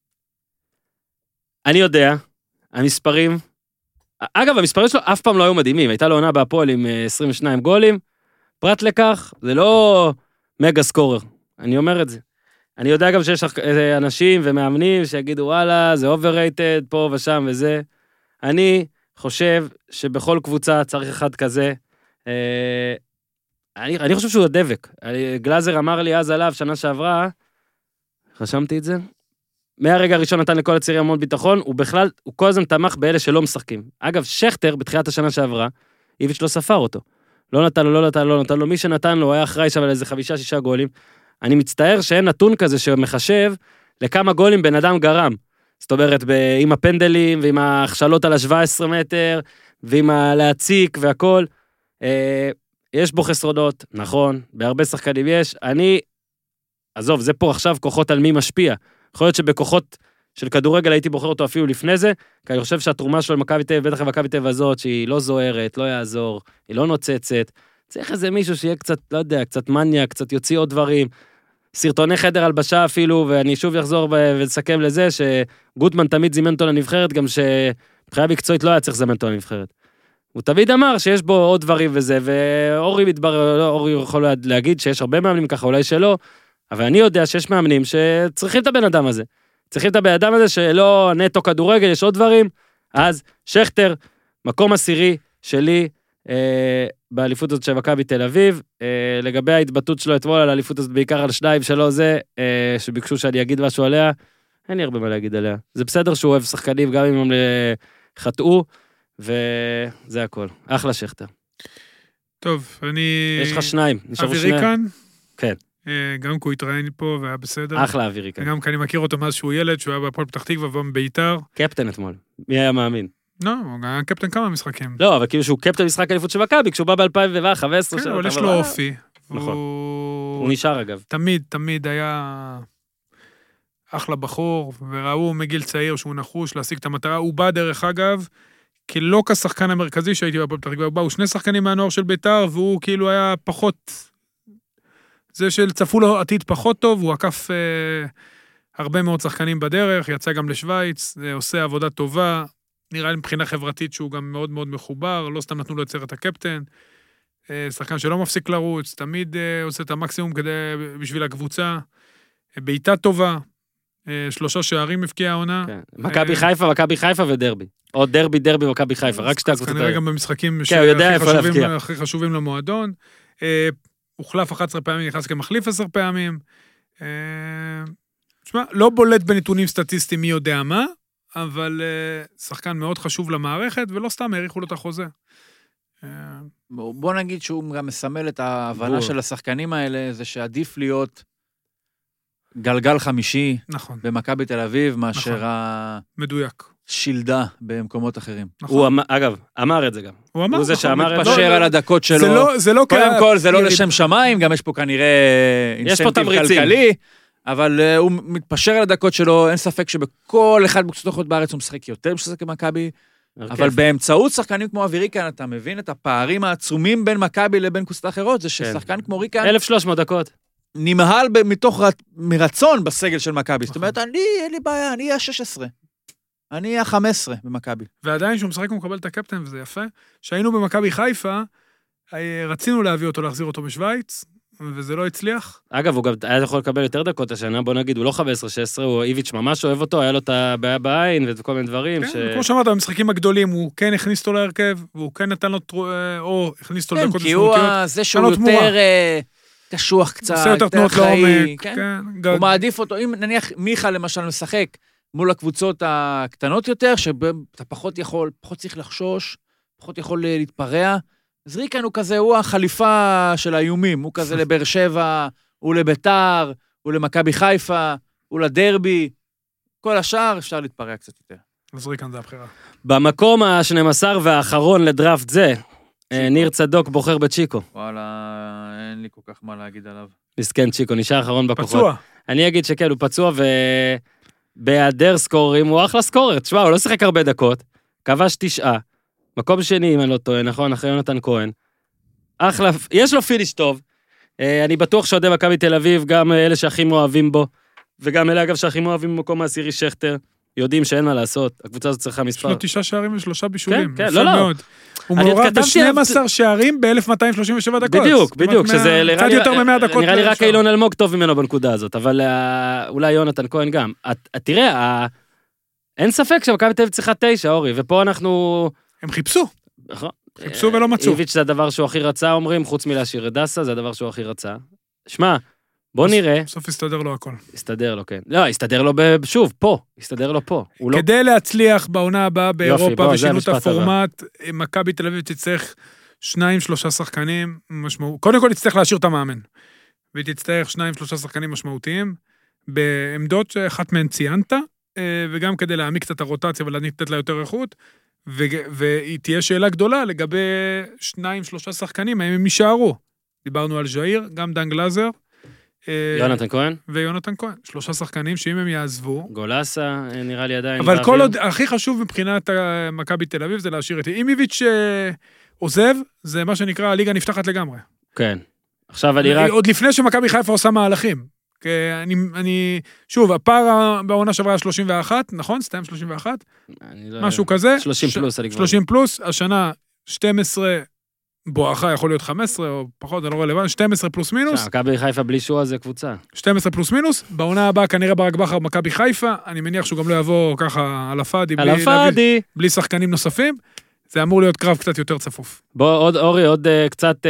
אני יודע, המספרים, אגב, המספרים שלו אף פעם לא היו מדהימים, הייתה לו עונה בהפועל עם עשרים ושניים גולים, פרט לכך, זה לא מגה סקורר, אני אומר את זה. אני יודע גם שיש אנשים ומאמנים שיגידו, וואלה, זה overrated פה ושם וזה. אני חושב שבכל קבוצה צריך אחד כזה. אני, אני חושב שהוא דבק. גלאזר אמר לי אז עליו, שנה שעברה, רשמתי את זה, מהרגע הראשון נתן לכל הצעירים המון ביטחון, הוא בכלל, הוא כל הזמן תמך באלה שלא משחקים. אגב, שכטר, בתחילת השנה שעברה, איביץ' לא ספר אותו. לא נתן לו, לא נתן לו, לא נתן לו, מי שנתן לו, היה אחראי שם על איזה חמישה, שישה גולים. אני מצטער שאין נתון כזה שמחשב לכמה גולים בן אדם גרם. זאת אומרת, עם הפנדלים, ועם ההכשלות על ה-שבע עשרה מטר, ועם הלהציק והכל. יש בו חסרונות, נכון, בהרבה שחקנים יש. אני, עזוב, זה פה עכשיו כוחות על מי משפיע. יכול להיות שבכוחות של כדורגל הייתי בוחר אותו אפילו לפני זה, כי אני חושב שהתרומה שלו למכבי תל אביב, בטח למכבי תל אביב הזאת, שהיא לא זוהרת, לא יעזור, היא לא נוצצת, צריך איזה מישהו שיהיה קצת, לא יודע, קצת מניה, קצת יוציא עוד דברים, סרטוני חדר הלבשה אפילו, ואני שוב יחזור ולסכם לזה, שגוטמן תמיד זימן אותו לנבחרת, גם שבחייה מקצועית לא היה צריך זמן אותו לנבחרת. הוא תמיד אמר שיש בו עוד דברים וזה, ואורי מתברר, אורי יכול להגיד שיש הרבה מאמנים ככה, אולי שלא, אבל אני יודע שיש מאמנים שצריכים את הבן אדם הזה. צריכים את הבן אדם הזה שלא נטו כדורגל, יש עוד דברים. אז שכטר, מקום עשירי שלי, אה, באליפות הזאת של מכבי תל אביב, אה, לגבי ההתבטאות שלו אתמול על האליפות הזאת, בעיקר על שניים שלו זה, אה, שביקשו שאני אגיד משהו עליה, אין לי הרבה מה להגיד עליה. זה בסדר שהוא אוהב שחקנים, גם אם הם חטאו, וזה הכל. אחלה שכטר.
טוב, אני...
יש לך שניים, נשארו שני.
אווירי כאן?
כן.
גם כי הוא התראיין פה והיה בסדר.
אחלה אווירי כאן.
גם כי אני מכיר אותו מאז שהוא ילד, שהוא היה בהפועל פתח תקווה ובית"ר.
קפטן אתמול. מי היה מאמין?
לא, הוא היה קפטן כמה משחקים.
לא, אבל כאילו שהוא קפטן משחק אליפות של מכבי, כשהוא בא ב-אלפיים וחמש עשרה.
כן, אבל יש לו אופי.
נכון. הוא נשאר אגב.
תמיד, תמיד היה אחלה בחור, וראו מגיל צעיר שהוא נחוש להשיג את המטרה. הוא בא דרך אגב, כי לא כשחקן המרכזי שהייתי בהפועל פתח תקווה, באו שני שחקנים מהנוער של בית"ר, והוא כאילו היה פחות... זה של צפו לו עתיד פחות טוב, הוא עקף אה, הרבה מאוד שחקנים בדרך, יצא גם לשוויץ, עושה עבודה טובה, נראה לי מבחינה חברתית שהוא גם מאוד מאוד מחובר, לא סתם נתנו לו את סרט הקפטן, אה, שחקן שלא מפסיק לרוץ, תמיד אה, עושה את המקסימום כדי, בשביל הקבוצה, אה, בעיטה טובה, אה, שלושה שערים מבקיע העונה.
כן. מכבי חיפה, מכבי חיפה ודרבי. או דרבי, דרבי, מכבי חיפה, רק שתי הקבוצות האלה.
כנראה גם במשחקים שהכי חשובים למועדון. אה, הוחלף אחת עשרה פעמים, נכנס כמחליף עשר פעמים. תשמע, לא בולט בנתונים סטטיסטיים מי יודע מה, אבל שחקן מאוד חשוב למערכת, ולא סתם העריכו לו את החוזה.
בוא נגיד שהוא גם מסמל את ההבנה של השחקנים האלה, זה שעדיף להיות גלגל חמישי במכבי תל אביב, מאשר
מדויק.
שילדה במקומות אחרים.
הוא, אגב, אמר את זה גם.
הוא אמר,
הוא זה שאמר את זה.
מתפשר על הדקות שלו.
זה לא,
קודם כל, זה לא לשם שמיים, גם יש פה כנראה אינסנטיב כלכלי. אבל uh, הוא מתפשר על הדקות שלו, אין ספק שבכל אחד בקבוצות אחרות בארץ הוא משחק יותר משחק במכבי, אבל באמצעות שחקנים כמו אבי ריקן, אתה מבין את הפערים העצומים בין מכבי לבין קבוצות אחרות, זה ששחקן כמו ריקן...
אלף ושלוש מאות דקות.
נמהל מתוך מרצון בסגל של מכבי. זאת אומרת, אני, אין לי בעיה, אני ה-שש עשרה. אני ה-חמש עשרה במכבי.
ועדיין שהוא משחק הוא מקבל את הקפטן, וזה יפה. שהיינו במכבי חיפה, רצינו להביא אותו, להחזיר אותו בשוויץ, וזה לא הצליח.
אגב, הוא גם היה יכול לקבל יותר דקות השנה, בוא נגיד, הוא לא חמש עשרה שש עשרה, הוא איביץ' ממש אוהב אותו, היה לו את הבעיה בעין וכל מיני דברים.
כן, כמו שאמרת, במשחקים הגדולים, הוא כן הכניס אותו להרכב, והוא כן נתן לו, או הכניס אותו לדקות משמעותיות.
כן, כי הוא זה שהוא יותר קשוח קצת,
עושה יותר תנועות לעומק.
הוא מעדיף אותו, אם נניח מיכה למשל משחק מול הקבוצות הקטנות יותר, שאתה פחות יכול, פחות צריך לחשוש, פחות יכול להתפרע, אז ריקן הוא כזה, הוא החליפה של האיומים, הוא כזה לבאר שבע, הוא לביתר, הוא למכבי חיפה, הוא לדרבי, כל השאר אפשר להתפרע קצת יותר.
אז ריקן זה הבחירה.
במקום ה-שנים עשר והאחרון לדראפט זה, ניר צדוק בוחר בצ'יקו.
וואלה, אין לי כל כך מה להגיד עליו.
מסכן צ'יקו, נשאר אחרון בכוחות.
פצוע.
אני אגיד שכן, הוא פצוע ובהיעדר סקורים, הוא אחלה סקורר. תשמע, הוא לא שיחק הרבה דקות, כבש תשעה. מקום שני, אם אני לא טועה, נכון, אחרי יונתן כהן. אחלה, יש לו פיניש טוב. אני בטוח שעודי מכבי תל אביב, גם אלה שהכי מאוהבים בו, וגם אלה, אגב, שהכי מאוהבים במקום העשירי שכטר, יודעים שאין מה לעשות. הקבוצה הזאת צריכה מספר.
יש לו תשעה שערים ושלושה בישולים.
כן, כן, לא, לא.
הוא מעורב ב-שנים עשר שערים ב-אלף מאתיים שלושים ושבע דקות.
בדיוק, בדיוק.
קצת יותר מ-מאה דקות.
נראה לי רק אילון אלמוג טוב ממנו בנקודה הזאת, אבל אולי יונתן כהן גם. תראה, אין ספק שמכבי תל אביב צריכה תשע, אורי, ופה אנחנו...
הם חיפשו. חיפשו ולא מצאו.
איביץ' זה הדבר שהוא הכי רצה, אומרים, חוץ מלהשאיר את דסה, זה הדבר שהוא הכי רצה. שמע, בוא נראה.
בסוף הסתדר לו הכל.
הסתדר לו, כן. לא, הסתדר לו שוב, פה. הסתדר לו פה.
כדי להצליח בעונה הבאה באירופה ושינות הפורמט, מכבי תל אביב תצטרך שניים, שלושה שחקנים משמעותיים. קודם כל תצטרך להשאיר את המאמן. והיא תצטרך שניים, שלושה שחקנים משמעותיים, בעמדות שאחת מהן ציינת, וגם כדי להעמיק קצת הרוטציה ולתת לה יותר איכות, והיא תהיה שאלה גדולה לגבי שניים, שלושה שחקנים, האם הם יישארו. דיברנו על ז'איר, גם דן גלאזר.
יונתן כהן?
ויונתן כהן. שלושה שחקנים שאם הם יעזבו.
גולסה, נראה לי עדיין.
אבל כל עוד, הכי חשוב מבחינת מכבי תל אביב, זה להשאיר את... אם איביץ' עוזב, זה מה שנקרא, הליגה נפתחת לגמרי.
כן. עכשיו אני רק...
עוד לפני שמכבי חיפה עושה מהלכים. אני, אני, שוב, הפער בעונה שעברה שלושים ואחת, נכון? סתם שלושים ואחת? משהו כזה.
שלושים פלוס.
שלושים פלוס, השנה שתים עשרה, בואכה יכול להיות חמש עשרה, או פחות, זה לא רלוונטי, שתים עשרה פלוס מינוס.
מכבי חיפה בלי שואה זה קבוצה.
שתים עשרה פלוס מינוס, בעונה הבאה כנראה ברק בכר מכבי חיפה, אני מניח שהוא גם לא יבוא ככה על הפאדי,
על הפאדי.
בלי שחקנים נוספים, זה אמור להיות קרב קצת יותר צפוף.
בוא, עוד, אורי, עוד קצת...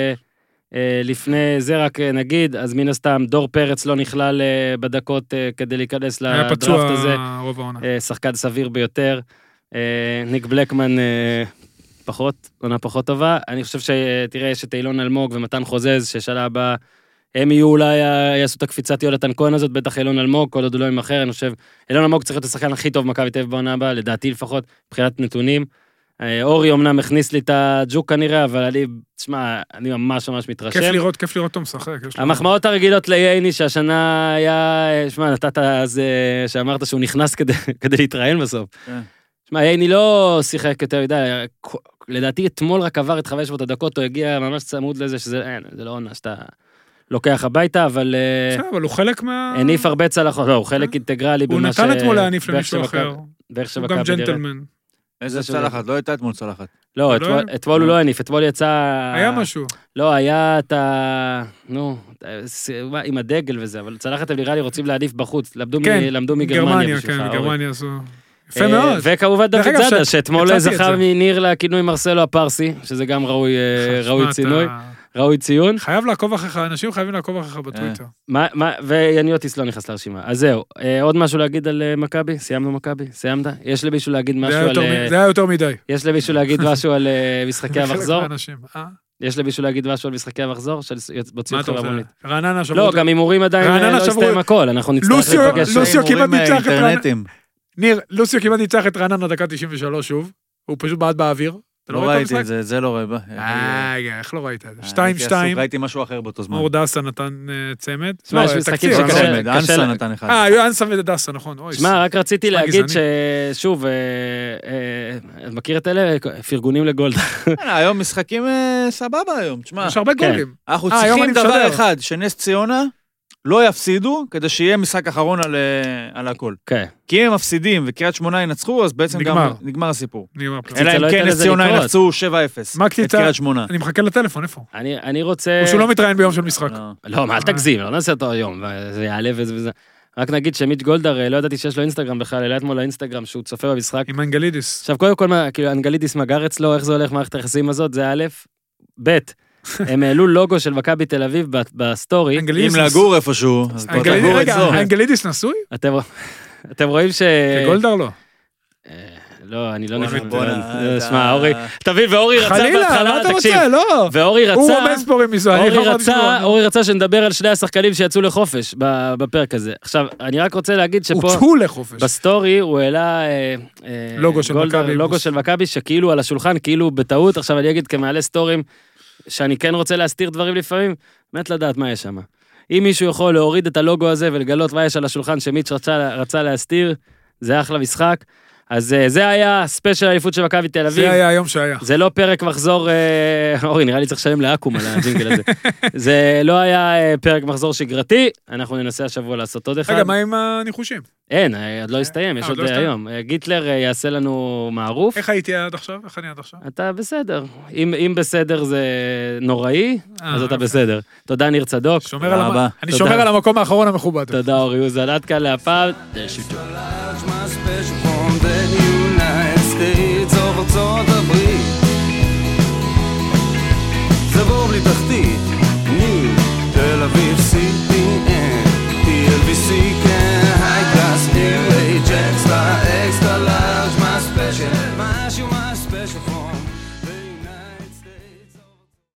לפני זה רק נגיד, אז מן הסתם דור פרץ לא נכלל בדקות כדי להיכנס לדראפט הזה. שחקן סביר ביותר. ניק בלקמן פחות, עונה פחות טובה. אני חושב שתראה, יש את אילון אלמוג ומתן חוזז, ששאלה הבאה, הם יהיו אולי, יעשו את הקפיצת יונתן כהן הזאת, בטח אילון אלמוג, כל עוד הוא לא עם אחר, אני חושב, אילון אלמוג צריך להיות השחקן הכי טוב במכבי תל אביב בעונה הבאה, לדעתי לפחות, מבחינת נתונים. אורי אמנם הכניס לי את הג'וק כנראה, אבל אני, תשמע, אני ממש ממש מתרשם.
כיף לראות, כיף לראות אותו משחק.
המחמאות הרגילות לייני, שהשנה היה, תשמע, נתת אז, שאמרת שהוא נכנס כדי, כדי להתראיין בסוף. תשמע, ייני לא שיחק יותר, יודע, לדעתי אתמול רק עבר את חמש מאות הדקות, הוא הגיע ממש צמוד לזה, שזה, אין, זה לא עונה שאתה לוקח הביתה, אבל...
אבל הוא חלק מה...
הניף הרבה צלחות, לא, הוא חלק אינטגרלי במה ש...
הוא נתן אתמול להניף למישהו אחר. הוא גם ג'נטלמן.
איזה צלחת? לא הייתה אתמול צלחת.
לא, אתמול הוא לא הניף, אתמול יצא...
היה משהו.
לא, היה את ה... נו, עם הדגל וזה, אבל צלחת הם נראה לי רוצים להניף בחוץ, למדו מגרמניה בשבילך.
כן, גרמניה עשו... יפה מאוד.
וכמובן דוד זאדה, שאתמול זכר מניר לכינוי מרסלו הפרסי, שזה גם ראוי צינוי. ראוי ציון.
חייב לעקוב אחריך, אנשים חייבים לעקוב אחריך בטוויטר.
ויאניוטיס לא נכנס לרשימה. אז זהו, עוד משהו להגיד על מכבי? סיימנו מכבי? סיימת? יש למישהו להגיד משהו על...
זה היה יותר מדי.
יש למישהו להגיד משהו על משחקי המחזור? יש למישהו להגיד משהו על משחקי המחזור?
מה אתה רוצה? רעננה שברו...
לא, גם הימורים עדיין לא הסתיים הכל, אנחנו נצטרך להיפגש.
לוסיו כמעט ניצח את רעננה. ניר, לוסיו כמעט ניצח את רעננה דקה תשעים ושלוש שוב. הוא פשוט בעט באוויר.
לא ראיתי את זה, זה לא רואה.
אה, איך לא ראית את זה? שתיים שתיים.
ראיתי משהו אחר באותו זמן.
אור דסה נתן צמד.
שמע, יש משחקים שקשה.
אנסה נתן אחד.
אה, אנסה ודסה, נכון.
שמע, רק רציתי להגיד ששוב, מכיר את אלה? פרגונים לגולדה.
היום משחקים סבבה היום, תשמע.
יש הרבה גולים.
אנחנו צריכים דבר אחד, שנס ציונה לא יפסידו, כדי שיהיה משחק אחרון על, על הכל.
כן.
כי אם הם מפסידים וקריית שמונה ינצחו, אז בעצם
נגמר.
גם נגמר הסיפור.
נגמר.
אלא אם כן נס ציונה ינצחו שבע אפס.
מה קציצה?
את קריית שמונה.
אני מחכה לטלפון, איפה?
אני, אני רוצה...
או שהוא לא מתראיין ביום של משחק.
לא, לא מה, אל תגזים, לא נעשה אותו היום, זה יעלה וזה וזה. רק נגיד שמיץ' גולדהר, לא ידעתי שיש לו אינסטגרם בכלל, אלא אתמול לאינסטגרם שהוא צופה במשחק.
עם אנגלידיס.
עכשיו, קודם כל, כאילו, אנגלידיס מגר אצלו, איך זה הולך מערכת היחסים הזאת, זה א', ב', הם העלו לוגו של מכבי תל אביב בסטורי.
אם לגור איפשהו, אז כבר תגור אצלו.
אנגלידיס נשוי?
אתם רואים ש...
גולדהר לא.
לא, אני לא נכנס. שמע, אורי, תבין, ואורי רצה בהתחלה,
מה אתה רוצה? לא.
ואורי רצה...
הוא עומד ספור עם מיזו,
אורי רצה, אורי רצה שנדבר על שני השחקנים שיצאו לחופש בפרק הזה. עכשיו, אני רק רוצה להגיד שפה...
הוצאו לחופש.
בסטורי הוא העלה... לוגו של מכבי, שכאילו על השולחן, כאילו בטעות. עכשיו אני אגיד כמעלה סטורים, שאני כן רוצה להסתיר דברים לפעמים, באמת לדעת מה יש שם. אם מישהו יכול להוריד את הלוגו הזה ולגלות מה יש על השולחן שמיץ' רצה, רצה להסתיר, זה אחלה משחק. אז זה היה ספיישל האליפות של מכבי תל אביב.
זה היה היום שהיה.
זה לא פרק מחזור, אורי, נראה לי צריך לשלם לאקום על הג'ינגל הזה. זה לא היה פרק מחזור שגרתי, אנחנו ננסה השבוע לעשות עוד אחד.
רגע, מה עם הניחושים?
אין, עוד לא הסתיים, יש עוד היום. גיטלר יעשה לנו מערוף.
איך הייתי עד עכשיו? איך אני עד עכשיו?
אתה בסדר. אם בסדר זה נוראי, אז אתה בסדר. תודה ניר צדוק.
אני שומר על המקום האחרון המכובד.
תודה אורי אוזן, עד כאן להפעם.
Then